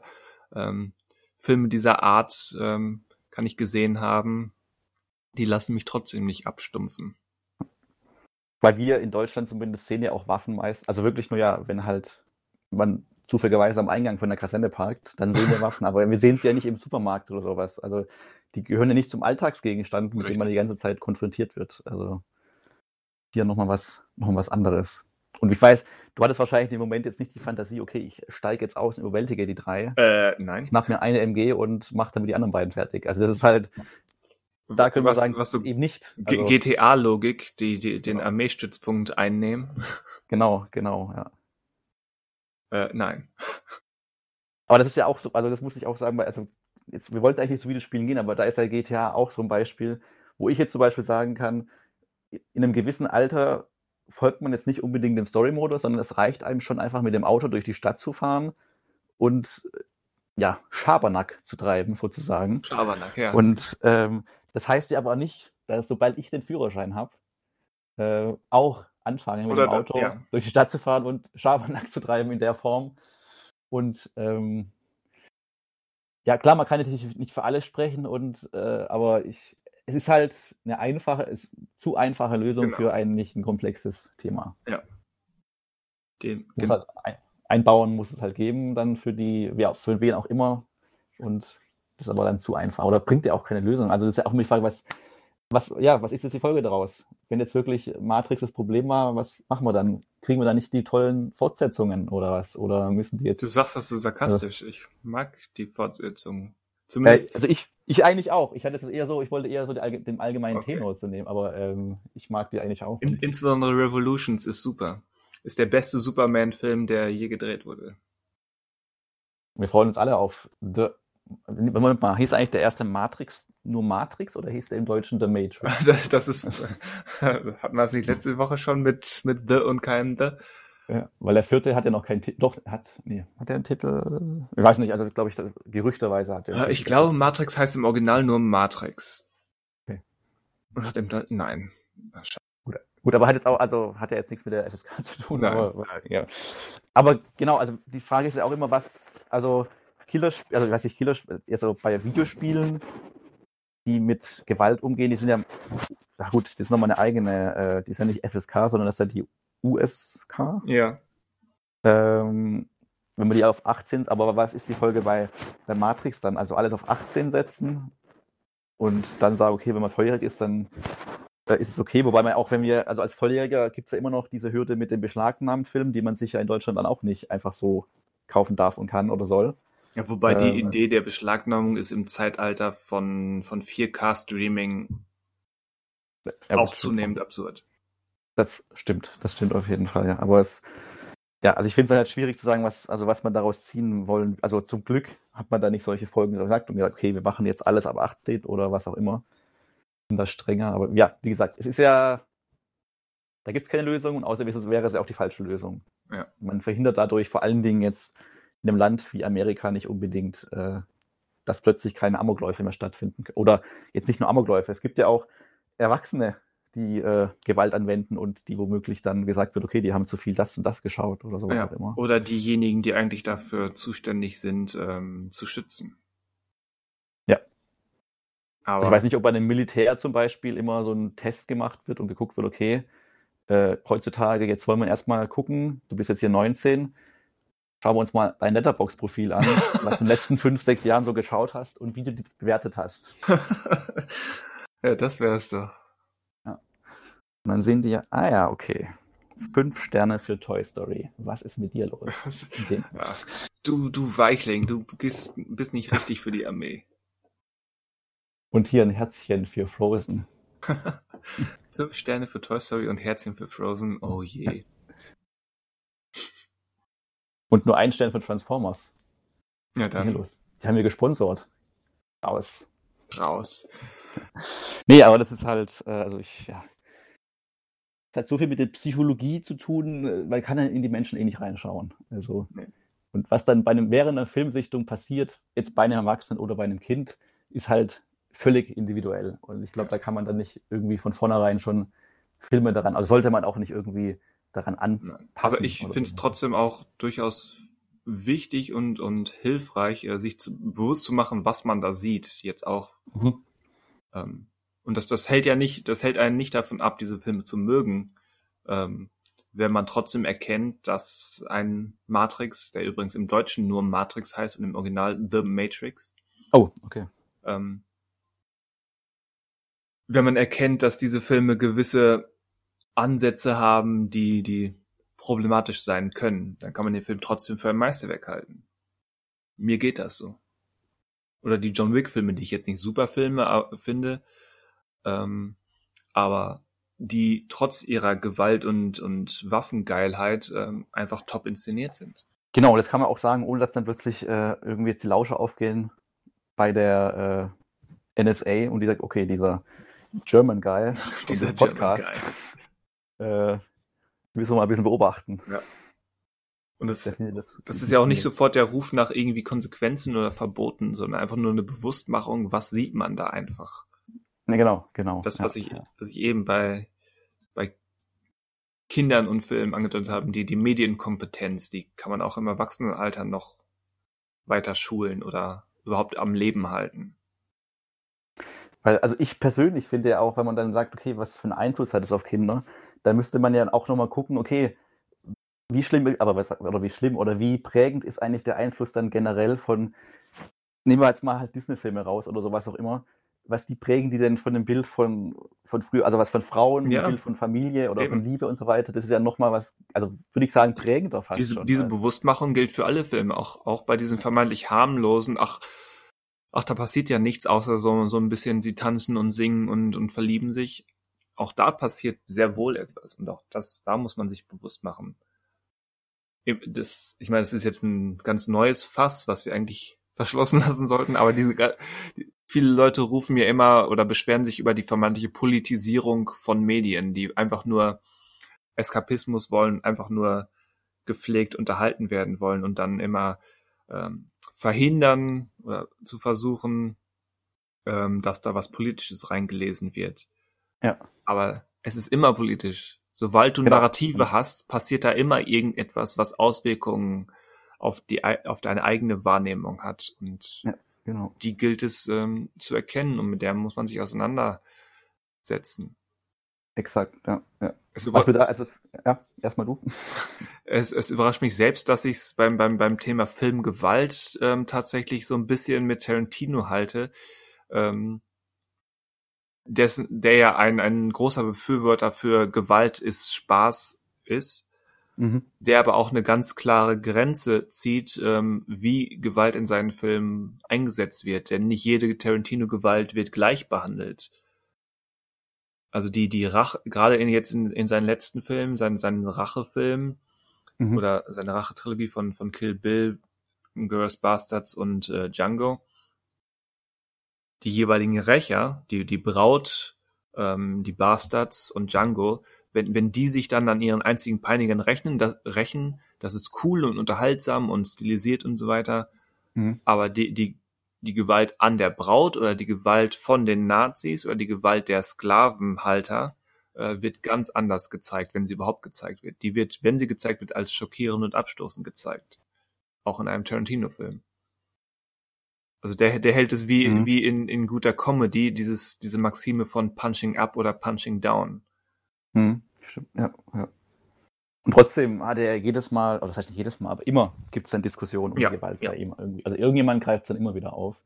Filme dieser Art kann ich gesehen haben, die lassen mich trotzdem nicht abstumpfen. Weil wir in Deutschland zumindest sehen ja auch Waffen meist, also wirklich nur ja, wenn halt man zufälligerweise am Eingang von der Kaserne parkt, dann sehen wir Waffen, aber wir sehen sie ja nicht im Supermarkt oder sowas. Also die gehören ja nicht zum Alltagsgegenstand, mit dem man die ganze Zeit konfrontiert wird. Also hier nochmal was anderes. Und ich weiß, du hattest wahrscheinlich im Moment jetzt nicht die Fantasie, okay, ich steige jetzt aus und überwältige die 3. Nein. Ich mache mir eine MG und mache damit die anderen beiden fertig. Also das ist halt, da können wir sagen, was so eben nicht. Also, GTA-Logik, den Armeestützpunkt einnehmen. Genau, ja. Nein. Aber das ist ja auch so, also das muss ich auch sagen, weil, also jetzt, wir wollten eigentlich zu Videospielen gehen, aber da ist ja GTA auch so ein Beispiel, wo ich jetzt zum Beispiel sagen kann, in einem gewissen Alter folgt man jetzt nicht unbedingt dem Story-Modus, sondern es reicht einem schon einfach mit dem Auto durch die Stadt zu fahren und ja, Schabernack zu treiben, sozusagen. Schabernack, ja. Und das heißt ja aber nicht, dass sobald ich den Führerschein habe, auch anfange mit dem Auto durch die Stadt zu fahren und Schabernack zu treiben in der Form. Und ja, klar, man kann natürlich nicht für alles sprechen, aber es ist halt zu einfache Lösung für ein nicht ein komplexes Thema. Ja. Halt einbauen muss es halt geben, dann für für wen auch immer. Und das ist aber dann zu einfach. Oder bringt ja auch keine Lösung. Also das ist ja auch immer die Frage, was ist jetzt die Folge daraus? Wenn jetzt wirklich Matrix das Problem war, was machen wir dann? Kriegen wir da nicht die tollen Fortsetzungen oder was? Oder müssen die jetzt... Du sagst das so sarkastisch. Ich mag die Fortsetzungen. Zumindest... also ich eigentlich auch. Ich hatte es eher so, ich wollte eher so den allgemeinen Tenor zu nehmen, aber ich mag die eigentlich auch. Insbesondere Revolutions ist super. Ist der beste Superman-Film, der je gedreht wurde. Wir freuen uns alle auf Moment mal, hieß eigentlich der erste Matrix nur Matrix oder hieß der im Deutschen The Matrix? Das ist, hatten wir es nicht letzte Woche schon mit The und keinem The? Ja, weil der 4. hat ja noch keinen Titel. Doch, hat er einen Titel? Ich weiß nicht, also glaube ich, gerüchterweise hat er. Ich glaube, Matrix heißt im Original nur Matrix. Okay. Und hat im Nein. Gut, aber hat er jetzt nichts mit der FSK zu tun. Nein. Aber genau, also die Frage ist ja auch immer, also bei Videospielen, die mit Gewalt umgehen, die sind ja, na gut, das ist nochmal eine eigene, die ist ja nicht FSK, sondern das ist ja die USK. Ja. Wenn man die auf 18, aber was ist die Folge bei Matrix dann? Also alles auf 18 setzen und dann sagen, okay, wenn man volljährig ist, dann ist es okay. Wobei man auch, also als Volljähriger gibt es ja immer noch diese Hürde mit dem beschlagnahmten Film, die man sich ja in Deutschland dann auch nicht einfach so kaufen darf und kann oder soll. Ja, wobei die Idee der Beschlagnahmung ist im Zeitalter von 4K-Streaming auch zunehmend absurd. Das stimmt auf jeden Fall, ja. Aber also ich finde es halt schwierig zu sagen, was man daraus ziehen wollen. Also zum Glück hat man da nicht solche Folgen gesagt und gesagt, okay, wir machen jetzt alles ab 18 oder was auch immer. Sind da strenger. Aber ja, wie gesagt, es ist ja, da gibt es keine Lösung und außerdem wäre es ja auch die falsche Lösung. Ja. Man verhindert dadurch vor allen Dingen jetzt in einem Land wie Amerika nicht unbedingt, dass plötzlich keine Amokläufe mehr stattfinden. Oder jetzt nicht nur Amokläufe, es gibt ja auch Erwachsene, die Gewalt anwenden und die womöglich dann gesagt wird, okay, die haben zu viel das und das geschaut oder sowas auch immer. Oder diejenigen, die eigentlich dafür zuständig sind, zu schützen. Ja. Aber ich weiß nicht, ob bei einem Militär zum Beispiel immer so ein Test gemacht wird und geguckt wird, okay, heutzutage, jetzt wollen wir erstmal gucken, du bist jetzt hier 19, schauen wir uns mal dein Letterboxd-Profil an, was du in den letzten 5, 6 Jahren so geschaut hast und wie du die bewertet hast. Ja, das wär's doch. Ja. Und dann sehen die ja, okay. 5 Sterne für Toy Story. Was ist mit dir los? Ja. Du Weichling, du bist nicht richtig für die Armee. Und hier ein Herzchen für Frozen. 5 Sterne für Toy Story und Herzchen für Frozen. Oh je. Und nur 1 Stern für Transformers. Ja, dann. Die haben wir gesponsert. Raus. Nee, aber das ist halt, es hat so viel mit der Psychologie zu tun, man kann in die Menschen nicht reinschauen. Also, nee. Und was dann während einer Filmsichtung passiert, jetzt bei einem Erwachsenen oder bei einem Kind, ist halt völlig individuell. Und ich glaube, da kann man dann nicht irgendwie von vornherein schon Filme daran, also sollte man auch nicht irgendwie daran anpassen. Aber ich finde es trotzdem auch durchaus wichtig und hilfreich, sich bewusst zu machen, was man da sieht, jetzt auch. Mhm. Und das hält einen nicht davon ab, diese Filme zu mögen, wenn man trotzdem erkennt, dass ein Matrix, der übrigens im Deutschen nur Matrix heißt und im Original The Matrix. Oh, okay. Wenn man erkennt, dass diese Filme gewisse Ansätze haben, die problematisch sein können, dann kann man den Film trotzdem für ein Meisterwerk halten. Mir geht das so. Oder die John Wick-Filme, die ich jetzt nicht super Filme finde, aber die trotz ihrer Gewalt und Waffengeilheit einfach top inszeniert sind. Genau, das kann man auch sagen, ohne dass dann plötzlich irgendwie jetzt die Lauscher aufgehen bei der NSA und die sagt, okay, dieser German Guy, dieser Podcast, müssen wir mal ein bisschen beobachten. Ja. Und das ist ja auch nicht sofort der Ruf nach irgendwie Konsequenzen oder Verboten, sondern einfach nur eine Bewusstmachung, was sieht man da einfach. Ja, genau. Das, was ich eben bei Kindern und Filmen angedeutet habe, die Medienkompetenz, die kann man auch im Erwachsenenalter noch weiter schulen oder überhaupt am Leben halten. Weil, also ich persönlich finde ja auch, wenn man dann sagt, okay, was für einen Einfluss hat es auf Kinder, dann müsste man ja auch nochmal gucken, okay, wie prägend ist eigentlich der Einfluss dann generell von, nehmen wir jetzt mal halt Disney-Filme raus oder sowas auch immer, was die prägen die denn von dem Bild von früher, also was von Frauen, Ja. Bild von Familie oder von Liebe und so weiter, das ist ja nochmal was, also würde ich sagen, prägender fast Diese Bewusstmachung gilt für alle Filme, auch bei diesen vermeintlich harmlosen, ach, da passiert ja nichts, außer so ein bisschen sie tanzen und singen und verlieben sich. Auch da passiert sehr wohl etwas und auch da muss man sich bewusst machen. Ich meine, das ist jetzt ein ganz neues Fass, was wir eigentlich verschlossen lassen sollten, aber viele Leute rufen mir immer oder beschweren sich über die vermeintliche Politisierung von Medien, die einfach nur Eskapismus wollen, einfach nur gepflegt unterhalten werden wollen und dann immer verhindern oder zu versuchen, dass da was Politisches reingelesen wird. Ja. Aber es ist immer politisch. Sobald du Narrative hast, passiert da immer irgendetwas, was Auswirkungen auf deine eigene Wahrnehmung hat. Und die gilt es zu erkennen und mit der muss man sich auseinandersetzen. Exakt, ja. Erstmal du. Es überrascht mich selbst, dass ich es beim Thema Filmgewalt tatsächlich so ein bisschen mit Tarantino halte, der ja ein großer Befürworter für Gewalt ist Spaß ist, der aber auch eine ganz klare Grenze zieht, wie Gewalt in seinen Filmen eingesetzt wird. Denn nicht jede Tarantino-Gewalt wird gleich behandelt. Also die Rache, gerade in seinen letzten Filmen, seinen Rachefilm oder seine Rachetrilogie von Kill Bill, Inglourious Basterds und Django, die jeweiligen Rächer, die Braut, die Bastards und Django, wenn die sich dann an ihren einzigen Peinigern rächen, das ist cool und unterhaltsam und stilisiert und so weiter, aber die Gewalt an der Braut oder die Gewalt von den Nazis oder die Gewalt der Sklavenhalter wird ganz anders gezeigt, wenn sie überhaupt gezeigt wird. Die wird, wenn sie gezeigt wird, als schockierend und abstoßend gezeigt. Auch in einem Tarantino-Film. Also der hält es wie in guter Comedy, diese Maxime von Punching Up oder Punching Down. Stimmt, ja. Und trotzdem hat er jedes Mal, oder das heißt nicht jedes Mal, aber immer gibt es dann Diskussionen um Gewalt bei ihm. Also irgendjemand greift es dann immer wieder auf.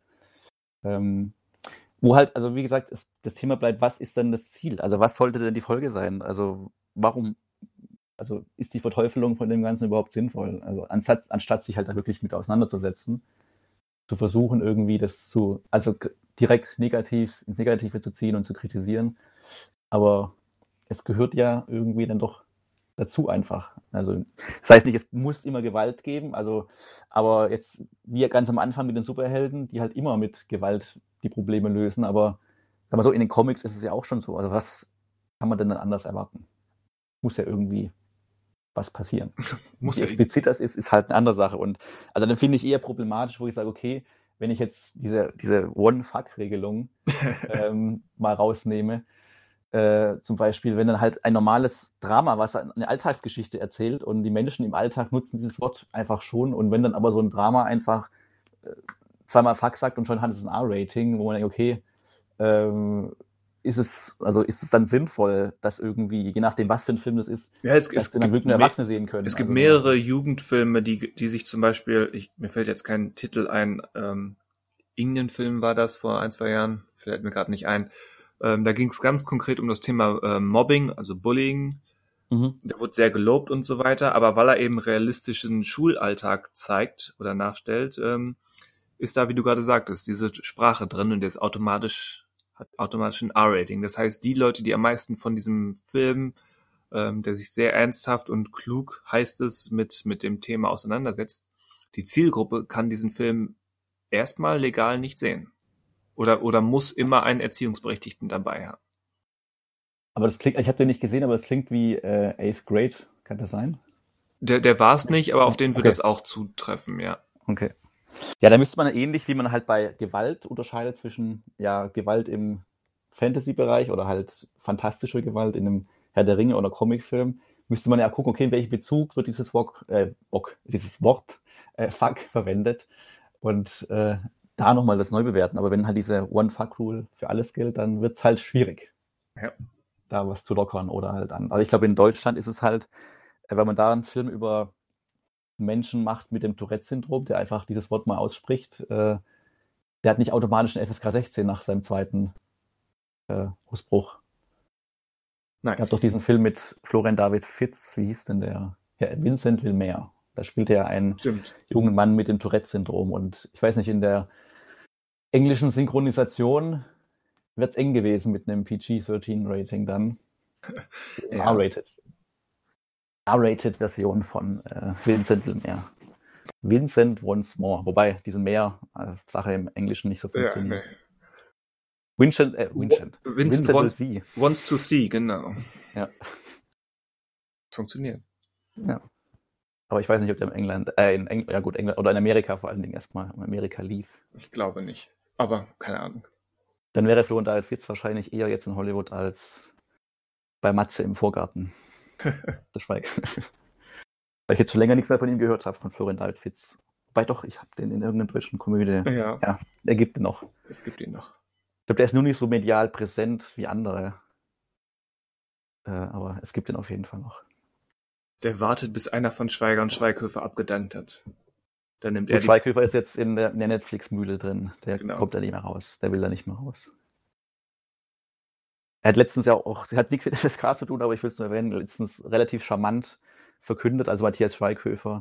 Wo halt, also wie gesagt, das Thema bleibt, was ist denn das Ziel? Also was sollte denn die Folge sein? Also warum, also ist die Verteufelung von dem Ganzen überhaupt sinnvoll? Also anstatt sich halt da wirklich mit auseinanderzusetzen, zu versuchen irgendwie direkt ins Negative zu ziehen und zu kritisieren. Aber es gehört ja irgendwie dann doch dazu einfach. Also das heißt nicht, es muss immer Gewalt geben, aber jetzt wie ganz am Anfang mit den Superhelden, die halt immer mit Gewalt die Probleme lösen, aber sag mal so, in den Comics ist es ja auch schon so. Also was kann man denn dann anders erwarten? Muss ja irgendwie was passieren. Wie explizit das ist halt eine andere Sache. Und also dann finde ich eher problematisch, wo ich sage, okay, wenn ich jetzt diese One-Fuck-Regelung mal rausnehme, zum Beispiel, wenn dann halt ein normales Drama, was eine Alltagsgeschichte erzählt und die Menschen im Alltag nutzen dieses Wort einfach schon und wenn dann aber so ein Drama einfach zweimal Fuck sagt und schon hat es ein R-Rating, wo man denkt, okay, ist es dann sinnvoll, dass irgendwie, je nachdem, was für ein Film das ist, dass dann wirklich nur Erwachsene sehen können. Es gibt mehrere Jugendfilme, die sich zum Beispiel, mir fällt jetzt kein Titel ein, irgendein Film war das vor 1-2 Jahren, fällt mir gerade nicht ein. Da ging es ganz konkret um das Thema Mobbing, also Bullying. Der wurde sehr gelobt und so weiter, aber weil er eben realistischen Schulalltag zeigt oder nachstellt, ist da, wie du gerade sagtest, diese Sprache drin und der ist hat automatisch ein R-Rating. Das heißt, die Leute, die am meisten von diesem Film, der sich sehr ernsthaft und klug, heißt es, mit dem Thema auseinandersetzt, die Zielgruppe kann diesen Film erstmal legal nicht sehen. Oder muss immer einen Erziehungsberechtigten dabei haben. Aber das klingt, ich habe den nicht gesehen, aber das klingt wie 8th Grade. Kann das sein? Der war es nicht, aber auf den wird Okay. das auch zutreffen, ja. Okay. Ja, da müsste man ähnlich, wie man halt bei Gewalt unterscheidet zwischen Gewalt im Fantasy-Bereich oder halt fantastische Gewalt in einem Herr der Ringe oder Comicfilm, müsste man ja gucken, okay, in welchem Bezug wird dieses Wort Fuck verwendet und da nochmal das neu bewerten. Aber wenn halt diese One-Fuck-Rule für alles gilt, dann wird es halt schwierig, da was zu lockern oder halt an. Also ich glaube, in Deutschland ist es halt, wenn man da einen Film über Menschen macht mit dem Tourette-Syndrom, der einfach dieses Wort mal ausspricht, der hat nicht automatisch eine FSK 16 nach seinem zweiten Ausbruch. Nein. Es gab doch diesen Film mit Florian David Fitz, wie hieß denn der? Ja, Vincent will mehr. Da spielte er einen jungen Mann mit dem Tourette-Syndrom und ich weiß nicht, in der englischen Synchronisation wird es eng gewesen mit einem PG-13-Rating dann. Ja. R-Rated-Version von Vincent will mehr. Vincent wants more. Wobei diese Mehr-Sache im Englischen nicht so funktioniert. Ja, nee. Vincent wants to see, genau. Ja. Funktioniert. Ja. Aber ich weiß nicht, ob der England oder in Amerika vor allen Dingen erstmal in Amerika lief. Ich glaube nicht. Aber keine Ahnung. Dann wäre Florian David Fitz wahrscheinlich eher jetzt in Hollywood als bei Matze im Vorgarten. Das Schweig. Weil ich jetzt schon länger nichts mehr von ihm gehört habe, von Florian David Fitz. Wobei doch, ich habe den in irgendeiner deutschen Komödie. Ja, er gibt ihn noch. Es gibt ihn noch. Ich glaube, der ist nur nicht so medial präsent wie andere. Aber es gibt ihn auf jeden Fall noch. Der wartet, bis einer von Schweiger und Schweighöfer abgedankt hat. Dann nimmt er Schweighöfer ist jetzt in der Netflix-Mühle drin. Der kommt da nicht mehr raus. Der will da nicht mehr raus. Er hat letztens ja auch, der hat nichts mit FSK zu tun, aber ich will es nur erwähnen, letztens relativ charmant verkündet, also Matthias Schweighöfer,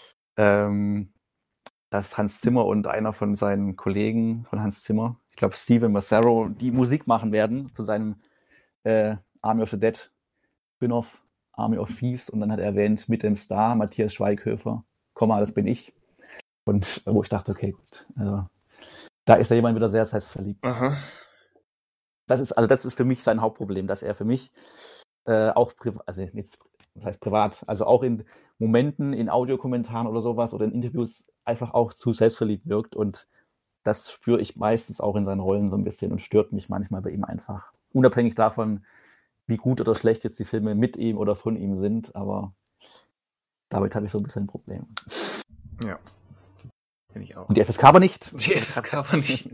dass Hans Zimmer und einer von seinen Kollegen von Hans Zimmer, ich glaube Steven Mazzaro, die Musik machen werden zu seinem Army of the Dead Spin-off, Army of Thieves, und dann hat er erwähnt, mit dem Star Matthias Schweighöfer, das bin ich. Und wo ich dachte, okay, gut, also da ist ja jemand wieder sehr verliebt. Aha. Das ist für mich sein Hauptproblem, dass er für mich auch privat, also auch in Momenten, in Audiokommentaren oder sowas oder in Interviews einfach auch zu selbstverliebt wirkt, und das spüre ich meistens auch in seinen Rollen so ein bisschen und stört mich manchmal bei ihm einfach. Unabhängig davon, wie gut oder schlecht jetzt die Filme mit ihm oder von ihm sind, aber damit habe ich so ein bisschen ein Problem. Ja, finde ich auch. Und die FSK aber nicht. Die FSK aber nicht.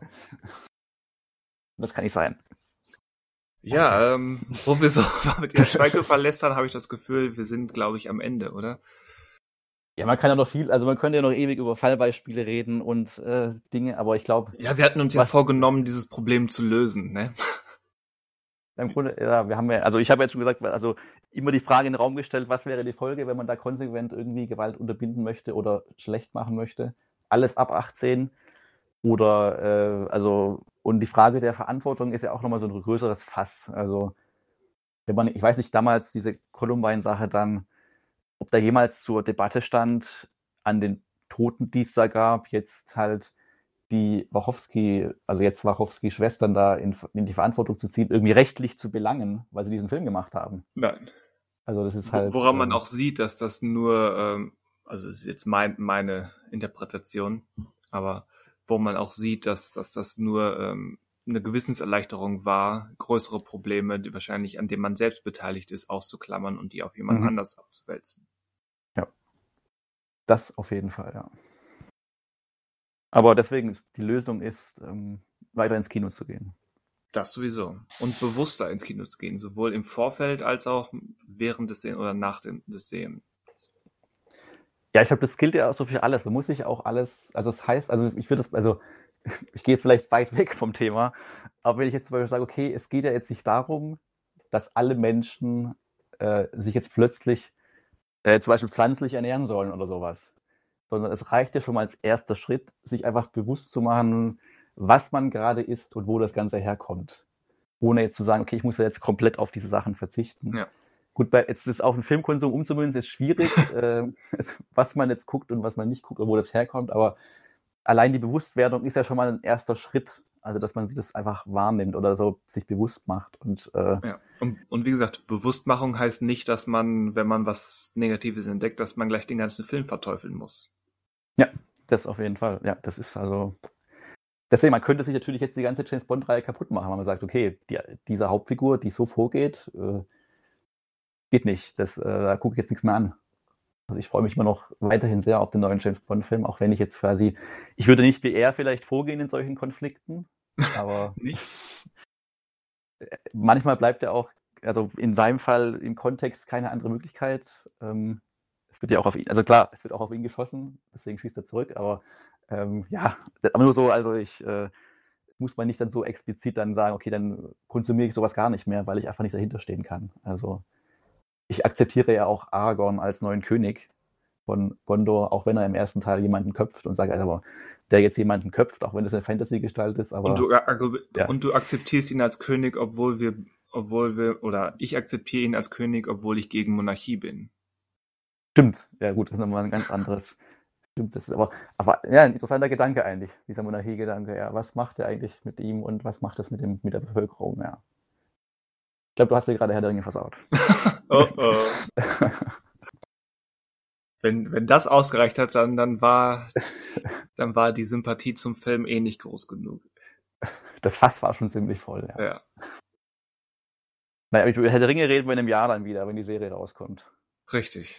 Das kann nicht sein. Ja, wo wir so mit ihr Schweighöfer lästern, habe ich das Gefühl, wir sind, glaube ich, am Ende, oder? Ja, man kann ja noch man könnte ja noch ewig über Fallbeispiele reden und Dinge, aber ich glaube... Ja, wir hatten uns ja vorgenommen, dieses Problem zu lösen, ne? Im Grunde, ja, ich habe jetzt schon gesagt, also immer die Frage in den Raum gestellt, was wäre die Folge, wenn man da konsequent irgendwie Gewalt unterbinden möchte oder schlecht machen möchte? Alles ab 18 oder, und die Frage der Verantwortung ist ja auch nochmal so ein größeres Fass. Also, ich weiß nicht, damals diese Columbine-Sache dann, ob da jemals zur Debatte stand, an den Toten, die es da gab, jetzt halt die Wachowski-Schwestern da in die Verantwortung zu ziehen, irgendwie rechtlich zu belangen, weil sie diesen Film gemacht haben. Nein. Also das ist halt... Woran man auch sieht, dass das nur, also das ist jetzt meine Interpretation, aber wo man auch sieht, dass das nur eine Gewissenserleichterung war, größere Probleme, die wahrscheinlich an denen man selbst beteiligt ist, auszuklammern und die auf jemand anders abzuwälzen. Ja, das auf jeden Fall, ja. Aber deswegen die Lösung ist, weiter ins Kino zu gehen. Das sowieso. Und bewusster ins Kino zu gehen, sowohl im Vorfeld als auch während des Sehens oder nach des Sehens. Ja, ich glaube, das gilt ja auch so für alles. Man muss sich auch alles, also das heißt, ich gehe jetzt vielleicht weit weg vom Thema, aber wenn ich jetzt zum Beispiel sage, okay, es geht ja jetzt nicht darum, dass alle Menschen sich jetzt plötzlich zum Beispiel pflanzlich ernähren sollen oder sowas. Sondern es reicht ja schon mal als erster Schritt, sich einfach bewusst zu machen, was man gerade isst und wo das Ganze herkommt. Ohne jetzt zu sagen, okay, ich muss ja jetzt komplett auf diese Sachen verzichten. Ja. Gut, jetzt ist auf den Filmkonsum umzumünzen, ist schwierig, was man jetzt guckt und was man nicht guckt und wo das herkommt, aber allein die Bewusstwerdung ist ja schon mal ein erster Schritt, also dass man sich das einfach wahrnimmt oder so sich bewusst macht. Und Ja. Und wie gesagt, Bewusstmachung heißt nicht, dass man, wenn man was Negatives entdeckt, dass man gleich den ganzen Film verteufeln muss. ja, das auf jeden Fall. Ja, das ist also. Deswegen, man könnte sich natürlich jetzt die ganze James Bond-Reihe kaputt machen, wenn man sagt, okay, diese Hauptfigur, die so vorgeht, geht nicht. Da gucke ich jetzt nichts mehr an. Also ich freue mich immer noch weiterhin sehr auf den neuen James Bond-Film, auch wenn ich jetzt quasi, ich würde nicht wie er vielleicht vorgehen in solchen Konflikten, aber Nicht? manchmal bleibt er auch, also in seinem Fall im Kontext keine andere Möglichkeit. Es wird ja auch auf ihn, also klar, es wird auch auf ihn geschossen, deswegen schießt er zurück, aber ja, aber nur so, also muss man nicht dann so explizit dann sagen, okay, dann konsumiere ich sowas gar nicht mehr, weil ich einfach nicht dahinter stehen kann. Also ich akzeptiere ja auch Aragorn als neuen König von Gondor, auch wenn er im ersten Teil jemanden köpft und sage, aber der jetzt jemanden köpft, auch wenn das eine Fantasy-Gestalt ist, aber. Und du akzeptierst ihn als König, obwohl wir, oder ich akzeptiere ihn als König, obwohl ich gegen Monarchie bin. Stimmt, ja gut, das ist nochmal ein ganz anderes. Stimmt, das ist aber ja, ein interessanter Gedanke eigentlich, dieser Monarchie-Gedanke, ja. Was macht er eigentlich mit ihm und was macht das mit der Bevölkerung, ja. Ich glaube, du hast mir gerade Herr der Ringe versaut. Oh oh. Wenn das ausgereicht hat, dann war die Sympathie zum Film eh nicht groß genug. Das Fass war schon ziemlich voll, ja. Ja. Naja, über Herr der Ringe reden wir in einem Jahr dann wieder, wenn die Serie rauskommt. Richtig.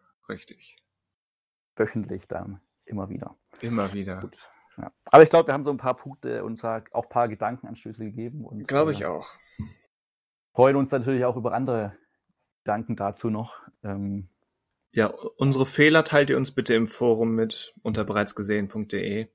Wöchentlich dann, immer wieder. Immer wieder. Gut. Ja. Aber ich glaube, wir haben so ein paar Punkte und auch ein paar Gedankenanstöße gegeben. Glaube ich auch. Freuen uns natürlich auch über andere Gedanken dazu noch. Ja, unsere Fehler teilt ihr uns bitte im Forum mit unter bereitsgesehen.de.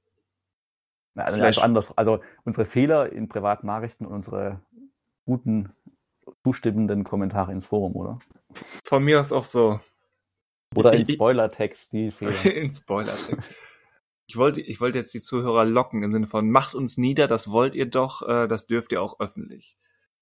Also anders. Also unsere Fehler in privaten Nachrichten und unsere guten, zustimmenden Kommentare ins Forum, oder? Von mir aus auch so. Oder in Spoilertext, die Fehler. In Spoilertext. Ich wollte jetzt die Zuhörer locken im Sinne von, macht uns nieder, das wollt ihr doch, das dürft ihr auch öffentlich.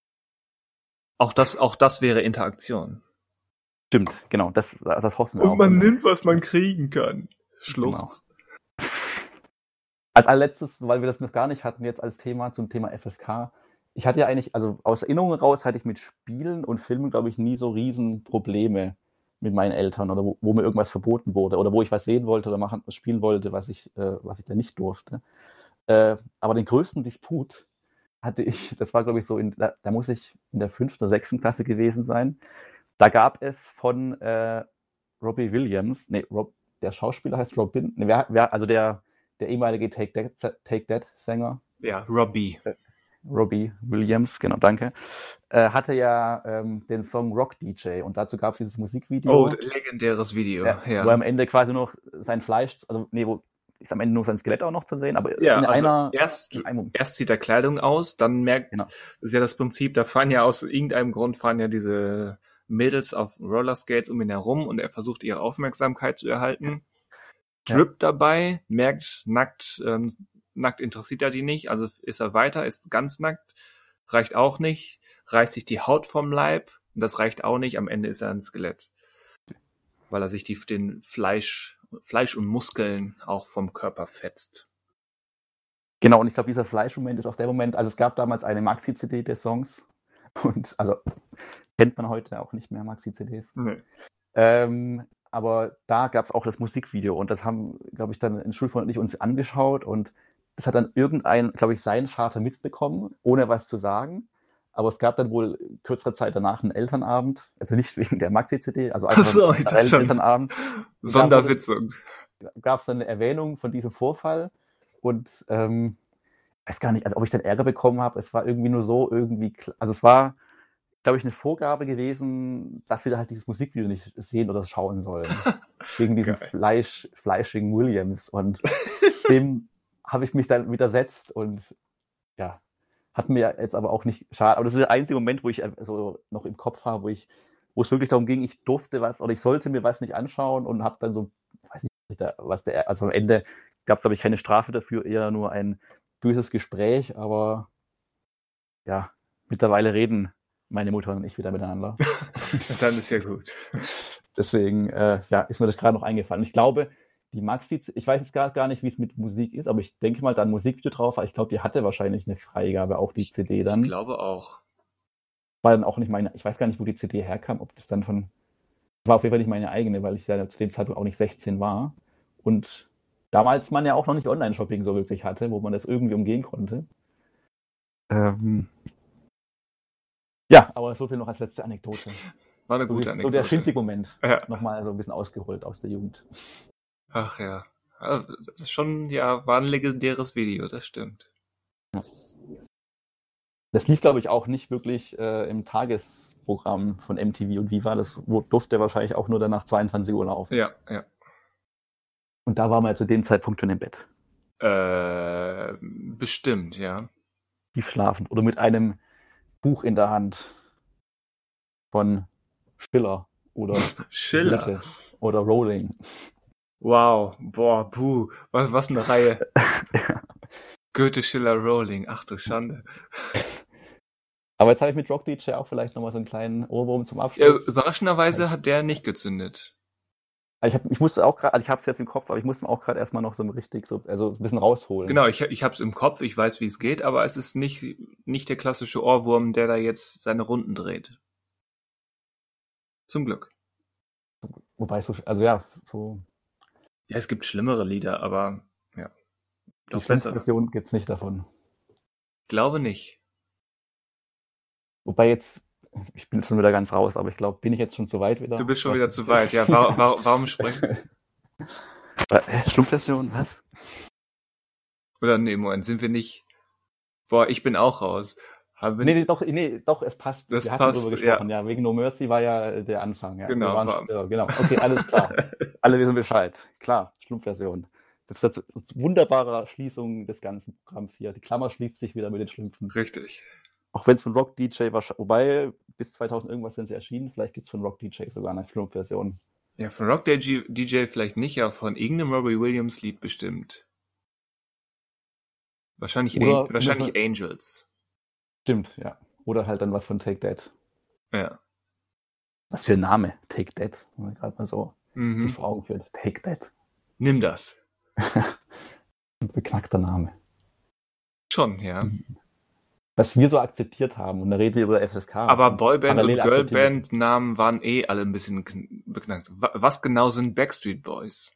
Auch das wäre Interaktion. Stimmt, genau, das hoffen wir auch. Und man nimmt, was man kriegen kann. Schluss. Genau. Als allerletztes, weil wir das noch gar nicht hatten, jetzt als Thema zum Thema FSK. Ich hatte ja eigentlich, also aus Erinnerungen raus, hatte ich mit Spielen und Filmen, glaube ich, nie so riesen Probleme mit meinen Eltern oder wo mir irgendwas verboten wurde oder wo ich was sehen wollte oder spielen wollte, was ich dann nicht durfte. Aber den größten Disput hatte ich, das war, glaube ich, so, da muss ich in der 5. oder 6. Klasse gewesen sein. Da gab es von Robbie Williams, der Schauspieler heißt Robin, also der ehemalige Take That Sänger. Ja, Robbie Williams, genau, danke, hatte ja den Song Rock DJ und dazu gab es dieses Musikvideo. Oh, legendäres Video, ja. Wo am Ende quasi nur sein Fleisch, wo ist am Ende nur sein Skelett auch noch zu sehen, aber ja, erst zieht er Kleidung aus, dann merkt, das ist ja das Prinzip, da fahren ja aus irgendeinem Grund diese Mädels auf Rollerskates um ihn herum und er versucht ihre Aufmerksamkeit zu erhalten, trippt dabei, merkt, nackt interessiert er die nicht, also ist er weiter, ist ganz nackt, reicht auch nicht, reißt sich die Haut vom Leib und das reicht auch nicht, am Ende ist er ein Skelett, weil er sich den Fleisch und Muskeln auch vom Körper fetzt. Genau, und ich glaube, dieser Fleischmoment ist auch der Moment, also es gab damals eine Maxi-CD der Songs und also kennt man heute auch nicht mehr Maxi-CDs. Nee. Aber da gab es auch das Musikvideo und das haben, glaube ich, dann ein Schulfreund und ich uns angeschaut und das hat dann glaube ich, sein Vater mitbekommen, ohne was zu sagen. Aber es gab dann wohl kürzere Zeit danach einen Elternabend, also nicht wegen der Maxi-CD, also einfach einen Elternabend. Sondersitzung. Gab es dann eine Erwähnung von diesem Vorfall und weiß gar nicht, also ob ich dann Ärger bekommen habe, es war irgendwie nur so also es war, glaube ich, eine Vorgabe gewesen, dass wir halt dieses Musikvideo nicht sehen oder schauen sollen. Wegen diesem fleischigen Williams. Und dem habe ich mich dann widersetzt und ja, hat mir jetzt aber auch nicht schade. Aber das ist der einzige Moment, wo ich so noch im Kopf habe, wo ich wo es wirklich darum ging, ich durfte was oder ich sollte mir was nicht anschauen und habe dann so, ich weiß nicht, also am Ende gab es, glaube ich, keine Strafe dafür, eher nur ein böses Gespräch, aber ja, mittlerweile reden meine Mutter und ich wieder miteinander. Dann ist ja gut. Deswegen ist mir das gerade noch eingefallen. Ich glaube, die Maxi, ich weiß jetzt gar nicht, wie es mit Musik ist, aber ich denke mal, da ein Musikvideo drauf war. Ich glaube, die hatte wahrscheinlich eine Freigabe, auch die CD dann. Ich glaube auch. War dann auch nicht meine, ich weiß gar nicht, wo die CD herkam, ob das dann war auf jeden Fall nicht meine eigene, weil ich ja zu dem Zeitpunkt auch nicht 16 war. Und damals man ja auch noch nicht Online-Shopping so wirklich hatte, wo man das irgendwie umgehen konnte. Ja, aber so viel noch als letzte Anekdote. War eine gute Anekdote. So der Schinzig-Moment. Ja. Nochmal so ein bisschen ausgeholt aus der Jugend. Ach ja. Also, das ist schon, war ein legendäres Video, das stimmt. Ja. Das lief, glaube ich, auch nicht wirklich im Tagesprogramm von MTV und Viva. Das durfte wahrscheinlich auch nur dann nach 22 Uhr laufen. Ja. Und da waren wir zu dem Zeitpunkt schon im Bett. Bestimmt, ja. Tief schlafend. Oder mit einem Buch in der Hand von Schiller oder Schiller Goethe oder Rowling. Wow, boah, puh, was eine Reihe. Goethe, Schiller, Rowling, ach du Schande. Aber jetzt habe ich mit Rock DJ auch vielleicht nochmal so einen kleinen Ohrwurm zum Ja, Abschluss. überraschenderweise hat der nicht gezündet. Ich musste auch gerade, also ich habe es jetzt im Kopf, aber ich musste auch gerade erstmal noch so richtig also ein bisschen rausholen. Genau, ich hab's im Kopf, ich weiß, wie es geht, aber es ist nicht der klassische Ohrwurm, der da jetzt seine Runden dreht. Zum Glück. Wobei so. Ja, es gibt schlimmere Lieder, aber ja. Doch die bessere Version gibt's nicht davon. Ich glaube nicht. Wobei jetzt, ich bin schon wieder ganz raus, aber ich glaube, bin ich jetzt schon zu weit wieder? Du bist schon wieder zu weit, ja. Warum sprechen? Stummversion, was? Oder nee, Moment, sind wir nicht? Boah, ich bin auch raus. Doch, es passt. Das wir hatten passt, drüber gesprochen, ja. Wegen No Mercy war ja der Anfang. Ja. Genau. Genau. Okay, alles klar. Alle wissen Bescheid. Klar, Schlumpfversion. Das ist wunderbare Schließung des ganzen Programms hier. Die Klammer schließt sich wieder mit den Schlümpfen. Richtig. Auch wenn es von Rock DJ war, wobei bis 2000 irgendwas sind sie erschienen, vielleicht gibt es von Rock DJ sogar eine Schlumpfversion. Ja, von Rock DJ vielleicht nicht, aber von irgendeinem Robbie Williams Lied bestimmt. Wahrscheinlich Angels. Stimmt, ja. Oder halt dann was von Take That. Ja. Was für ein Name, Take That. Wenn man gerade mal so sich vor Augen führt. Take That. Nimm das. Ein beknackter Name. Schon, ja. Was wir so akzeptiert haben, und da reden wir über FSK. Aber Boyband und Girlband-Namen waren alle ein bisschen beknackt. Was genau sind Backstreet Boys?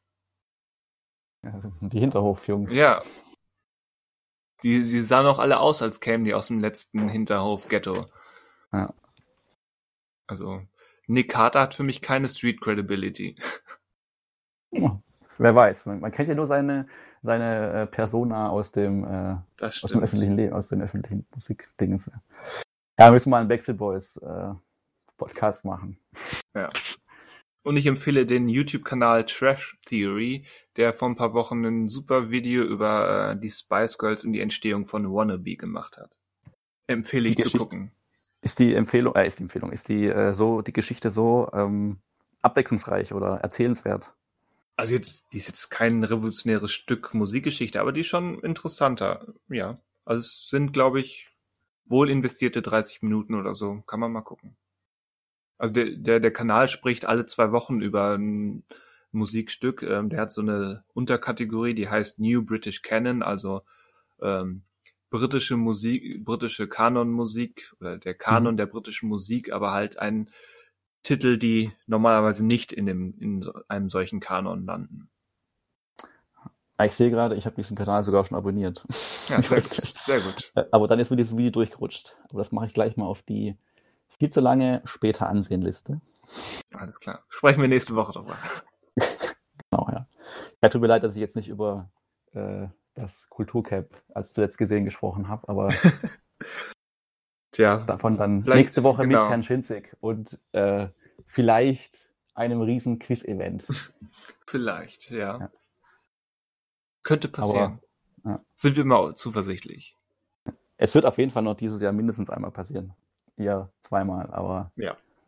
Ja, die Hinterhofjungs. Ja. Sie sahen auch alle aus, als kämen die aus dem letzten Hinterhof-Ghetto. Ja. Also, Nick Carter hat für mich keine Street Credibility. Wer weiß. Man kennt ja nur seine Persona aus dem öffentlichen Leben, aus den öffentlichen Musikdings. Ja, müssen wir mal einen Backstreet Boys Podcast machen. Ja. Und ich empfehle den YouTube-Kanal Trash Theory, der vor ein paar Wochen ein super Video über die Spice Girls und die Entstehung von Wannabe gemacht hat. Empfehle ich zu gucken. Ist die Geschichte so abwechslungsreich oder erzählenswert? Also die ist jetzt kein revolutionäres Stück Musikgeschichte, aber die ist schon interessanter. Ja, also es sind, glaube ich, wohl investierte 30 Minuten oder so. Kann man mal gucken. Also der Kanal spricht alle 2 Wochen über ein Musikstück. Der hat so eine Unterkategorie, die heißt New British Canon, also britische Musik, britische Kanonmusik oder der Kanon der britischen Musik, aber halt ein Titel, die normalerweise nicht in einem solchen Kanon landen. Ich sehe gerade, ich habe diesen Kanal sogar schon abonniert. Ja, sehr gut, sehr gut. Aber dann ist mir dieses Video durchgerutscht. Aber das mache ich gleich mal auf die viel zu lange später Ansehen-Liste. Alles klar. Sprechen wir nächste Woche drüber. Genau, ja. Ja, tut mir leid, dass ich jetzt nicht über das Kulturcap als zuletzt gesehen gesprochen habe, aber Tja, davon dann nächste Woche mit Herrn Schinzig und vielleicht einem riesen Quiz-Event. Vielleicht, ja. Könnte passieren. Aber, ja. Sind wir mal zuversichtlich. Es wird auf jeden Fall noch dieses Jahr mindestens einmal passieren. Ja, zweimal, aber ja.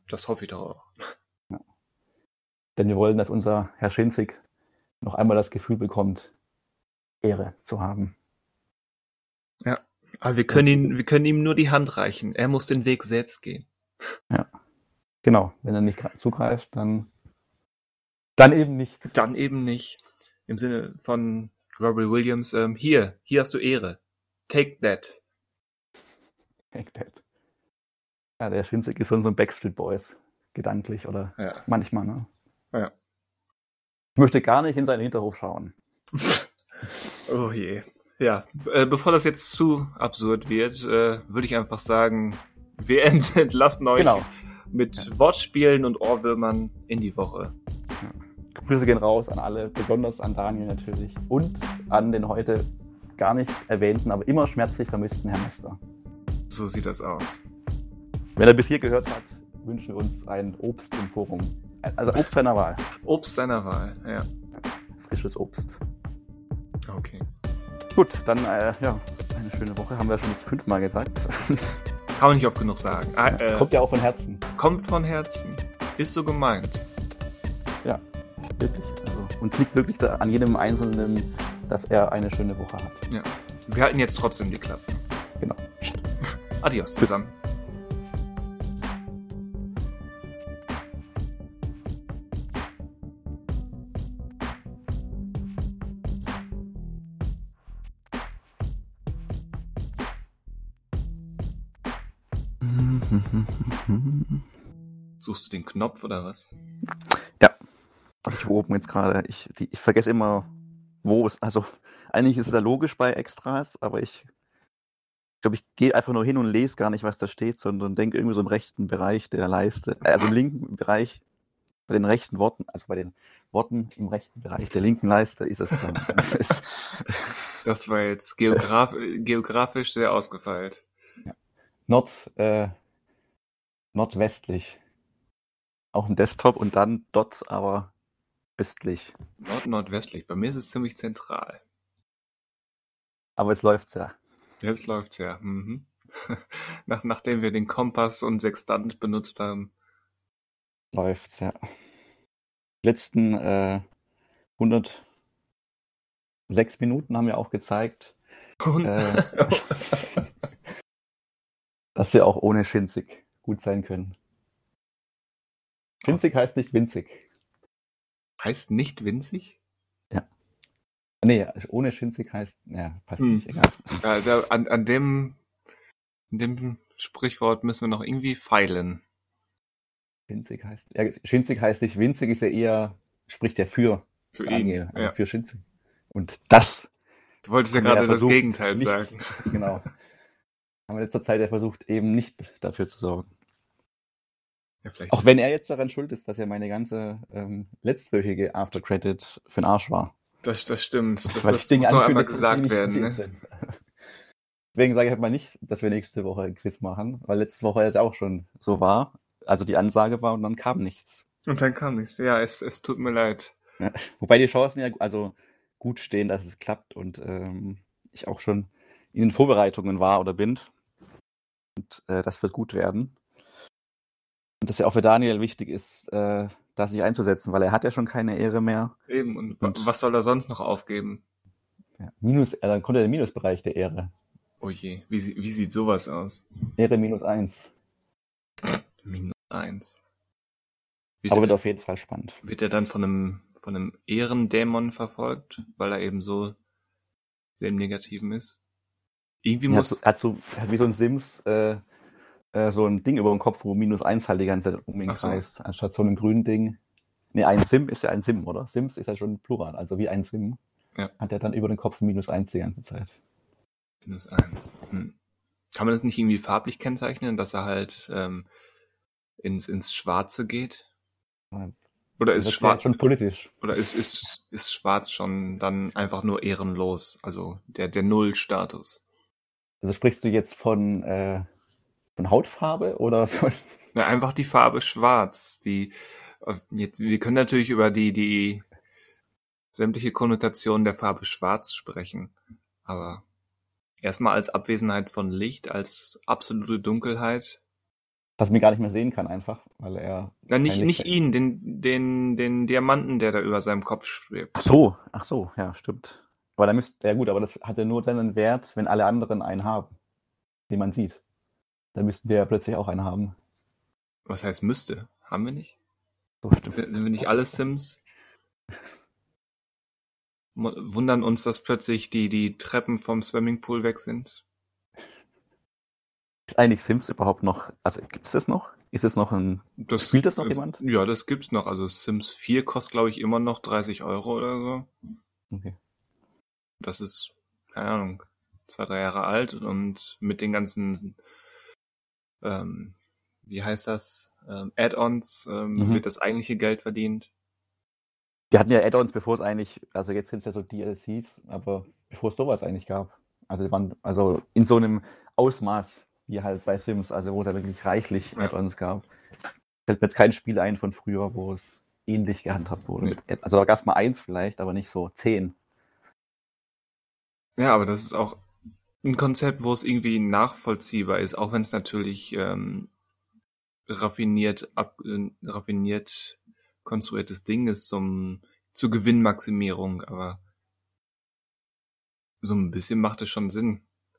das hoffe ich doch auch. Ja. Denn wir wollen, dass unser Herr Schinzig noch einmal das Gefühl bekommt, Ehre zu haben. Ja, aber wir können ihm nur die Hand reichen. Er muss den Weg selbst gehen. Ja, genau. Wenn er nicht zugreift, dann eben nicht. Dann eben nicht. Im Sinne von Robbie Williams, hier hast du Ehre. Take that. Take that. Ja, der Schinzig ist so ein Backstreet Boys, gedanklich oder manchmal, ne? Ja. Ich möchte gar nicht in seinen Hinterhof schauen. Oh je. Ja, bevor das jetzt zu absurd wird, würde ich einfach sagen, wir entlassen euch mit Wortspielen und Ohrwürmern in die Woche. Ja. Grüße gehen raus an alle, besonders an Daniel natürlich und an den heute gar nicht erwähnten, aber immer schmerzlich vermissten Herrn Mester. So sieht das aus. Wenn er bis hier gehört hat, wünschen wir uns ein Obst im Forum. Also Obst seiner Wahl. Obst seiner Wahl, ja. Frisches Obst. Okay. Gut, dann eine schöne Woche, haben wir schon jetzt 5-mal gesagt. Kann man nicht oft genug sagen. Das kommt ja auch von Herzen. Kommt von Herzen. Ist so gemeint. Ja, wirklich. Also, uns liegt wirklich an jedem Einzelnen, dass er eine schöne Woche hat. Ja. Wir halten jetzt trotzdem die Klappe. Genau. Adios zusammen. Suchst du den Knopf oder was? Ja. Also ich oben jetzt gerade. Ich vergesse immer, wo es. Also eigentlich ist es ja logisch bei Extras, aber ich glaube, ich gehe einfach nur hin und lese gar nicht, was da steht, sondern denke irgendwie so im rechten Bereich der Leiste. Also im linken Bereich, bei den rechten Worten, also bei den Worten im rechten Bereich der linken Leiste ist es dann. Das war jetzt geografisch sehr ausgefeilt. Ja. Nordwestlich. Auch ein Desktop und dann dort aber östlich. Nordwestlich. Bei mir ist es ziemlich zentral. Aber es läuft's ja. Jetzt läuft's ja. Mhm. Nachdem wir den Kompass und Sextant benutzt haben. Läuft's ja. Die letzten 106 Minuten haben ja auch gezeigt, dass wir auch ohne Schinzig gut sein können. Schinzig heißt nicht winzig. Heißt nicht winzig? Ja. Nee, ohne Schinzig heißt, passt nicht, egal. Also an dem Sprichwort müssen wir noch irgendwie feilen. Schinzig heißt nicht winzig, ist ja eher, spricht ja für Daniel, ihn, für Schinzig. Und das. Du wolltest ja gerade das Gegenteil nicht, sagen. Genau. Haben wir in letzter Zeit ja versucht, eben nicht dafür zu sorgen. Ja, auch wenn er jetzt daran schuld ist, dass ja meine ganze letztwöchige After-Credit für den Arsch war. Das stimmt. Das muss noch einmal gesagt werden. Ne? Deswegen sage ich halt mal nicht, dass wir nächste Woche ein Quiz machen, weil letzte Woche jetzt auch schon so war. Also die Ansage war und dann kam nichts. Und dann kam nichts. Ja, es tut mir leid. Ja, wobei die Chancen ja also gut stehen, dass es klappt und ich auch schon in den Vorbereitungen war oder bin. Und das wird gut werden. Und dass ja auch für Daniel wichtig ist, da sich einzusetzen, weil er hat ja schon keine Ehre mehr. Eben, und was soll er sonst noch aufgeben? Ja, dann kommt der Minusbereich der Ehre. Oh je, wie sieht sowas aus? Ehre -1. -1. Aber wird auf jeden Fall spannend. Wird er dann von einem Ehrendämon verfolgt, weil er eben so sehr im Negativen ist? Irgendwie hat wie so ein Sims so ein Ding über dem Kopf, wo -1 halt die ganze Zeit um ihn kreist, anstatt so einem grünen Ding. Nee, ein Sim ist ja ein Sim, oder? Sims ist ja schon Plural, also wie ein Sim. Ja. Hat er dann über den Kopf -1 die ganze Zeit. -1. Kann man das nicht irgendwie farblich kennzeichnen, dass er halt ins Schwarze geht? Oder ist Schwarz schon politisch? Oder ist Schwarz schon dann einfach nur ehrenlos, also der Null-Status? Also sprichst du jetzt von Hautfarbe oder von... Na, einfach die Farbe Schwarz. Wir können natürlich über die sämtliche Konnotation der Farbe Schwarz sprechen, aber erstmal als Abwesenheit von Licht, als absolute Dunkelheit. Dass man ihn gar nicht mehr sehen kann einfach, weil er Na, kein Licht nicht mehr. ihn, den Diamanten, der da über seinem Kopf schwebt. Ach so, ja, stimmt. Aber da müsste, ja gut, aber das hat ja nur dann einen Wert, wenn alle anderen einen haben, den man sieht. Dann müssten wir ja plötzlich auch einen haben. Was heißt müsste? Haben wir nicht? So stimmt. Sind wir nicht alle Sims? Wundern uns, dass plötzlich die Treppen vom Swimmingpool weg sind? Ist eigentlich Sims überhaupt noch, also gibt es das noch? Ist es noch ein, spielt das noch jemand? Ja, das gibt's noch. Also Sims 4 kostet, glaube ich, immer noch 30 Euro oder so. Okay. Das ist, keine Ahnung, 2-3 Jahre alt und mit den ganzen, wie heißt das, Add-ons wird das eigentliche Geld verdient. Die hatten ja Add-ons, bevor es eigentlich, also jetzt sind es ja so DLCs, aber bevor es sowas eigentlich gab. Also die waren also in so einem Ausmaß wie halt bei Sims, also wo es ja wirklich reichlich Add-ons gab. Fällt mir jetzt kein Spiel ein von früher, wo es ähnlich gehandhabt wurde. Nee. Also da gab es mal 1 vielleicht, aber nicht so 10. Ja, aber das ist auch ein Konzept, wo es irgendwie nachvollziehbar ist, auch wenn es natürlich raffiniert konstruiertes Ding ist zur Gewinnmaximierung, aber so ein bisschen macht es schon Sinn.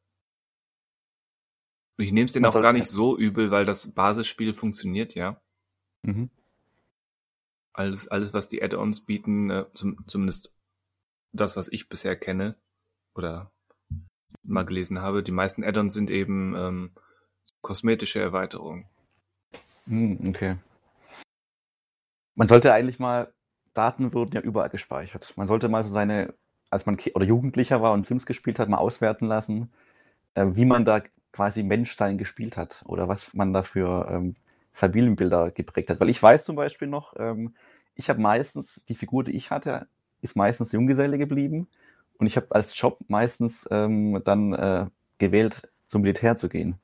Ich nehme es denen auch gar nicht so übel, weil das Basisspiel funktioniert, ja. Mhm. Alles, was die Add-ons bieten, zumindest das, was ich bisher kenne oder mal gelesen habe, die meisten Add-ons sind eben kosmetische Erweiterungen. Okay. Man sollte eigentlich mal, Daten wurden ja überall gespeichert. Man sollte mal so seine, als man oder Jugendlicher war und Sims gespielt hat, mal auswerten lassen, wie man da quasi Menschsein gespielt hat oder was man da für Familienbilder geprägt hat. Weil ich weiß zum Beispiel noch, ich habe meistens, die Figur, die ich hatte, ist meistens Junggeselle geblieben und ich habe als Job meistens dann gewählt, zum Militär zu gehen.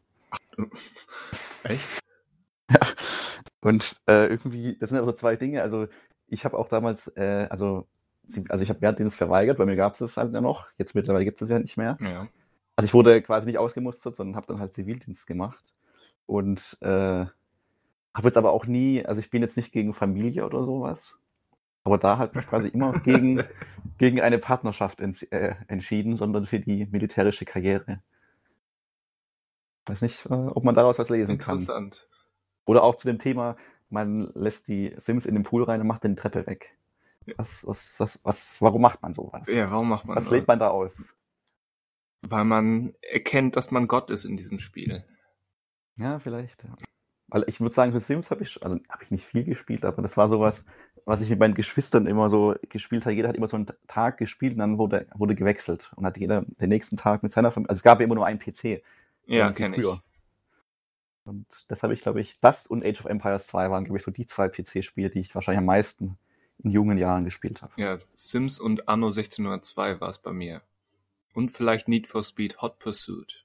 Echt? Ja. Und irgendwie, das sind aber so zwei Dinge. Also ich habe auch damals, also ich habe Wehrdienst verweigert, bei mir gab es das halt ja noch. Jetzt mittlerweile gibt es es ja nicht mehr. Ja. Also ich wurde quasi nicht ausgemustert, sondern habe dann halt Zivildienst gemacht. Und habe jetzt aber auch nie, also ich bin jetzt nicht gegen Familie oder sowas. Aber da halt mich quasi immer gegen eine Partnerschaft entschieden, sondern für die militärische Karriere. Weiß nicht, ob man daraus was lesen kann. Interessant. Oder auch zu dem Thema, man lässt die Sims in den Pool rein und macht den Treppe weg. Warum macht man sowas? Ja, warum macht man Was lädt man da aus? Weil man erkennt, dass man Gott ist in diesem Spiel. Ja, vielleicht. Ja. Weil ich würde sagen, für Sims habe ich nicht viel gespielt, aber das war sowas, was ich mit meinen Geschwistern immer so gespielt habe. Jeder hat immer so einen Tag gespielt und dann wurde gewechselt und hat jeder den nächsten Tag mit seiner Familie. Also es gab ja immer nur einen PC. Ja, kenne ich. Und das habe ich, glaube ich, das und Age of Empires 2 waren, glaube ich, so die 2 PC-Spiele, die ich wahrscheinlich am meisten in jungen Jahren gespielt habe. Ja, Sims und Anno 1602 war es bei mir. Und vielleicht Need for Speed Hot Pursuit.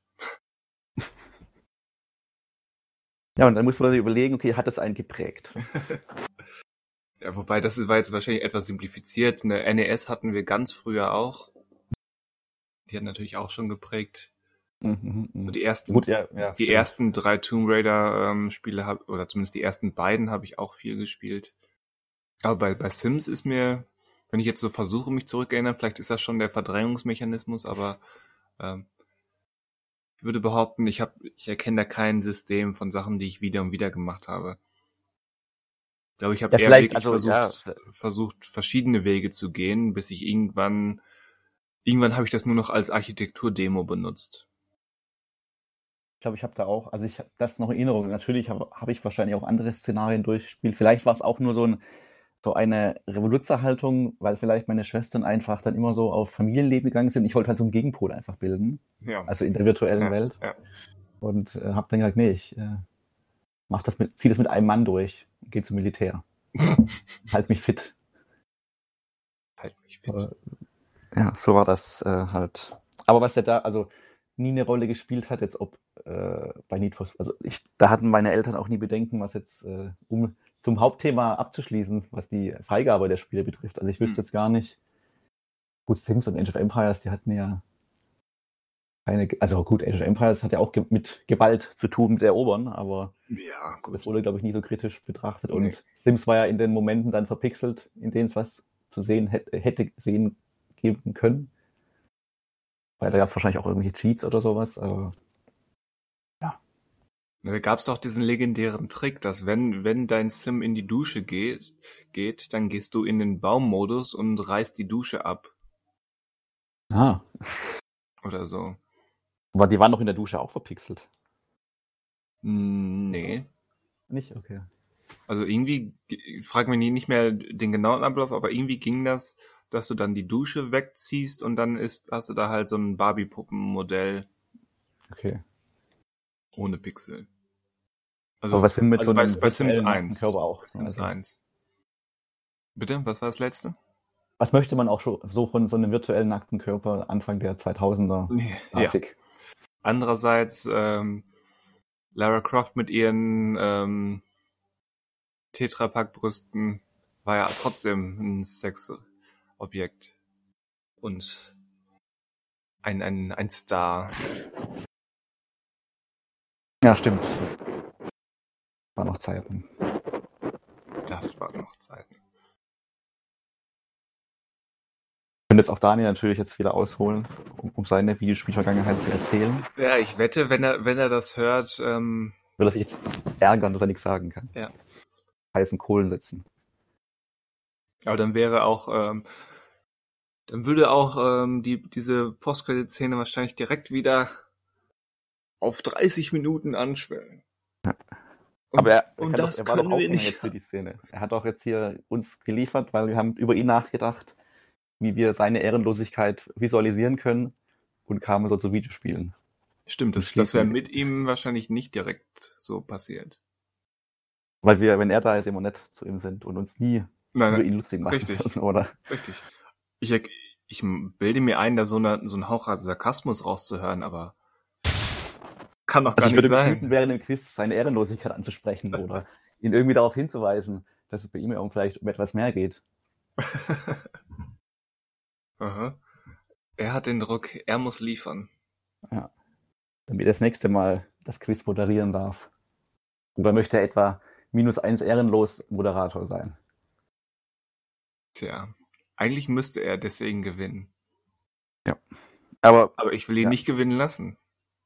Ja, und dann muss man sich überlegen, okay, hat das einen geprägt? Ja, wobei, das war jetzt wahrscheinlich etwas simplifiziert. Eine NES hatten wir ganz früher auch. Die hat natürlich auch schon geprägt. So die ersten, ersten 3 Tomb Raider Spiele oder zumindest die ersten beiden habe ich auch viel gespielt. Aber bei Sims ist mir, wenn ich jetzt so versuche, mich zurückerinnern, vielleicht ist das schon der Verdrängungsmechanismus, aber ich würde behaupten, ich erkenne da kein System von Sachen, die ich wieder und wieder gemacht habe. Ich glaube, ich habe eher wirklich versucht, verschiedene Wege zu gehen, bis ich irgendwann habe ich das nur noch als Architekturdemo benutzt. Ich glaube, ich habe da auch, also ich habe das noch in Erinnerung. Natürlich habe ich wahrscheinlich auch andere Szenarien durchgespielt. Vielleicht war es auch nur so eine Revoluzerhaltung, weil vielleicht meine Schwestern einfach dann immer so auf Familienleben gegangen sind. Ich wollte halt so einen Gegenpol einfach bilden. Ja. Also in der virtuellen Welt. Ja. Und habe dann gesagt, nee, ich zieh das mit einem Mann durch und gehe zum Militär. Halt mich fit. Ja, so war das halt. Aber was da, also nie eine Rolle gespielt hat, jetzt ob bei Need for Speed, also da hatten meine Eltern auch nie Bedenken, was jetzt, um zum Hauptthema abzuschließen, was die Freigabe der Spiele betrifft. Also ich wüsste jetzt gar nicht, gut, Sims und Age of Empires, die hatten ja Also gut, Age of Empires hat ja auch mit Gewalt zu tun, mit Erobern, aber Ja, das gut. wurde, glaube ich, nie so kritisch betrachtet. Nee. Und Sims war ja in den Momenten dann verpixelt, in denen es was zu sehen hätte sehen geben können. Weil da gab es wahrscheinlich auch irgendwelche Cheats oder sowas. Aber Da gab's doch diesen legendären Trick, dass wenn dein Sim in die Dusche geht, dann gehst du in den Baummodus und reißt die Dusche ab oder so. aber die waren doch in der Dusche auch verpixelt. Nee. Nicht? Okay. Also irgendwie, frag mich nicht mehr den genauen Ablauf, aber irgendwie ging das, dass du dann die Dusche wegziehst und dann hast du da halt so ein Barbie-Puppenmodell Okay. ohne Pixel. Aber was mit also so einem bei Sims virtuellen 1. Körper auch. Bei Sims Okay. 1. Bitte, was war das letzte? Was möchte man auch so von so einem virtuellen nackten Körper Anfang der 2000er Ja. Grafik? Andererseits Lara Croft mit ihren Tetrapack-Brüsten war ja trotzdem ein Sexobjekt und ein Star. Ja, stimmt. War noch Zeiten. Das war noch Zeiten. Könnte jetzt auch Daniel natürlich jetzt wieder ausholen, um seine Videospielvergangenheit zu erzählen. Ja, ich wette, wenn er das hört, Will er sich jetzt ärgern, dass er nichts sagen kann. Ja. Heißen Kohlen setzen. aber dann wäre auch, dann würde auch diese Post-Credit-Szene wahrscheinlich direkt wieder auf 30 Minuten anschwellen. Aber er und war das doch können wir Aufhänger nicht. jetzt für die Szene. Er hat auch jetzt hier uns geliefert, weil wir haben über ihn nachgedacht, wie wir seine Ehrenlosigkeit visualisieren können und kamen so zu Videospielen. Stimmt, das wäre mit ihm wahrscheinlich nicht direkt so passiert. Weil wir, wenn er da ist, immer nett zu ihm sind und uns nie über ihn lustig machen. Richtig. Oder? Richtig. Ich bilde mir ein, da so ein Hauch an Sarkasmus rauszuhören, aber kann doch gar ich nicht würde sein. bemühen, während dem Quiz seine Ehrenlosigkeit anzusprechen oder ihn irgendwie darauf hinzuweisen, dass es bei ihm vielleicht um etwas mehr geht. Aha. Er hat den Druck, er muss liefern. Ja. Damit er das nächste Mal das Quiz moderieren darf. Oder möchte er etwa -1 ehrenlos Moderator sein? Tja, eigentlich müsste er deswegen gewinnen. Ja. Aber ich will ihn nicht gewinnen lassen.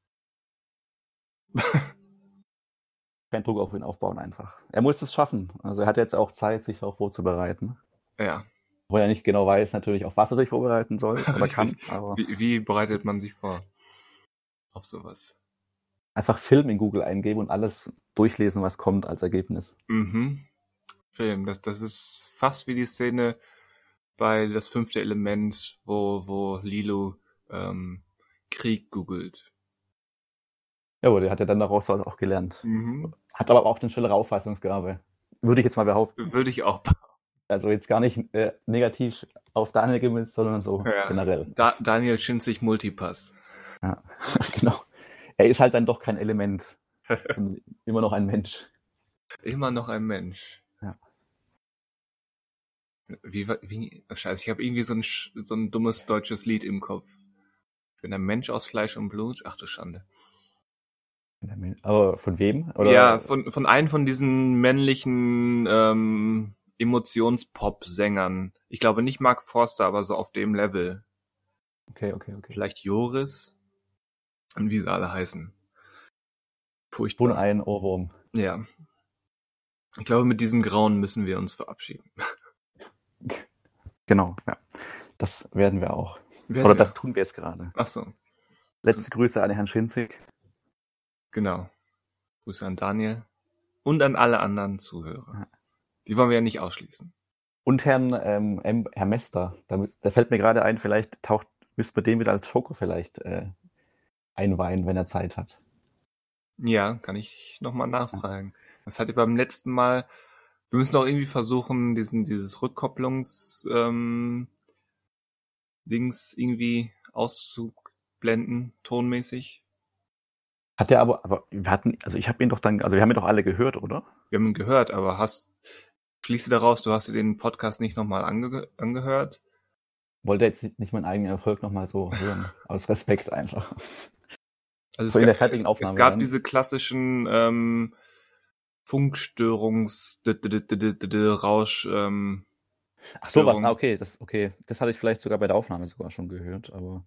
kein Druck auf ihn aufbauen einfach. Er muss es schaffen. Also er hat jetzt auch Zeit, sich darauf vorzubereiten. Ja. Wo er nicht genau weiß, natürlich, auf was er sich vorbereiten soll oder kann. Aber wie bereitet man sich vor auf sowas? einfach Film in Google eingeben und alles durchlesen, was kommt als Ergebnis. Mhm. Film, das ist fast wie die Szene bei Das 5. Element, wo Lilo Krieg googelt. Ja, aber der hat ja dann daraus auch gelernt. Mhm. Hat aber auch eine schnellere Auffassungsgabe. Würde ich jetzt mal behaupten. Würde ich auch. Also jetzt gar nicht negativ auf Daniel gemünzt, sondern so generell. Daniel Schinzig Multipass. Ja, genau. Er ist halt dann doch kein Element. Immer noch ein Mensch. Immer noch ein Mensch. Ja. Scheiße, ich habe irgendwie so ein dummes deutsches Lied im Kopf. Ich bin ein Mensch aus Fleisch und Blut. Ach du Schande. Aber von wem? Oder? Ja, von einem von diesen männlichen Emotionspop-Sängern. Ich glaube nicht Mark Forster, aber so auf dem Level. Okay. Vielleicht Joris. Und wie sie alle heißen. Furchtbar. Und ein Ohrwurm. Ja. Ich glaube, mit diesem Grauen müssen wir uns verabschieden. Genau, ja. Das werden wir auch. Das tun wir jetzt gerade. Ach so. Letzte Grüße an Herrn Schinzig. Genau. Grüße an Daniel. Und an alle anderen Zuhörer. Ja. Die wollen wir ja nicht ausschließen. Und Herr Mester. Da fällt mir gerade ein, vielleicht müsste man den wieder als Joker vielleicht einweihen, wenn er Zeit hat. Ja, kann ich nochmal nachfragen. Das hatte ich beim letzten Mal. Wir müssen auch irgendwie versuchen, dieses Rückkopplungs Dings irgendwie auszublenden, tonmäßig. Hat er aber wir haben ihn doch alle gehört, oder? Wir haben ihn gehört, aber schließe daraus, du hast dir den Podcast nicht nochmal angehört? wollte jetzt nicht meinen eigenen Erfolg nochmal so hören. Aus Respekt einfach. Also So in der fertigen Aufnahme es gab dann. diese klassischen Funkstörungs-Rausch. Ach sowas, Störung. okay. Das hatte ich vielleicht sogar bei der Aufnahme sogar schon gehört, aber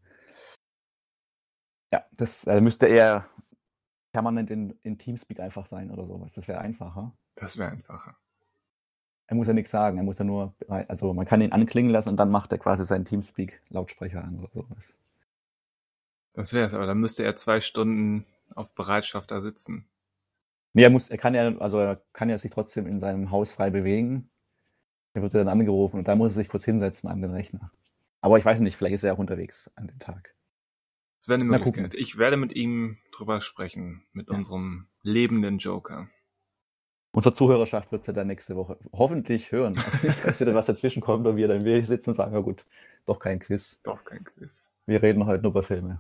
ja, das müsste eher permanent in Teamspeak einfach sein oder sowas. Das wäre einfacher. Das wäre einfacher. Er muss ja nichts sagen, er muss ja nur, also man kann ihn anklingen lassen und dann macht er quasi seinen Teamspeak-Lautsprecher an oder sowas. Das wäre es, aber dann müsste er 2 Stunden auf Bereitschaft da sitzen. Nee, er kann ja sich trotzdem in seinem Haus frei bewegen. Er wird ja dann angerufen und da muss er sich kurz hinsetzen an den Rechner. Aber ich weiß nicht, vielleicht ist er auch unterwegs an dem Tag. Das wäre eine Na, Möglichkeit. gucken. Ich werde mit ihm drüber sprechen, mit unserem lebenden Joker. Unsere Zuhörerschaft wird es ja dann nächste Woche hoffentlich hören. Also nicht, dass wieder was dazwischen kommt und wir dann hier sitzen und sagen, na gut, doch kein Quiz. Doch kein Quiz. Wir reden heute nur über Filme.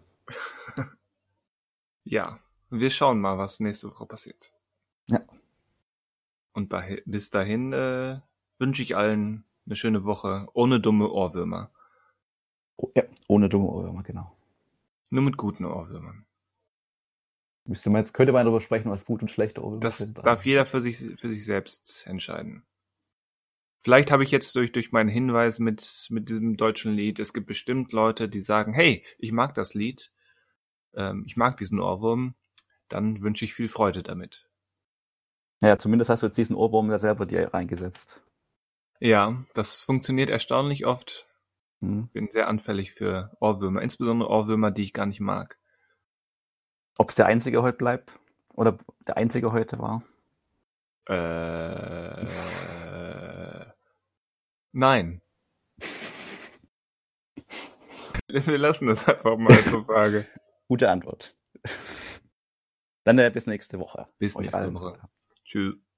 Ja, wir schauen mal, was nächste Woche passiert. Ja. Und bis dahin wünsche ich allen eine schöne Woche ohne dumme Ohrwürmer. Ja, ohne dumme Ohrwürmer, genau. Nur mit guten Ohrwürmern. Könnte man darüber sprechen, was gut und schlechte Ohrwürmer Das sind. darf jeder für sich selbst entscheiden. Vielleicht habe ich jetzt durch meinen Hinweis mit diesem deutschen Lied, es gibt bestimmt Leute, die sagen, hey, ich mag das Lied, ich mag diesen Ohrwurm, dann wünsche ich viel Freude damit. Ja, zumindest hast du jetzt diesen Ohrwurm ja selber dir reingesetzt. Ja, das funktioniert erstaunlich oft. Hm. Bin sehr anfällig für Ohrwürmer, insbesondere Ohrwürmer, die ich gar nicht mag. Ob es der einzige heute bleibt? Oder der einzige heute war? Nein. Wir lassen das einfach mal zur Frage. Gute Antwort. Dann bis nächste Woche. Bis nächste Woche. Tschüss.